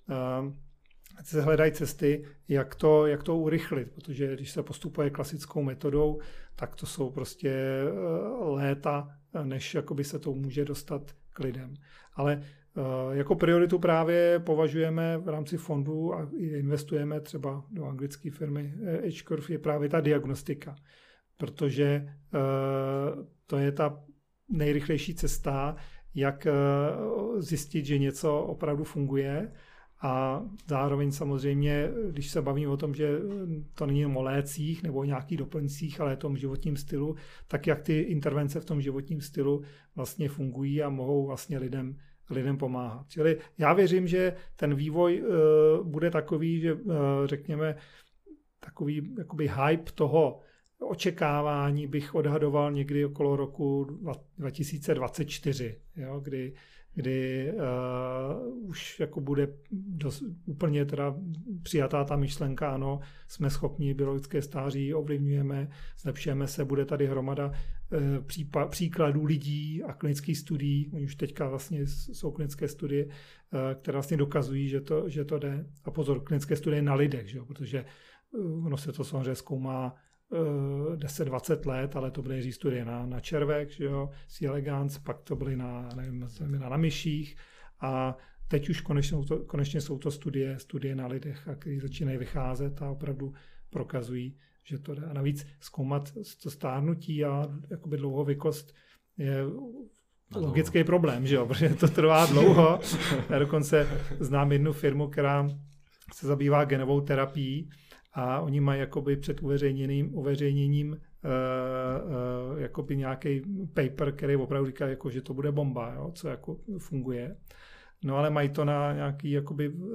Uh, se hledají cesty, jak to, jak to urychlit, protože když se postupuje klasickou metodou, tak to jsou prostě uh, léta, než jakoby se to může dostat k lidem. Ale jako prioritu právě považujeme v rámci fondu a investujeme třeba do anglické firmy H-Curve je právě ta diagnostika, protože to je ta nejrychlejší cesta, jak zjistit, že něco opravdu funguje a zároveň samozřejmě, když se bavíme o tom, že to není jen o lécích nebo o nějakých doplňcích, ale o tom životním stylu, tak jak ty intervence v tom životním stylu vlastně fungují a mohou vlastně lidem lidem pomáhat. Čili já věřím, že ten vývoj uh, bude takový, že uh, řekněme takový jakoby hype toho očekávání bych odhadoval někdy okolo roku dva tisíce dvacet čtyři, jo, kdy, kdy uh, už jako bude dost, úplně teda přijatá ta myšlenka, ano, jsme schopni biologické stáří, ovlivňujeme, zlepšujeme se, bude tady hromada uh, přípa, příkladů lidí a klinických studií, oni už teďka vlastně jsou klinické studie, uh, které vlastně dokazují, že to, že to jde. A pozor, klinické studie na lidech, že jo, protože uh, ono se to samozřejmě zkoumá deset dvacet let, ale to byly studie na, na červech, že jo, C. elegans, pak to byly na, nevím, na, na myších a teď už konečně, to, konečně jsou to studie, studie na lidech, které začínají vycházet a opravdu prokazují, že to jde. A navíc zkoumat to stárnutí a jakoby dlouhověkost je logický problém, že jo, protože to trvá dlouho. Já dokonce znám jednu firmu, která se zabývá genovou terapií, a oni mají jakoby před uveřejněním, uveřejněním uh, uh, jakoby nějaký paper, který opravdu říká, jako, že to bude bomba, jo, co jako funguje. No ale mají to na nějaký jakoby, uh,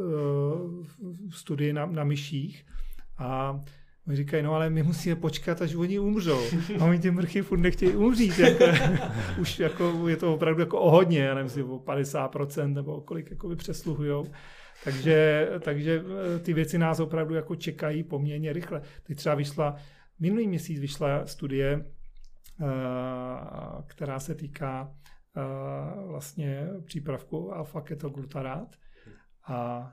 studii na, na myších a oni říkají, no ale my musíme počkat, až oni umřou. A oni ty mrchy furt nechtějí umřít. Jako, už jako, je to opravdu jako o hodně, já nevím, o padesát procent nebo kolik jakoby přesluhujou. Takže, takže ty věci nás opravdu jako čekají poměrně rychle. Teď třeba vyšla, minulý měsíc vyšla studie, která se týká vlastně přípravku alfa-ketoglutarát. A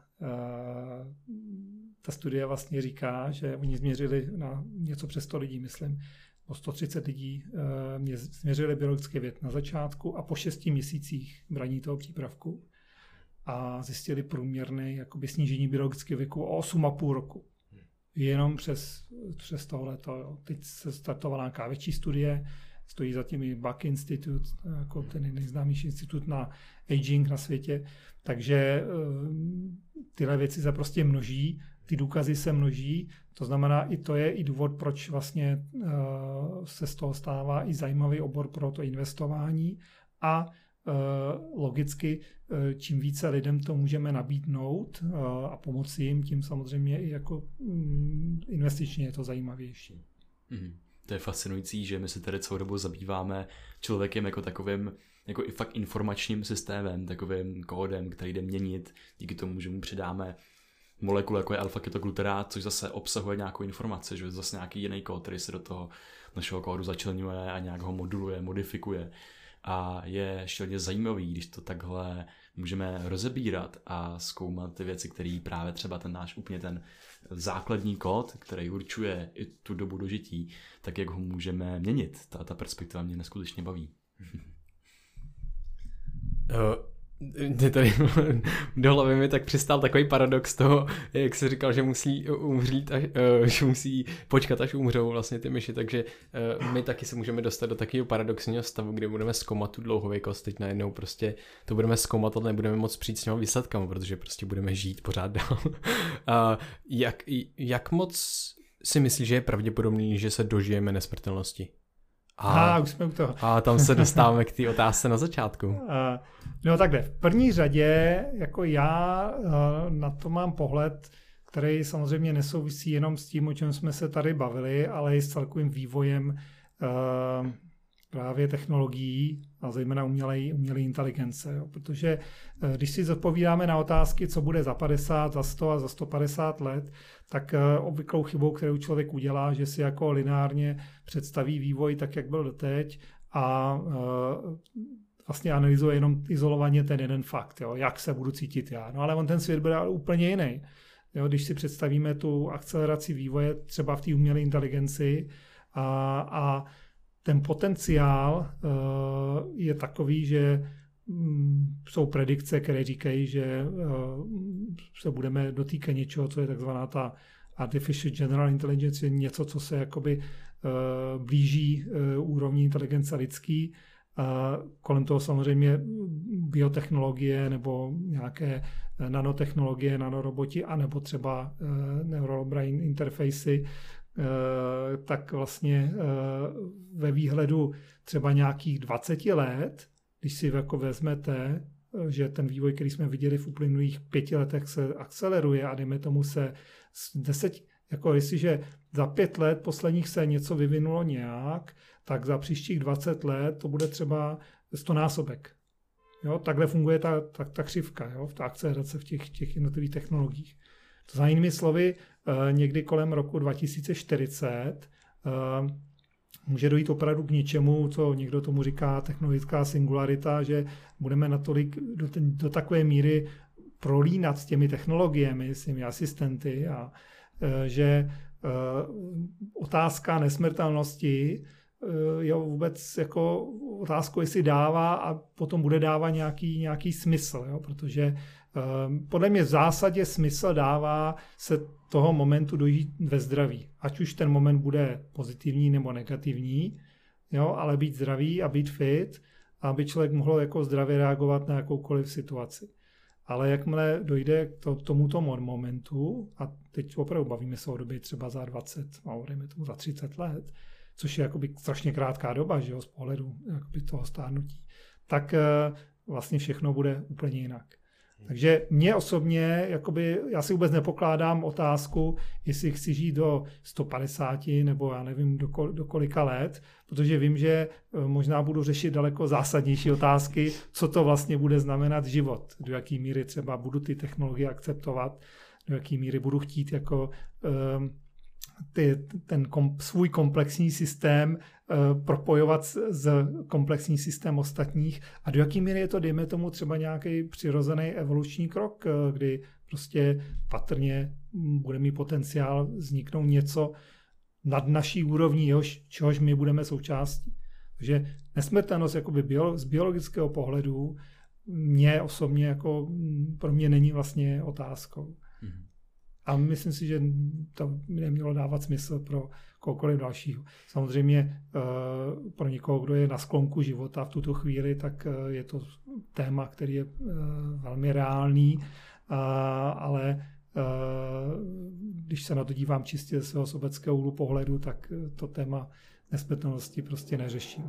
ta studie vlastně říká, že oni změřili na něco přes sto lidí, myslím, o sto třicet lidí změřili biologický věk na začátku a po šesti měsících braní toho přípravku a zjistili průměrné jakoby snížení biologického věku o osm a půl roku. jenom přes, přes tohleto. Jo. Teď se startovala nějaká větší studie, stojí za tím i Buck Institute, jako ten nejznámější institut na aging na světě. Takže tyhle věci se prostě množí, ty důkazy se množí, to znamená, i to je i důvod, proč vlastně se z toho stává i zajímavý obor pro to investování a logicky, čím více lidem to můžeme nabídnout a pomoci jim, tím samozřejmě i jako investičně je to zajímavější. Mm. To je fascinující, že my se tady celou dobu zabýváme člověkem jako takovým, jako i fakt informačním systémem, takovým kódem, který jde měnit, díky tomu, že mu přidáme molekulu, jako je alfa-ketoglutarát, což zase obsahuje nějakou informaci, že je zase nějaký jiný kód, který se do toho našeho kódu začleňuje a nějak ho moduluje, modifikuje. A je šíleně zajímavý, když to takhle můžeme rozebírat a zkoumat ty věci, které právě třeba ten náš úplně ten základní kód, který určuje i tu dobu dožití, tak jak ho můžeme měnit. Ta, ta perspektiva mě neskutečně baví. Uh. Tady do hlavy mi tak přistál takový paradox toho, jak jsi říkal, že musí umřít, až, že musí počkat, až umřou vlastně ty myši, takže my taky se můžeme dostat do takového paradoxního stavu, kde budeme zkoumat tu dlouhověkost, teď najednou prostě to budeme zkoumat, ale nebudeme moc přijít s těma výsledkama, protože prostě budeme žít pořád dál. jak, jak moc si myslíš, že je pravděpodobný, že se dožijeme nesmrtelnosti? A, a už jsme u toho. A tam se dostáváme k té otázce na začátku. Uh, no takhle, v první řadě, jako já uh, na to mám pohled, který samozřejmě nesouvisí jenom s tím, o čem jsme se tady bavili, ale i s celkovým vývojem uh, právě technologií a zejména umělé, umělé inteligence. Jo. Protože uh, když si zodpovídáme na otázky, co bude za padesát, za sto a za sto padesát let, tak uh, obvyklou chybou, kterou člověk udělá, že si jako lineárně představí vývoj tak, jak byl doteď a uh, vlastně analyzuje jenom izolovaně ten jeden fakt, jo, jak se budu cítit já. No ale on ten svět bude úplně jiný. Jo, když si představíme tu akceleraci vývoje třeba v té umělé inteligenci a, a ten potenciál uh, je takový, že um, jsou predikce, které říkají, že uh, se budeme dotýkat něčeho, co je takzvaná ta Artificial General Intelligence, je něco, co se jakoby uh, blíží uh, úrovni inteligence lidský. Uh, kolem toho samozřejmě biotechnologie nebo nějaké nanotechnologie, nanoroboti, anebo třeba uh, neural brain interfacey, uh, tak vlastně uh, ve výhledu třeba nějakých dvacet let, když si jako vezmete, že ten vývoj, který jsme viděli v uplynulých pěti letech, se akceleruje a dejme tomu se z deset, jako jestliže za pět let posledních se něco vyvinulo nějak, tak za příštích dvacet let to bude třeba stonásobek. Jo, takhle funguje ta, ta, ta křivka, jo, v ta akcelerace v těch, těch jednotlivých technologiích. To za jinými slovy, eh, někdy kolem roku dva tisíce čtyřicet eh, může dojít opravdu k něčemu, co někdo tomu říká technologická singularita, že budeme natolik do, ten, do takové míry prolínat s těmi technologiemi, s těmi asistenty a eh, že eh, otázka nesmrtelnosti je vůbec jako otázku, jestli dává a potom bude dávat nějaký, nějaký smysl, jo? Protože um, podle mě v zásadě smysl dává se toho momentu dojít ve zdraví. Ať už ten moment bude pozitivní nebo negativní, jo? Ale být zdravý a být fit, aby člověk mohl jako zdravě reagovat na jakoukoliv situaci. Ale jakmile dojde k to, tomuto momentu, a teď opravdu bavíme se o době třeba za dvacet, no, dejme tomu za třicet let, což je jakoby strašně krátká doba, že jo, z pohledu jakoby toho stárnutí, tak vlastně všechno bude úplně jinak. Takže mě osobně, jakoby, já si vůbec nepokládám otázku, jestli chci žít do sto padesát nebo já nevím do, kol, do kolika let, protože vím, že možná budu řešit daleko zásadnější otázky, co to vlastně bude znamenat život, do jaký míry třeba budu ty technologie akceptovat, do jaký míry budu chtít jako um, Ty, ten kom, svůj komplexní systém uh, propojovat s, s komplexní systém ostatních a do jaký míry je to, dejme tomu, třeba nějaký přirozený evoluční krok, uh, kdy prostě patrně bude mít potenciál vzniknout něco nad naší úrovní, jehož, čehož my budeme součástí. Takže nesmrtelnost jakoby bio, z biologického pohledu mě osobně jako pro mě není vlastně otázkou. Mm-hmm. A myslím si, že to by nemělo dávat smysl pro kohokoliv dalšího. Samozřejmě pro někoho, kdo je na sklonku života v tuto chvíli, tak je to téma, který je velmi reálný, ale když se na to dívám čistě ze svého sobeckého úhlu pohledu, tak to téma nesmrtelnosti prostě neřeším.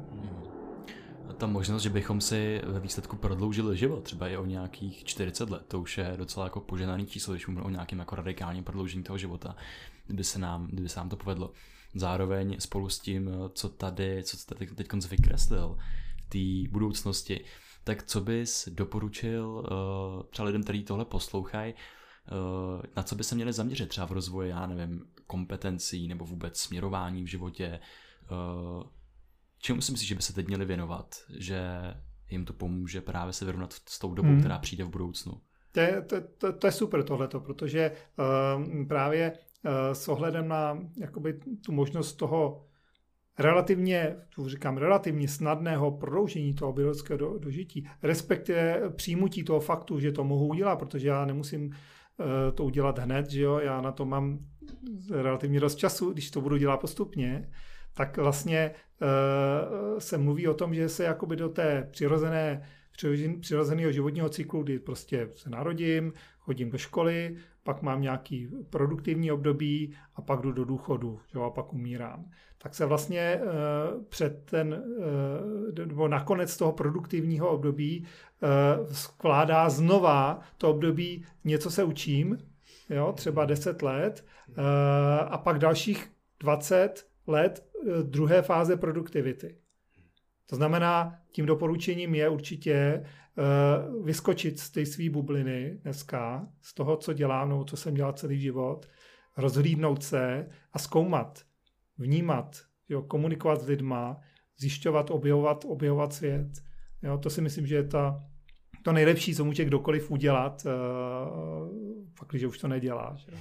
A ta možnost, že bychom si ve výsledku prodloužili život, třeba i o nějakých čtyřicet let, to už je docela jako poženaný číslo, když mluvíme o nějakém jako radikálním prodloužení toho života, kdyby se nám, kdyby se nám to povedlo. Zároveň spolu s tím, co tady, co jste teď vykreslil v té budoucnosti, tak co bys doporučil uh, třeba lidem, kteří tohle poslouchají, uh, na co by se měli zaměřit třeba v rozvoji, já nevím, kompetencí nebo vůbec směrování v životě, uh, čemu si myslíš, že by se teď měli věnovat, že jim to pomůže právě se vyrovnat s tou dobou, hmm. která přijde v budoucnu? To je, to, to, to je super tohleto, protože uh, právě uh, s ohledem na jakoby, tu možnost toho relativně, tu říkám, relativně snadného prodloužení toho biologického do, dožití, respektive přijmutí toho faktu, že to mohu udělat, protože já nemusím uh, to udělat hned, že jo, já na to mám relativně dost času, když to budu dělat postupně, tak vlastně uh, se mluví o tom, že se jakoby do té přirozené, přirozeného životního cyklu, kdy prostě se narodím, chodím do školy, pak mám nějaký produktivní období a pak jdu do důchodu, jo, a pak umírám. Tak se vlastně uh, před ten, uh, nebo nakonec toho produktivního období uh, skládá znova to období, něco se učím, jo, třeba deset let, uh, a pak dalších dvacet let druhé fáze produktivity. To znamená, tím doporučením je určitě uh, vyskočit z té své bubliny dneska, z toho, co dělám, nebo co jsem dělal celý život, rozhlídnout se a zkoumat, vnímat, jo, komunikovat s lidma, zjišťovat, objevovat, objevovat svět. Jo, to si myslím, že je ta, to nejlepší, co může kdokoliv udělat, uh, pak, když už to nedělá. Že?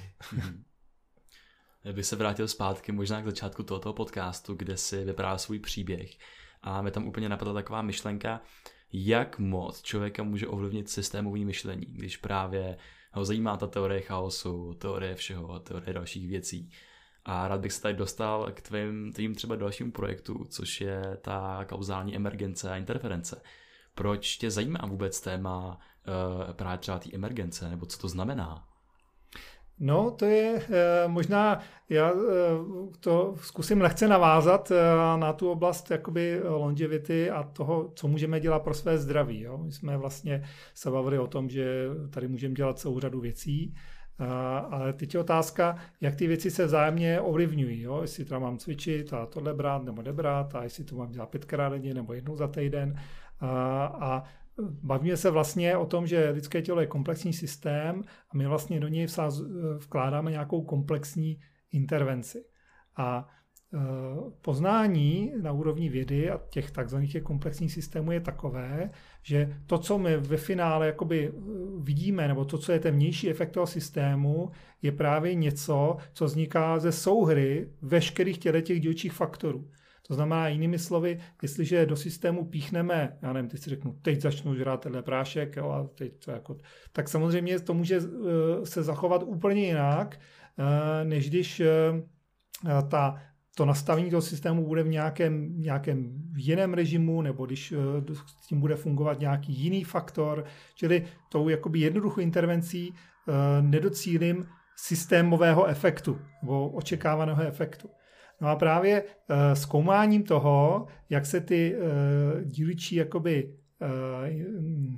Já bych se vrátil zpátky možná k začátku tohoto podcastu, kde si vyprávěl svůj příběh. A mě tam úplně napadla taková myšlenka, jak moc člověka může ovlivnit systémový myšlení, když právě ho zajímá ta teorie chaosu, teorie všeho, teorie dalších věcí. A rád bych se tady dostal k tvým, tvým třeba dalšímu projektu, což je ta kauzální emergence a interference. Proč tě zajímá vůbec téma uh, právě třeba té emergence, nebo co to znamená? No, to je e, možná, já e, to zkusím lehce navázat e, na tu oblast jakoby longevity a toho, co můžeme dělat pro své zdraví. Jo? My jsme vlastně se bavili o tom, že tady můžeme dělat celou řadu věcí, a, ale teď je otázka, jak ty věci se vzájemně ovlivňují. Jo? Jestli teda mám cvičit a tohle brát nebo nebrát, a jestli to mám dělat pětkrát denně nebo jednou za týden. A, a bavíme se vlastně o tom, že lidské tělo je komplexní systém a my vlastně do něj vkládáme nějakou komplexní intervenci. A poznání na úrovni vědy a těch takzvaných komplexních systémů je takové, že to, co my ve finále jakoby vidíme, nebo to, co je ten vnější efekt toho systému, je právě něco, co vzniká ze souhry veškerých těch dílčích faktorů. To znamená, jinými slovy, jestliže do systému píchneme, já nevím, teď si řeknu, teď začnu žrát tenhle prášek, jo, a teď to jako, tak samozřejmě to může se zachovat úplně jinak, než když ta, to nastavení toho systému bude v nějakém, nějakém jiném režimu, nebo když s tím bude fungovat nějaký jiný faktor, čili tou jakoby jednoduchou intervencí nedocílím systémového efektu, nebo očekávaného efektu. No a právě uh, zkoumáním toho, jak se ty uh, dílčí jakoby uh,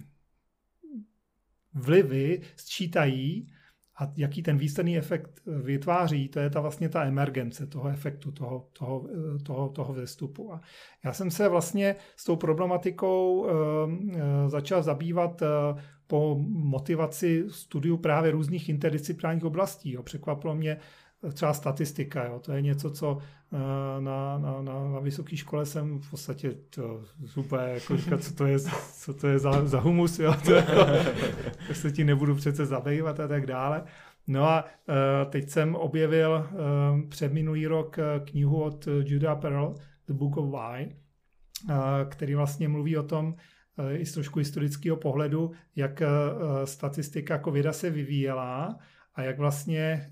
vlivy sčítají a jaký ten výsledný efekt vytváří, to je ta vlastně ta emergence toho efektu, toho, toho, toho, toho vzestupu. A já jsem se vlastně s tou problematikou uh, uh, začal zabývat uh, po motivaci studiu právě různých interdisciplinárních oblastí. Jo. Překvapilo mě třeba statistika, jo. To je něco, co na, na, na, na vysoké škole jsem v podstatě to super, jako říkat, co to je, co to je za, za humus, jo. To, jako, to se tím nebudu přece zabývat a tak dále. No a teď jsem objevil před minulý rok knihu od Judah Pearl, The Book of Why, který vlastně mluví o tom, i z trošku historického pohledu, jak statistika jako věda se vyvíjela a jak vlastně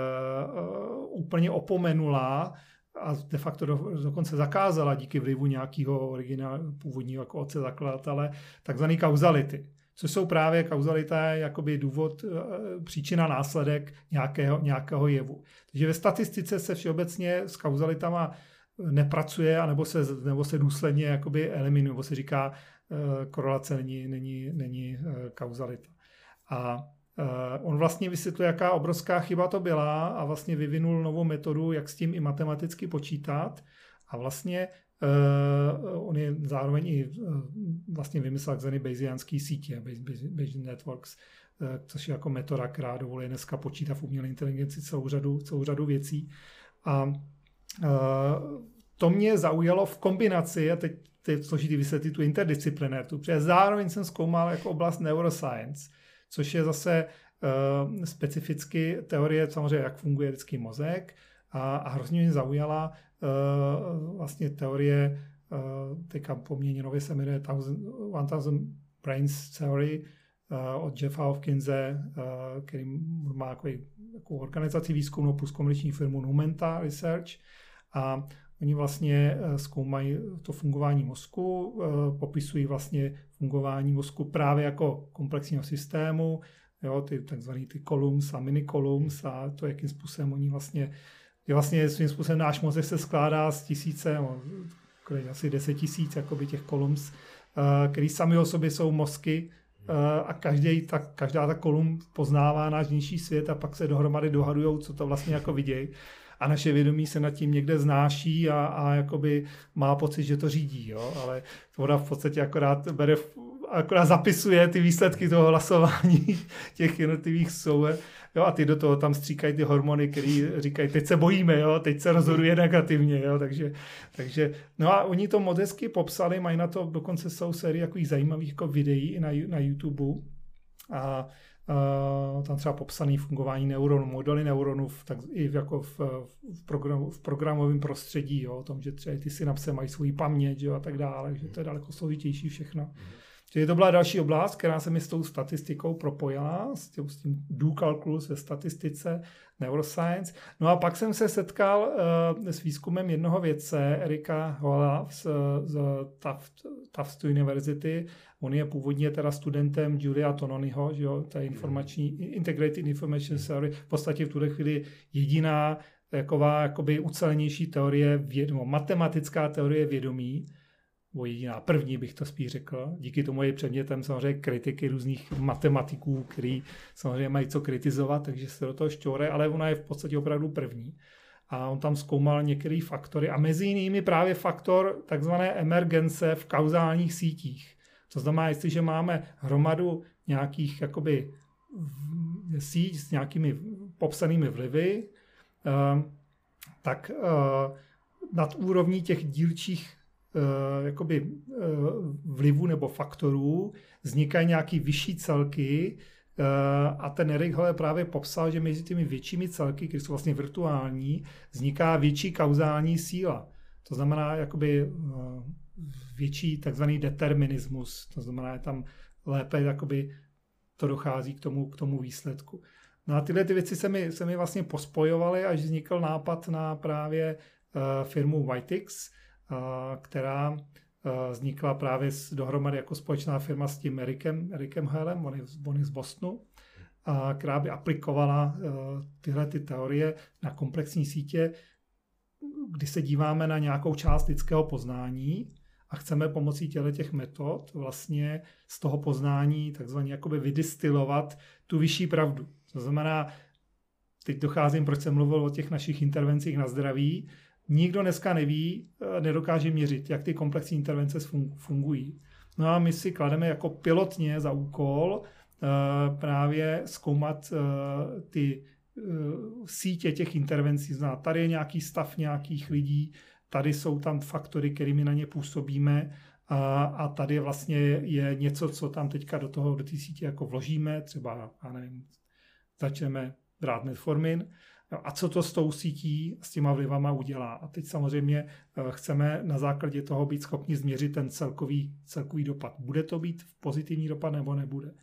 uh, úplně opomenula a de facto do, dokonce zakázala díky vlivu nějakého originálního původního jako otce zakladatele takzvaný kauzality. Což jsou právě kauzalita jakoby důvod, příčina, následek nějakého, nějakého jevu. Takže ve statistice se všeobecně s kauzalitama nepracuje, anebo se, nebo se důsledně jakoby eliminuje, nebo se říká, korelace není, není, není kauzalita. A on vlastně vysvětluje, jaká obrovská chyba to byla a vlastně vyvinul novou metodu, jak s tím i matematicky počítat. A vlastně Uh, on je zároveň i uh, vlastně vymyslel takzvané bayesiánské sítě, Bayesian Networks, uh, což je jako metoda, která dovoluje dneska počítat v umělé inteligenci celou řadu, celou řadu věcí. A uh, to mě zaujalo v kombinaci, a teď je složitý vysvětlit tu interdisciplinaritu, protože zároveň jsem zkoumal jako oblast neuroscience, což je zase uh, specificky teorie samozřejmě, jak funguje lidský mozek, a, a hrozně mě zaujala uh, vlastně teorie, uh, teďka poměrně nově se jmenuje One Thousand Brains Theory uh, od Jeffa Hopkinse, uh, který má takový, jako organizaci výzkumnou plus komerční firmu Numenta Research, a oni vlastně uh, zkoumají to fungování mozku, uh, popisují vlastně fungování mozku právě jako komplexního systému, jo, ty takzvaný ty columns a mini columns a to, jakým způsobem oni vlastně je vlastně svým způsobem náš mozek se skládá z tisíce, asi deset tisíc jakoby těch columns, který sami o sobě jsou mozky a každý, ta, každá ta kolum poznává náš vnější svět a pak se dohromady dohadujou, co to vlastně jako vidějí. A naše vědomí se nad tím někde znáší a, a jakoby má pocit, že to řídí. Jo? Ale ona v podstatě akorát bere, akorát zapisuje ty výsledky toho hlasování těch jednotlivých souver. Jo, a ty do toho tam stříkají ty hormony, který říkají, teď se bojíme, jo, teď se rozhoduje negativně. Jo, takže, takže, no a oni to moc hezky popsali, mají na to, dokonce jsou série takových zajímavých jako videí i na, na YouTube. A Uh, tam třeba popsané fungování neuronů, modely neuronů v, tak, i jako v, v, program, v programovém prostředí, jo, o tom, že třeba ty synapse mají svou paměť, jo, a tak dále, že to je daleko složitější všechno. Čili to byla další oblast, která se mi s tou statistikou propojila, s tím, s tím do-calculus ve statistice, neuroscience. No a pak jsem se setkal uh, s výzkumem jednoho vědce, Erika Hoela z, z Taft, Tufts University. On je původně teda studentem Julia Tononiho, že jo, ta informační, Integrated Information Theory, v podstatě v tuhle chvíli jediná taková jakoby ucelenější teorie, vědomí, matematická teorie vědomí, nebo jediná první, bych to spíš řekl. Díky tomu je předmětem samozřejmě kritiky různých matematiků, který samozřejmě mají co kritizovat, takže se do toho šťoure, ale ona je v podstatě opravdu první. A on tam zkoumal některé faktory a mezi jinými právě faktor takzvané emergence v kauzálních sítích. To znamená, jestliže máme hromadu nějakých jakoby síť s nějakými popsanými vlivy, tak nad úrovní těch dílčích Uh, jakoby uh, vlivu nebo faktorů vznikají nějaký vyšší celky uh, a ten Erik Hoel právě popsal, že mezi těmi většími celky, které jsou vlastně virtuální, vzniká větší kauzální síla. To znamená jakoby uh, větší takzvaný determinismus. To znamená, že tam lépe jakoby to dochází k tomu, k tomu výsledku. No a tyhle ty věci se mi, se mi vlastně pospojovaly, až vznikl nápad na právě uh, firmu Whitex, která vznikla právě dohromady jako společná firma s tím Erikem, Erikem Hoelem, on je, on je z Bostonu, a která by aplikovala tyhle ty teorie na komplexní sítě, kdy se díváme na nějakou část lidského poznání a chceme pomocí těch metod vlastně z toho poznání takzvaně jakoby vydistilovat tu vyšší pravdu. To znamená, teď docházím, proč jsem mluvil o těch našich intervencích na zdraví. Nikdo dneska neví, nedokáže měřit, jak ty komplexní intervence fungují. No a my si klademe jako pilotně za úkol právě zkoumat ty sítě těch intervencí. Zná, tady je nějaký stav nějakých lidí, tady jsou tam faktory, kterými na ně působíme a, a tady vlastně je něco, co tam teďka do toho, do té sítě jako vložíme, třeba, já nevím, začneme brát metformin. A co to s tou sítí, s těma vlivama udělá? A teď samozřejmě chceme na základě toho být schopni změřit ten celkový, celkový dopad. Bude to být pozitivní dopad nebo nebude?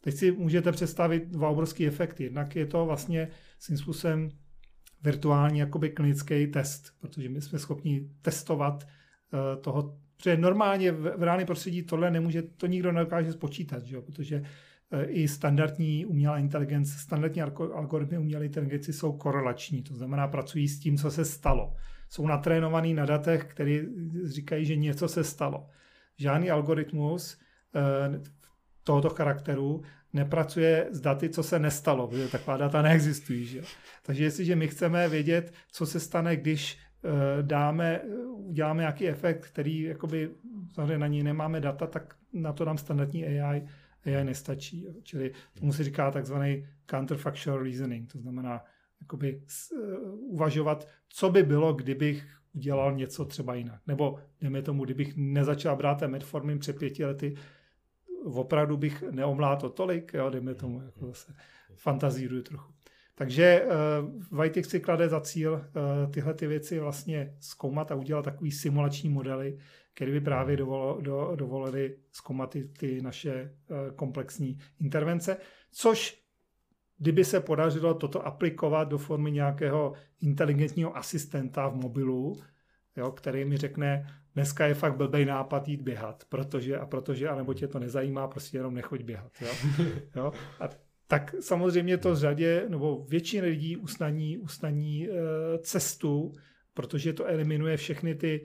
teď si můžete představit dva obrovský efekty. Jednak je to vlastně svým způsobem virtuální jakoby klinický test, protože my jsme schopni testovat uh, toho, protože normálně v, v reálném prostředí tohle nemůže, to nikdo nedokáže spočítat, že jo? Protože uh, i standardní umělá inteligence, standardní algoritmy umělé inteligence jsou korelační, to znamená pracují s tím, co se stalo. Jsou natrénovaný na datech, které říkají, že něco se stalo. Žádný algoritmus uh, tohoto charakteru nepracuje s daty, co se nestalo, protože taková data neexistují. Že? Takže jestliže my chceme vědět, co se stane, když dáme, uděláme nějaký efekt, který jakoby, na něj nemáme data, tak na to nám standardní A I, A I nestačí. Jo? Čili tomu se říká takzvaný counterfactual reasoning, to znamená jakoby, uvažovat, co by bylo, kdybych udělal něco třeba jinak. Nebo dejme tomu, kdybych nezačal brát ten metformin před pěti lety, opravdu bych neomlátl tolik, jo, dejme tomu, jako zase fantazíruju trochu. Takže uh, Vajtix si klade za cíl uh, tyhle ty věci vlastně zkoumat a udělat takový simulační modely, které by právě dovolo, do, dovolily zkoumat ty, ty naše uh, komplexní intervence, což kdyby se podařilo toto aplikovat do formy nějakého inteligentního asistenta v mobilu, jo, který mi řekne, dneska je fakt blbej nápad jít běhat, protože a protože, anebo tě to nezajímá, prostě jenom nechoď běhat. Jo? Jo? A tak samozřejmě to řadě, nebo většině lidí usnadní, usnadní e, cestu, protože to eliminuje všechny ty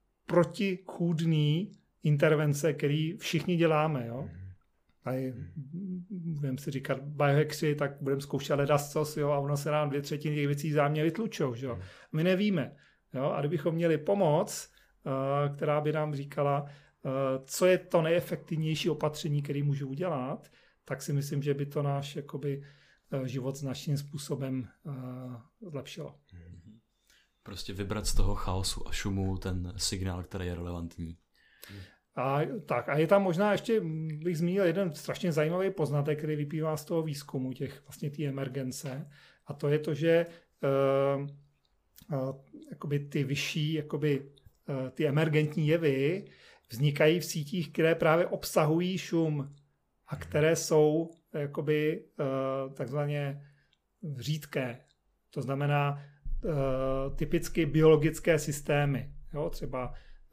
protichůdné intervence, které všichni děláme. Jo? A budeme si říkat biohackři, tak budeme zkoušet ledascos, jo, a ono se nám dvě třetiny těch věcí zámě vytlučou. Jo? My nevíme. Jo? A kdybychom měli pomoc, která by nám říkala, co je to nejefektivnější opatření, které můžu udělat, tak si myslím, že by to náš jakoby, život značným způsobem zlepšilo. Prostě vybrat z toho chaosu a šumu ten signál, který je relevantní. A, tak, a je tam možná ještě, bych zmínil jeden strašně zajímavý poznatek, který vyplývá z toho výzkumu těch vlastně té emergence, a to je to, že uh, uh, jakoby ty vyšší jakoby ty emergentní jevy vznikají v sítích, které právě obsahují šum a které jsou jakoby takzvaně řídké. To znamená typicky biologické systémy. Jo? Třeba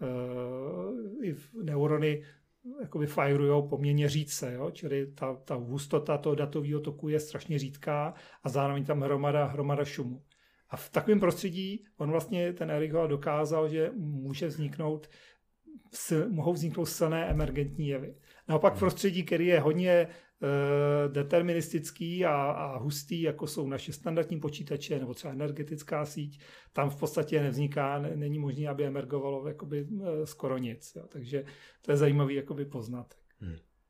i neurony jakoby fajrujou poměrně řídce, jo? Čili ta, ta hustota toho datového toku je strašně řídká a zároveň tam hromada, hromada šumu. A v takovém prostředí on vlastně, ten Eric Hall dokázal, že může vzniknout, mohou vzniknout silné emergentní jevy. Naopak v prostředí, který je hodně e, deterministický a, a hustý, jako jsou naše standardní počítače nebo třeba energetická síť, tam v podstatě nevzniká, ne, není možné, aby emergovalo jakoby, e, skoro nic. Jo. Takže to je zajímavý jakoby poznatek. Hmm.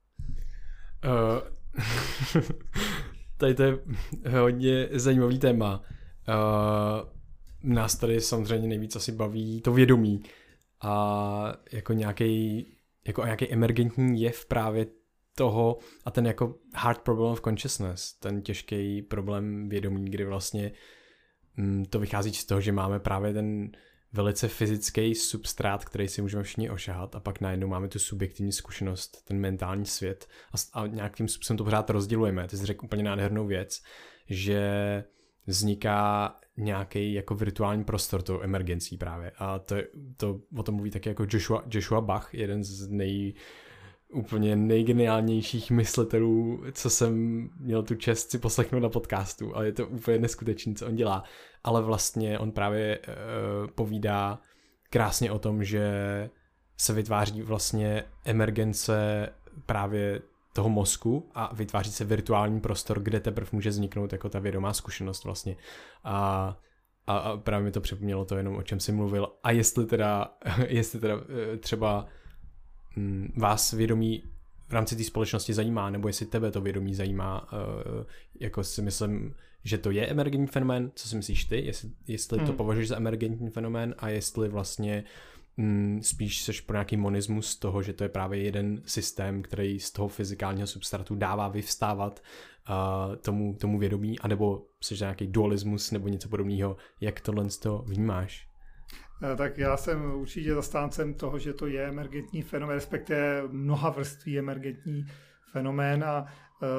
Uh, tady to je hodně zajímavý téma. Uh, nás tady samozřejmě nejvíc asi baví to vědomí a jako nějaký jako nějaký emergentní jev právě toho a ten jako hard problem of consciousness, ten těžký problém vědomí, kdy vlastně mm, to vychází z toho, že máme právě ten velice fyzický substrát, který si můžeme všichni ošahat a pak najednou máme tu subjektivní zkušenost, ten mentální svět a, a nějakým způsobem to pořád rozdělujeme. Ty jsi řekl úplně nádhernou věc, že vzniká nějaký jako virtuální prostor tou emergencí právě. A to, to o tom mluví taky jako Joshua, Joshua Bach, jeden z nej, úplně nejgeniálnějších myslitelů, co jsem měl tu čest si poslechnout na podcastu, ale je to úplně neskutečný, co on dělá. Ale vlastně on právě uh, povídá krásně o tom, že se vytváří vlastně emergence právě toho mozku a vytváří se virtuální prostor, kde teprve může vzniknout jako ta vědomá zkušenost vlastně. A, a, a právě mi to připomnělo to jenom, o čem jsi mluvil. A jestli teda, jestli teda třeba m, vás vědomí v rámci té společnosti zajímá, nebo jestli tebe to vědomí zajímá, uh, jako si myslím, že to je emergentní fenomén, co si myslíš ty, jestli, jestli hmm. to považuješ za emergentní fenomén a jestli vlastně mm, spíš seš pro nějaký monismus toho, že to je právě jeden systém, který z toho fyzikálního substratu dává vyvstávat uh, tomu, tomu vědomí, anebo seš nějaký dualismus nebo něco podobného, jak tohle z toho vnímáš? Tak já jsem určitě zastáncem toho, že to je emergentní fenomén, respektive mnoha vrství emergentní fenomén, a,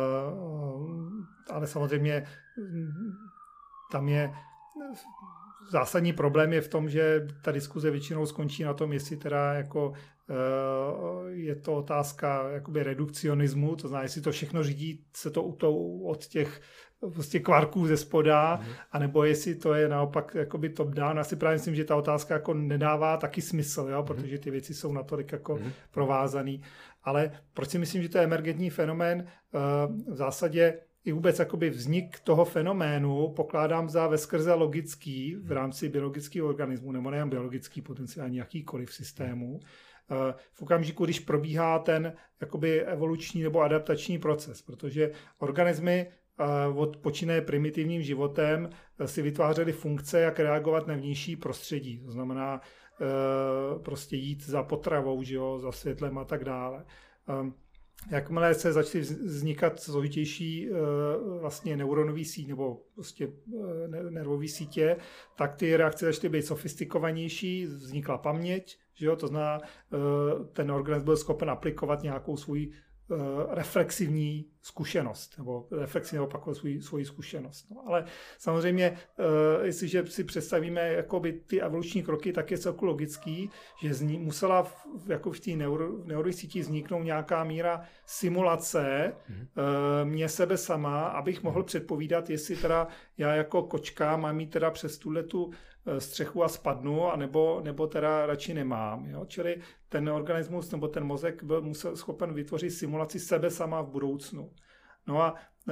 ale samozřejmě tam je zásadní problém je v tom, že ta diskuze většinou skončí na tom, jestli teda jako je to otázka jakoby redukcionismu, to znamená, jestli to všechno řídí se to od těch prostě kvarků ze spoda, mm. anebo jestli to je naopak jakoby top down. Já si právě myslím, že ta otázka jako nedává taky smysl, jo, protože ty věci jsou natolik jako mm. provázaný. Ale proč si myslím, že to je emergentní fenomén? V zásadě i vůbec jakoby vznik toho fenoménu pokládám za veskrze logický v rámci biologického organismu, nebo nejen biologický, potenciálně jakýkoliv systému. V okamžiku, když probíhá ten jakoby evoluční nebo adaptační proces, protože organismy od počínaje primitivním životem si vytvářely funkce, jak reagovat na vnější prostředí. To znamená prostě jít za potravou, že jo, za světlem a tak dále. Jakmile se začaly vznikat složitější vlastně neuronové sítě nebo prostě nervové sítě, tak ty reakce začaly být sofistikovanější, vznikla paměť, že jo, to znamená, ten organismus byl schopen aplikovat nějakou svůj reflexivní zkušenost, nebo reflexivně opakovat svou, svoji zkušenost. No, ale samozřejmě, uh, jestliže si představíme jakoby ty evoluční kroky, tak je celku logický, že z ní musela v, jako v té neuro, neurové síti vzniknout nějaká míra simulace mm. uh, mě sebe sama, abych mohl předpovídat, jestli teda já jako kočka mám mít teda přes tuhletu střechu a spadnu, anebo, nebo teda radši nemám. Jo? Čili ten organismus nebo ten mozek byl musel schopen vytvořit simulaci sebe sama v budoucnu. No a e,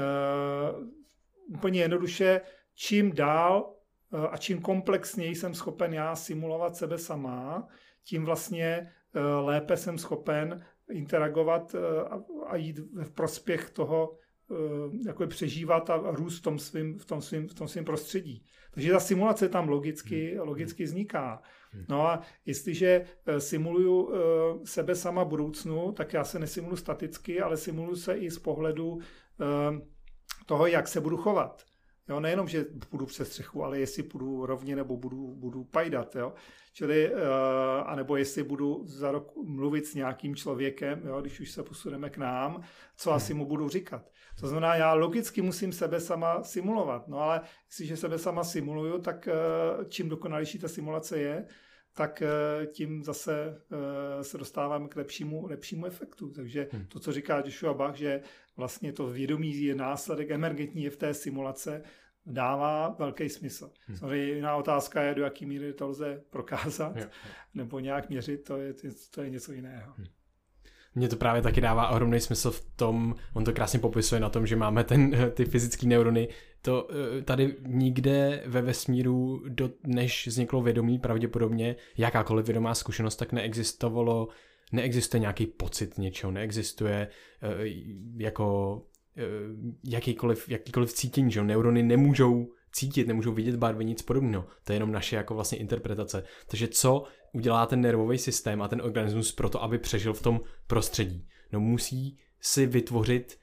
úplně jednoduše, čím dál e, a čím komplexněji jsem schopen já simulovat sebe sama, tím vlastně e, lépe jsem schopen interagovat e, a, a jít v prospěch toho, jako přežívat a růst v tom svým, v tom svým, v tom svým prostředí. Takže ta simulace tam logicky, logicky vzniká. No a jestliže simuluju sebe sama budoucnu, tak já se nesimuluji staticky, ale simuluju se i z pohledu toho, jak se budu chovat. Jo, nejenom, že půjdu přes střechu, ale jestli půjdu rovně nebo budu, budu pajdat. Jo. Čili, uh, anebo jestli budu za rok mluvit s nějakým člověkem, jo, když už se posuneme k nám, co asi mu budu říkat. To znamená, já logicky musím sebe sama simulovat. No ale jestliže sebe sama simuluju, tak uh, čím dokonalější ta simulace je, tak uh, tím zase uh, se dostáváme k lepšímu, lepšímu efektu. Takže hmm. to, co říká Joshua Bach, že vlastně to vědomí je následek emergentní je v té simulace, dává velký smysl. Hmm. Samozřejmě jiná otázka je, do jaký míry to lze prokázat, jo. nebo nějak měřit, to je, to je něco jiného. Hmm. Mně to právě taky dává ohromný smysl v tom, on to krásně popisuje na tom, že máme ten, ty fyzické neurony. To tady nikde ve vesmíru, do, než vzniklo vědomí, pravděpodobně jakákoliv vědomá zkušenost, tak neexistovalo, neexistuje nějaký pocit něčeho, neexistuje jako jakýkoliv, jakýkoliv cítění, že neurony nemůžou cítit, nemůžou vidět barvy, nic podobného. To je jenom naše jako vlastně interpretace. Takže co udělá ten nervový systém a ten organismus pro to, aby přežil v tom prostředí? No musí si vytvořit,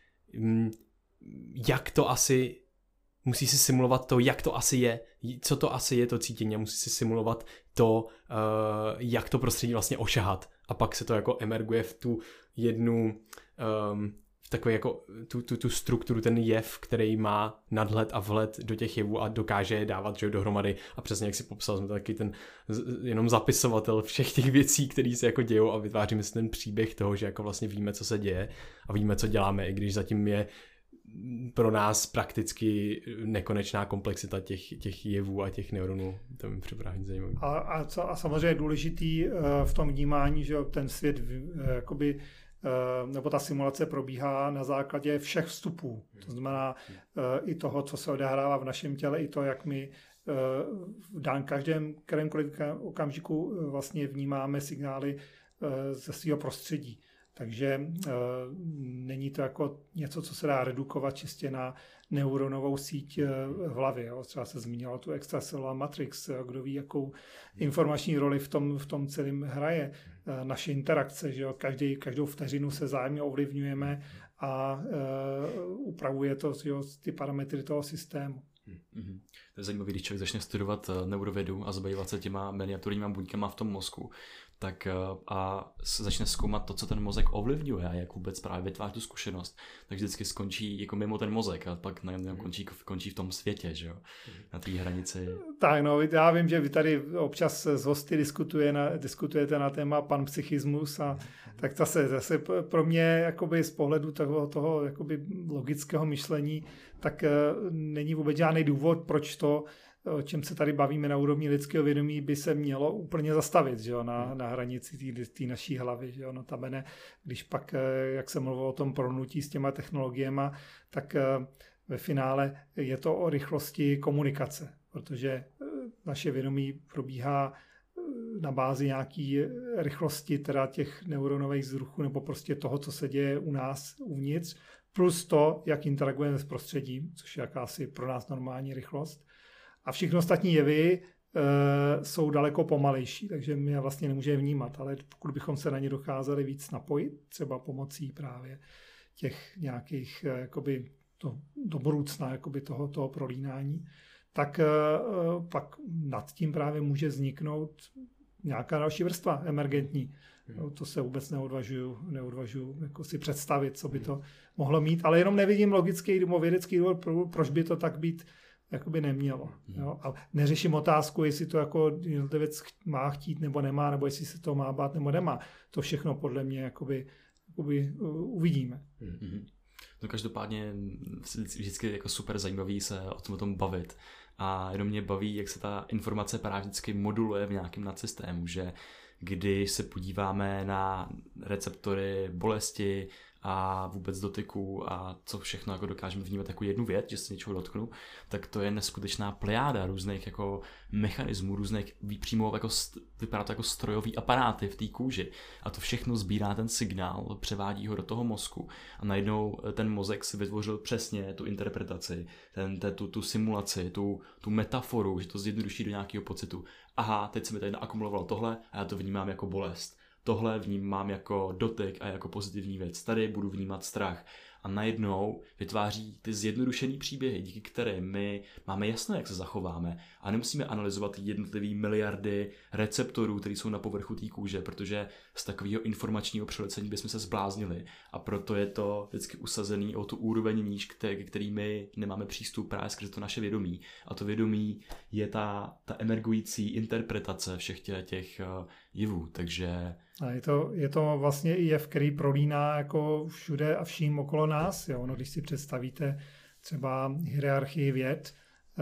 jak to asi, musí si simulovat to, jak to asi je, co to asi je to cítění a musí si simulovat to, jak to prostředí vlastně ošahat. A pak se to jako emerguje v tu jednu um, takový jako tu, tu, tu strukturu, ten jev, který má nadhled a vhled do těch jevů a dokáže je dávat, že, dohromady a přesně jak si popsal, jsme taky ten jenom zapisovatel všech těch věcí, které se jako dějou a vytváříme si ten příběh toho, že jako vlastně víme, co se děje a víme, co děláme, i když zatím je pro nás prakticky nekonečná komplexita těch, těch jevů a těch neuronů. To mi připadá zajímavé. A, a, co, a samozřejmě je důležitý v tom vnímání, že ten svět jakoby nebo ta simulace probíhá na základě všech vstupů. To znamená i toho, co se odehrává v našem těle, i to, jak my v dán každém kterémkoliv okamžiku vlastně vnímáme signály ze svého prostředí. Takže není to jako něco, co se dá redukovat čistě na neuronovou síť v hlavě. Jo. Třeba se zmínilo tu extracellular matrix, kdo ví, jakou informační roli v tom, v tom celém hraje. Naše interakce, že jo. Každý, každou vteřinu se zájemně ovlivňujeme a uh, upravuje to, že jo, ty parametry toho systému. Mm-hmm. To je zajímavé, když člověk začne studovat neurovědu a zabývat se těma miniaturníma buňkama v tom mozku, tak a začne zkoumat to, co ten mozek ovlivňuje a jak vůbec právě vytváří tu zkušenost, tak vždycky skončí jako mimo ten mozek a pak najednou končí, končí v tom světě, že jo, na té hranici. Tak no, já vím, že vy tady občas s hosty diskutuje na, diskutujete na téma panpsychismus a tak zase, zase pro mě jakoby z pohledu toho, toho jakoby logického myšlení, tak není vůbec žádný důvod, proč to, o čem se tady bavíme na úrovni lidského vědomí, by se mělo úplně zastavit, že jo, na, na hranici té naší hlavy. Že jo. Notabene, když pak, jak se mluvilo o tom pronutí s těma technologiemi, tak ve finále je to o rychlosti komunikace, protože naše vědomí probíhá na bázi nějaký rychlosti teda těch neuronových vzruchů nebo prostě toho, co se děje u nás uvnitř, plus to, jak interagujeme s prostředím, což je jakási pro nás normální rychlost. A všechny ostatní jevy e, jsou daleko pomalejší, takže my je vlastně nemůžeme vnímat, ale pokud bychom se na ně dokázali víc napojit, třeba pomocí právě těch nějakých e, jakoby to, do budoucna jakoby toho, toho prolínání, tak e, pak nad tím právě může vzniknout nějaká další vrstva emergentní. No, to se vůbec neodvažuju, neodvažuju jako si představit, co by to mohlo mít, ale jenom nevidím logický nebo vědecký důvod, proč by to tak být jakoby nemělo. Jo? A neřeším otázku, jestli to jako jednotlivec má chtít nebo nemá, nebo jestli se to má bát nebo nemá. To všechno podle mě jakoby, jakoby uvidíme. Mm-hmm. No každopádně vždycky jako super zajímavý se o tom, o tom bavit. A jenom mě baví, jak se ta informace právě vždycky moduluje v nějakém nadsystému, že když se podíváme na receptory bolesti a vůbec dotyku a co všechno jako dokážeme vnímat jako jednu věc, že se něčeho dotknu, tak to je neskutečná plejáda různých jako mechanismů, různých přímo jako vypadá to jako strojový aparáty v té kůži a to všechno sbírá ten signál, převádí ho do toho mozku a najednou ten mozek si vytvořil přesně tu interpretaci, ten, tu, tu simulaci, tu, tu metaforu, že to zjednoduší do nějakého pocitu. Aha, teď se mi tady naakumulovalo tohle a já to vnímám jako bolest. Tohle vnímám jako dotyk a jako pozitivní věc. Tady budu vnímat strach. A najednou vytváří ty zjednodušený příběhy, díky kterým my máme jasno, jak se zachováme. A nemusíme analyzovat jednotlivý miliardy receptorů, které jsou na povrchu té kůže, protože z takového informačního přelecení bychom se zbláznili. A proto je to vždycky usazený o tu úroveň níž, který, který my nemáme přístup právě skrze to naše vědomí. A to vědomí je ta, ta emergující interpretace všech těch, těch uh, jevů. Takže a je to, je to vlastně i jev, který prolíná jako všude a vším okolo nás. Jo? No, když si představíte třeba hierarchii věd,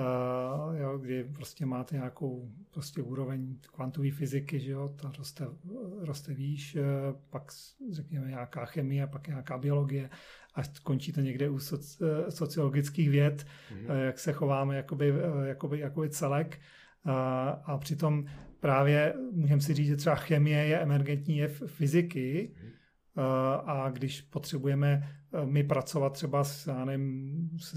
uh, jo, kdy prostě máte nějakou prostě úroveň kvantové fyziky, že jo? Ta roste, roste výš, uh, pak řekněme nějaká chemie, pak nějaká biologie a končíte někde u soci, uh, sociologických věd, mm. uh, jak se chováme jakoby, uh, jakoby, jakoby celek. A, a přitom právě můžeme si říct, že třeba chemie je emergentní jev fyziky a, a když potřebujeme my pracovat třeba s, já nevím, s,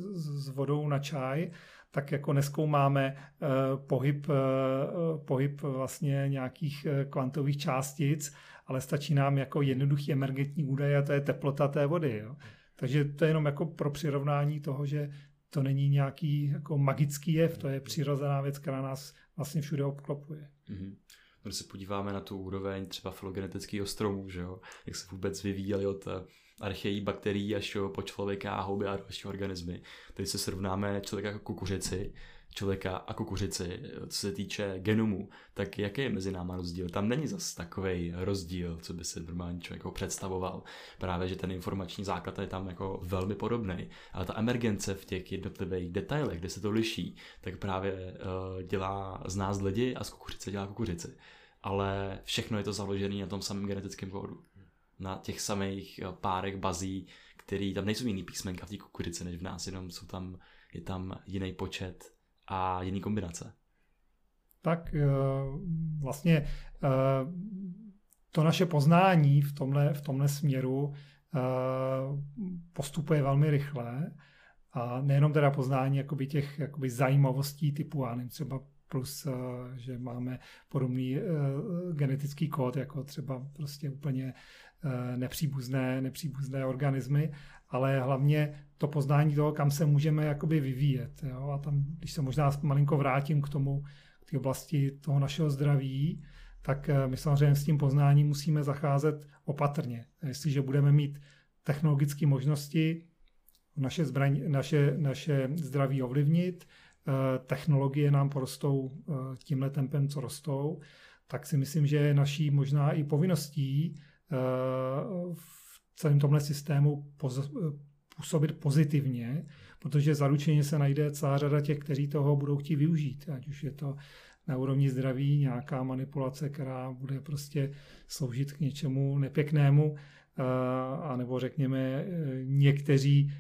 s vodou na čaj, tak jako nezkoumáme uh, pohyb, uh, pohyb vlastně nějakých kvantových částic, ale stačí nám jako jednoduchý emergentní údaj a to je teplota té vody. Jo. Takže to je jenom jako pro přirovnání toho, že to není nějaký jako magický jev, to je přirozená věc, která nás vlastně všude obklopuje. Mm-hmm. Když se podíváme na tu úroveň třeba filogenetického stromu, že jo, jak se vůbec vyvíjeli od archeí bakterií až po člověka a houby a další organismy. Tady se srovnáme člověka jako kukuřici, člověka a kukuřici, co se týče genomu, tak jaký je mezi náma rozdíl? Tam není zas takovej rozdíl, co by si normální člověk jako představoval. Právě, že ten informační základ je tam jako velmi podobný. Ale ta emergence v těch jednotlivých detailech, kde se to liší, tak právě uh, dělá z nás lidi a z kukuřice dělá kukuřici. Ale všechno je to založené na tom samém genetickém kódu. Na těch samých párech bazí, který tam nejsou jiný písmenka v té kukuřici než v nás, jenom jsou tam, je tam jiný počet a jiný kombinace. Tak vlastně to naše poznání v tomhle, v tomhle směru postupuje velmi rychle a nejenom teda poznání jakoby těch jakoby zajímavostí typu, já nevím, třeba plus, že máme podobný genetický kód, jako třeba prostě úplně nepříbuzné, nepříbuzné organismy, ale hlavně to poznání toho, kam se můžeme jakoby vyvíjet. Jo? A tam, když se možná malinko vrátím k tomu, k té oblasti toho našeho zdraví, tak my samozřejmě s tím poznáním musíme zacházet opatrně. Jestliže budeme mít technologické možnosti naše, zbraň, naše, naše zdraví ovlivnit, technologie nám porostou tímhle tempem, co rostou, tak si myslím, že je naší možná i povinností v celém tomhle systému působit pozitivně, protože zaručeně se najde celá řada těch, kteří toho budou chtít využít. Ať už je to na úrovni zdraví nějaká manipulace, která bude prostě sloužit k něčemu nepěknému, anebo řekněme někteří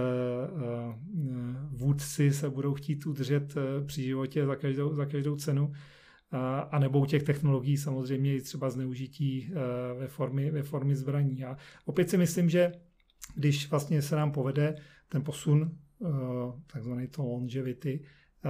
vůdci se budou chtít udržet při životě za každou, za každou cenu, a nebo u těch technologií samozřejmě i třeba zneužití ve formě, ve formě zbraní. A opět si myslím, že když vlastně se nám povede ten posun, takzvaný to longevity,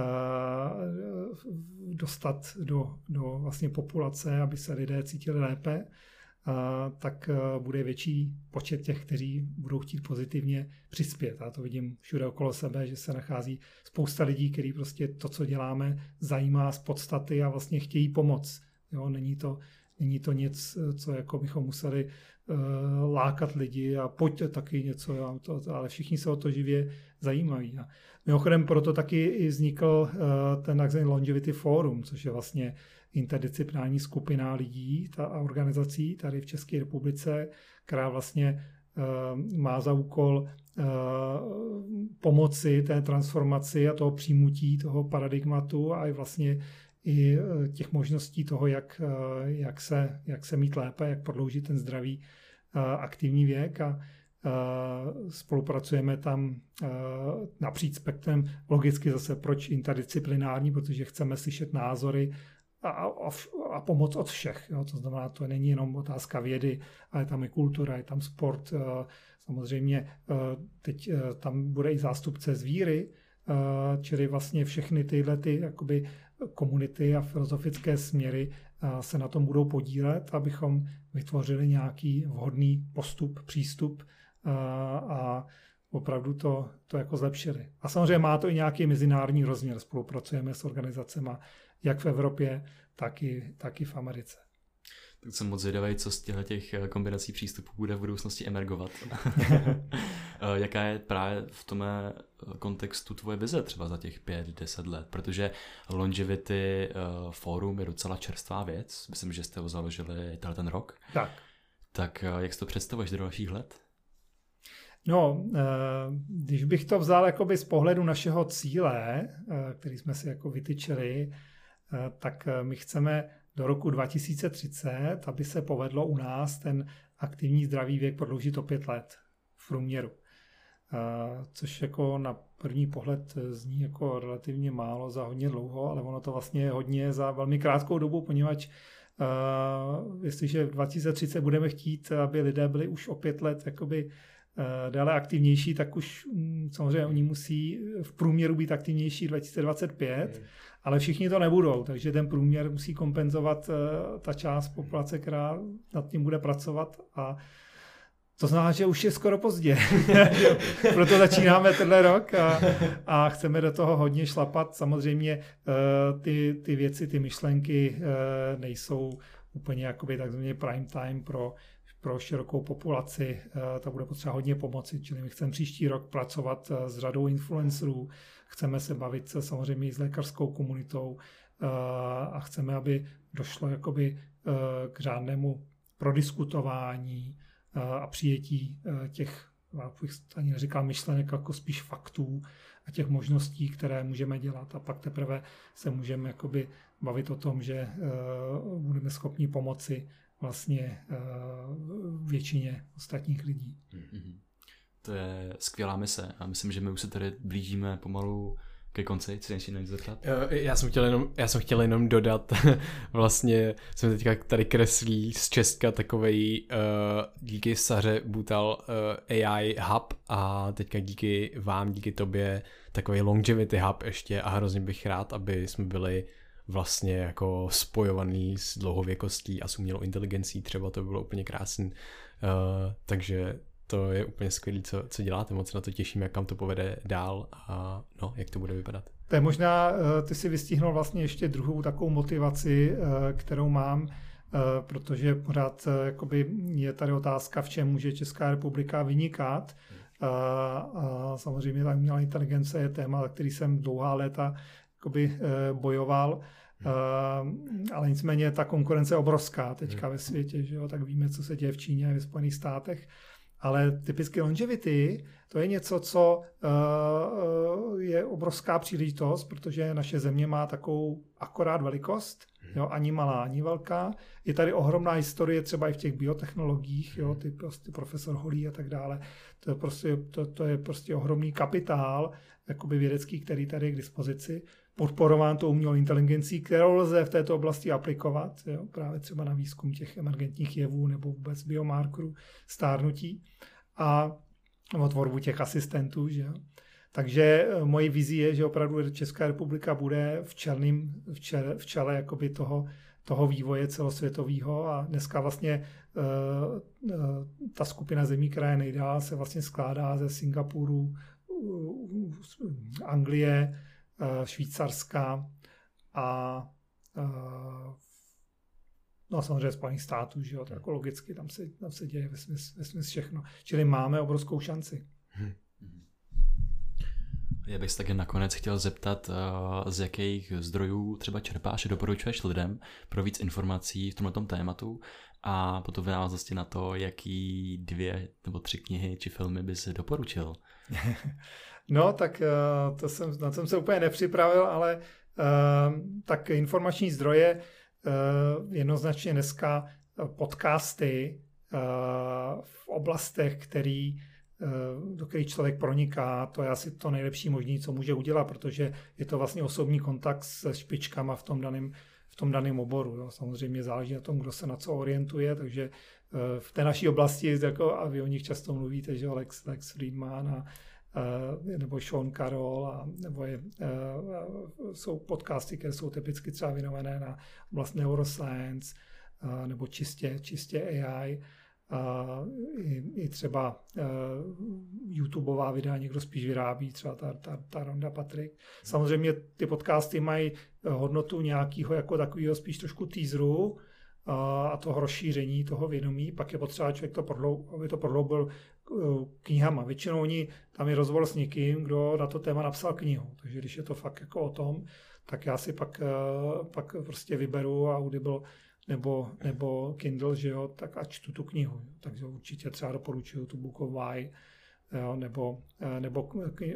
dostat do, do vlastně populace, aby se lidé cítili lépe, tak bude větší počet těch, kteří budou chtít pozitivně přispět. Já to vidím všude okolo sebe, že se nachází spousta lidí, kteří prostě to, co děláme, zajímá z podstaty a vlastně chtějí pomoct. Jo, není to, není to nic, co jako bychom museli uh, lákat lidi a pojďte taky něco, já to, ale všichni se o to živě zajímají. A mimochodem proto taky i vznikl uh, ten takzvaný Longevity Forum, což je vlastně interdisciplinární skupina lidí ta, a organizací tady v České republice, která vlastně uh, má za úkol uh, pomoci té transformaci a toho přijmutí toho paradigmatu a i vlastně i uh, těch možností toho, jak, uh, jak, se, jak se mít lépe, jak prodloužit ten zdravý uh, aktivní věk a uh, spolupracujeme tam uh, napříč spektrem. Logicky zase proč interdisciplinární, protože chceme slyšet názory A, a, a pomoc od všech. Jo. To znamená, to není jenom otázka vědy, ale tam je kultura, je tam sport. Samozřejmě teď tam bude i zástupce z víry, čili vlastně všechny tyhle ty jakoby komunity a filozofické směry se na tom budou podílet, abychom vytvořili nějaký vhodný postup, přístup a opravdu to, to jako zlepšili. A samozřejmě má to i nějaký mezinárodní rozměr. Spolupracujeme s organizacemi jak v Evropě, tak i, tak i v Americe. Tak jsem moc zvědavý, co z těch kombinací přístupů bude v budoucnosti emergovat. Jaká je právě v tom kontextu tvoje vize třeba za těch pět, deset let? Protože Longevity Forum je docela čerstvá věc. Myslím, že jste ho založili ten rok. Tak. Tak jak si to představuješ do dalších let? No, když bych to vzal jakoby z pohledu našeho cíle, který jsme si jako vytyčili, tak my chceme do roku dva tisíce třicet, aby se povedlo u nás ten aktivní zdravý věk prodloužit o pět let v průměru. Což jako na první pohled zní jako relativně málo za hodně dlouho, ale ono to vlastně je hodně za velmi krátkou dobu, poněvadž uh, jestliže v dva tisíce třicet budeme chtít, aby lidé byli už o pět let jakoby dále aktivnější, tak už samozřejmě oni musí v průměru být aktivnější dva tisíce dvacet pět, mm. ale všichni to nebudou, takže ten průměr musí kompenzovat ta část populace, která nad tím bude pracovat a to znamená, že už je skoro pozdě. Proto začínáme tenhle rok a, a chceme do toho hodně šlapat. Samozřejmě ty, ty věci, ty myšlenky nejsou úplně jakoby takzvaně prime time pro pro širokou populaci, ta bude potřeba hodně pomoci, čili my chceme příští rok pracovat s řadou influencerů, chceme se bavit se samozřejmě i s lékařskou komunitou a chceme, aby došlo jakoby k řádnému prodiskutování a přijetí těch, bych ani neříkal myšlenek, jako spíš faktů a těch možností, které můžeme dělat a pak teprve se můžeme jakoby bavit o tom, že budeme schopni pomoci vlastně uh, většině ostatních lidí. Mm-hmm. To je skvělá mise a myslím, že my už se tady blížíme pomalu ke konci. Chci ještě něco zeptat? Já jsem chtěl jenom, já jsem chtěl jenom dodat, vlastně jsem teďka tady kreslí z Česka takovej uh, díky Saře Butal uh, A I hub a teďka díky vám, díky tobě takový longevity hub ještě a hrozně bych rád, aby jsme byli vlastně jako spojovaný s dlouhověkostí a s umělou inteligencí, třeba to by bylo úplně krásný. Uh, takže to je úplně skvělý, co, co děláte, moc na to těším, jak kam to povede dál a no, jak to bude vypadat. To je možná, ty si vystihnul vlastně ještě druhou takovou motivaci, kterou mám. protože pořád jakoby je tady otázka, v čem může Česká republika vynikat. A, a samozřejmě ta umělá inteligence je téma, za který jsem dlouhá léta jakoby bojoval. Uh, ale nicméně ta konkurence je obrovská teďka ve světě, že jo? Tak víme, co se děje v Číně a ve Spojených státech. Ale typicky longevity, to je něco, co uh, je obrovská příležitost, protože naše země má takovou akorát velikost, jo? Ani malá, ani velká. Je tady ohromná historie třeba i v těch biotechnologiích, jo? Ty prostě profesor Holý a tak dále. To je prostě, to, to je prostě ohromný kapitál jakoby vědecký, který tady je k dispozici, podporován tou umělou inteligencí, kterou lze v této oblasti aplikovat, jo, právě třeba na výzkum těch emergentních jevů nebo vůbec biomarkerů stárnutí a o tvorbu těch asistentů. Že jo. Takže mojí vizí je, že opravdu Česká republika bude v, čelným, v čele, v čele jakoby toho, toho vývoje celosvětového a dneska vlastně uh, uh, ta skupina zemí, která je nejdál, se vlastně skládá ze Singapuru, uh, Anglie, Švýcarska a no samozřejmě Spojených států, že jo, to jako logicky, tam se, tam se děje vesměs, vesměs všechno. Čili máme obrovskou šanci. Hmm. Já bych se taky nakonec chtěl zeptat, z jakých zdrojů třeba čerpáš a doporučuješ lidem pro víc informací v tomto tématu a potom v návaznosti na to, jaký dvě nebo tři knihy či filmy bys doporučil. No, tak to jsem, na to jsem se úplně nepřipravil, ale uh, tak informační zdroje uh, jednoznačně dneska podcasty uh, v oblastech, který, uh, do kterých člověk proniká, to je asi to nejlepší možné, co může udělat, protože je to vlastně osobní kontakt se špičkama v tom daném v tom daném oboru. Jo. Samozřejmě záleží na tom, kdo se na co orientuje, takže uh, v té naší oblasti, jako, a vy o nich často mluvíte, že Lex, Lex Friedman a Uh, nebo Sean Carroll, a, nebo je, uh, jsou podcasty, které jsou typicky třeba věnované na oblast neuroscience, uh, nebo čistě, čistě A I. Uh, i, i třeba uh, YouTubeová videa někdo spíš vyrábí, třeba ta, ta, ta Ronda Patrik. Samozřejmě ty podcasty mají hodnotu nějakého jako takového spíš trošku teaseru, uh, a toho rozšíření toho vědomí, pak je potřeba člověk to prodlou, aby to prodloubil knihama. Většinou oni, tam je rozhovor s někým, kdo na to téma napsal knihu. Takže když je to fakt jako o tom, tak já si pak, pak prostě vyberu Audible nebo, nebo Kindle, že jo, tak a čtu tu knihu. Takže určitě třeba doporučuju tu Book of Why, jo, nebo, nebo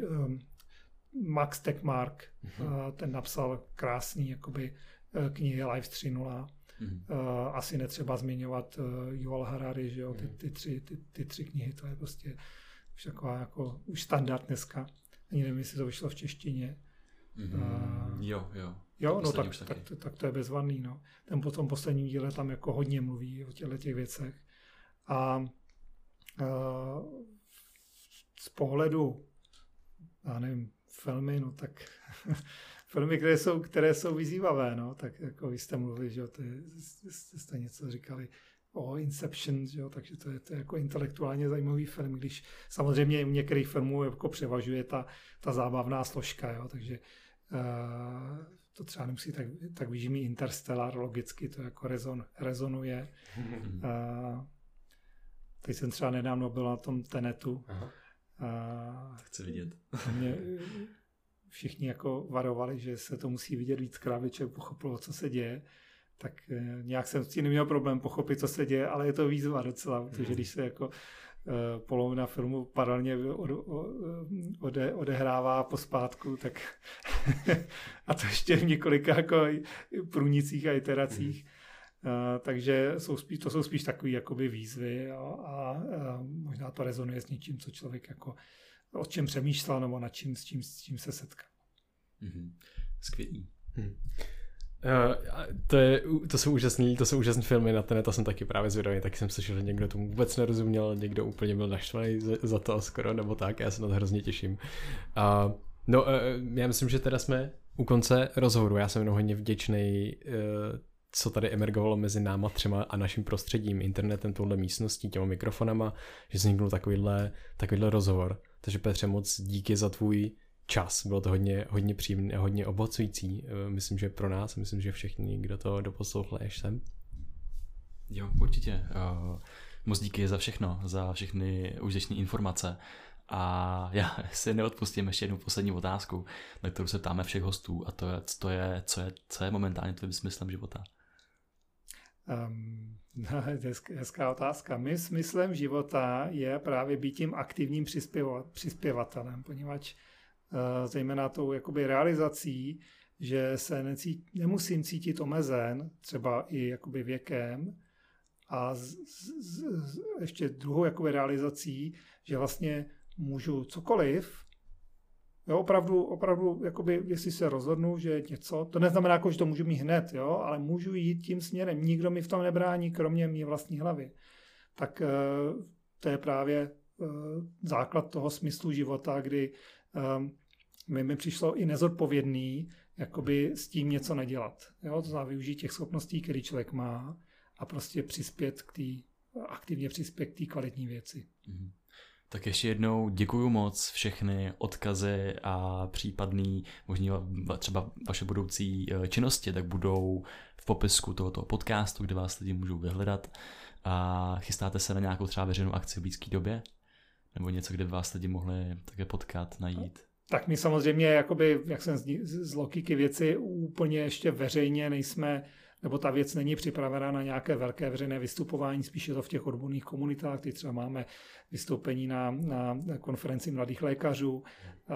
Max Tegmark, mm-hmm. ten napsal krásný jakoby knihy Life tři nula. Mm. Uh, asi netřeba zmiňovat uh, Yuval Harari, že jo, ty, ty, tři, ty, ty tři knihy, to je prostě už taková jako, už standard dneska. Ani nevím, jestli to vyšlo v češtině. Mm. Uh, jo, jo. Jo, no tak, tak, tak, tak to je bezvadný, no. Ten po tom posledním díle tam jako hodně mluví o těchto těch věcech. A uh, z pohledu, já nevím, filmy, no tak filmy, které jsou, které jsou vyzývavé, no, tak jako vy jste mluvili, že jo, to je, jste něco říkali o Inception, že jo, takže to je, to je jako intelektuálně zajímavý film, když samozřejmě u některých filmů jako převažuje ta, ta zábavná složka, jo, takže uh, to třeba nemusí tak, tak vyžmí Interstellar, logicky to jako rezon, rezonuje. Uh, teď jsem třeba nedávno byl na tom Tenetu. Aha. Uh, chci vidět. Mě, všichni jako varovali, že se to musí vidět víckrát, aby člověk pochopil, co se děje. Tak eh, nějak jsem s tím neměl problém pochopit, co se děje, ale je to výzva docela, protože když se jako eh, polovina filmu paralelně od, od, odehrává pospátku, tak a to ještě v několika jako průnicích a iteracích. Uh, takže jsou spíš, to jsou spíš takové jakoby výzvy, jo, a uh, možná to rezonuje s něčím, co člověk jako o čem přemýšlel nebo nad čím, s čím, s čím se setká. Mm-hmm. Skvělý. Hmm. Uh, to, je, to jsou úžasný, to jsou úžasný filmy, na ten to jsem taky právě zvědavý, taky jsem slyšel, že někdo tomu vůbec nerozuměl, někdo úplně byl naštvaný za, za to skoro, nebo tak, já se na to hrozně těším. Uh, no, uh, já myslím, že teda jsme u konce rozhovoru, já jsem jenom hodně vděčný, uh, co tady emergovalo mezi náma třema a naším prostředím, internetem, touhle místností, těma mikrofonama, že vzniknul takovýhle, takovýhle rozhovor. Takže Petře, moc díky za tvůj čas. Bylo to hodně, hodně příjemné a hodně obohacující. Myslím, že pro nás, myslím, že všichni, kdo to doposlouchali až sem. Jo, určitě. Uh, moc díky za všechno, za všechny užitečné informace. A já si neodpustím ještě jednu poslední otázku, na kterou se ptáme všech hostů, a to je, to je, co, je co je momentálně tvým smyslem života? Um, hezká otázka. Mým smyslem života je právě být tím aktivním přispěvatelem, poněvadž uh, zejména tou jakoby realizací, že se necít, nemusím cítit omezen, třeba i jakoby věkem, a z, z, z, ještě druhou jakoby realizací, že vlastně můžu cokoliv, jo, opravdu, opravdu, jakoby, jestli se rozhodnu, že něco, to neznamená, jako, že to můžu mít hned, jo, ale můžu jít tím směrem, nikdo mi v tom nebrání, kromě mé vlastní hlavy. Tak uh, to je právě uh, základ toho smyslu života, kdy um, mi, mi přišlo i nezodpovědný, jakoby s tím něco nedělat. Jo, to znamená využít těch schopností, které člověk má, a prostě přispět k té, aktivně přispět k té kvalitní věci. Mm. Tak ještě jednou děkuju moc, všechny odkazy a případný možný třeba vaše budoucí činnosti, tak budou v popisku tohoto podcastu, kde vás lidi můžou vyhledat. A chystáte se na nějakou třeba veřejnou akci v blízké době? Nebo něco, kde by vás lidi mohli také potkat, najít? Tak my samozřejmě, jakoby, jak jsem z, z logiky věci, úplně ještě veřejně nejsme, nebo ta věc není připravena na nějaké velké veřejné vystupování, spíše to v těch odborných komunitách, kdy třeba máme vystoupení na, na konferenci mladých lékařů a,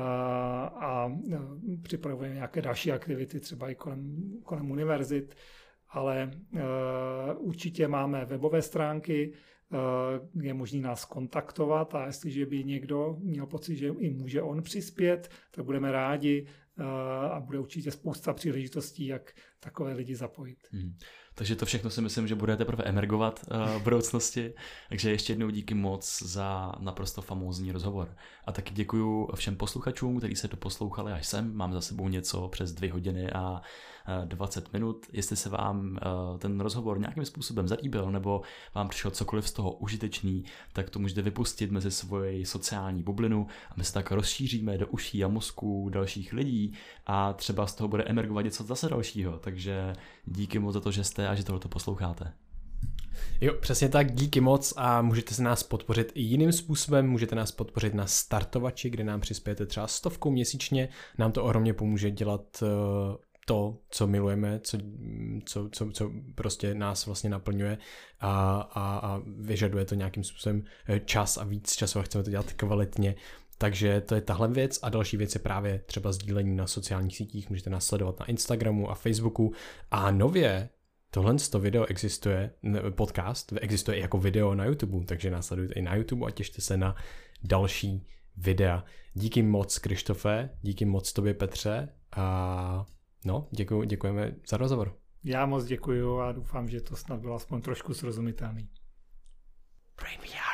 a připravujeme nějaké další aktivity, třeba i kolem, kolem univerzit, ale uh, určitě máme webové stránky, uh, je možný nás kontaktovat, a jestliže by někdo měl pocit, že i může on přispět, tak budeme rádi, a bude určitě spousta příležitostí, jak takové lidi zapojit. Hmm. Takže to všechno si myslím, že bude teprve emergovat uh, v budoucnosti. Takže ještě jednou díky moc za naprosto famózní rozhovor. A taky děkuju všem posluchačům, kteří se doposlouchali až sem. Mám za sebou něco přes dvě hodiny a uh, dvacet minut. Jestli se vám uh, ten rozhovor nějakým způsobem zalíbil, nebo vám přišel cokoliv z toho užitečný, tak to můžete vypustit mezi svoji sociální bublinu a my se tak rozšíříme do uší a mozků dalších lidí a třeba z toho bude emergovat něco zase dalšího. Takže díky moc za to, že jste a že tohleto posloucháte. Jo, přesně tak, díky moc, a můžete se nás podpořit i jiným způsobem, můžete nás podpořit na Startovači, kde nám přispějete třeba stovkou měsíčně, nám to ohromně pomůže dělat to, co milujeme, co, co, co, co prostě nás vlastně naplňuje a, a, a vyžaduje to nějakým způsobem čas a víc času a chceme to dělat kvalitně. Takže to je tahle věc, a další věc je právě třeba sdílení na sociálních sítích, můžete nás sledovat na Instagramu a Facebooku, a nově tohle video existuje, podcast existuje i jako video na YouTube, takže nás sledujte i na YouTube a těšte se na další videa. Díky moc, Krištofe, díky moc tobě, Petře, a no, děkuji, děkujeme za rozhovor. Já moc děkuju a doufám, že to snad bylo aspoň trošku srozumitelný. Brain V R.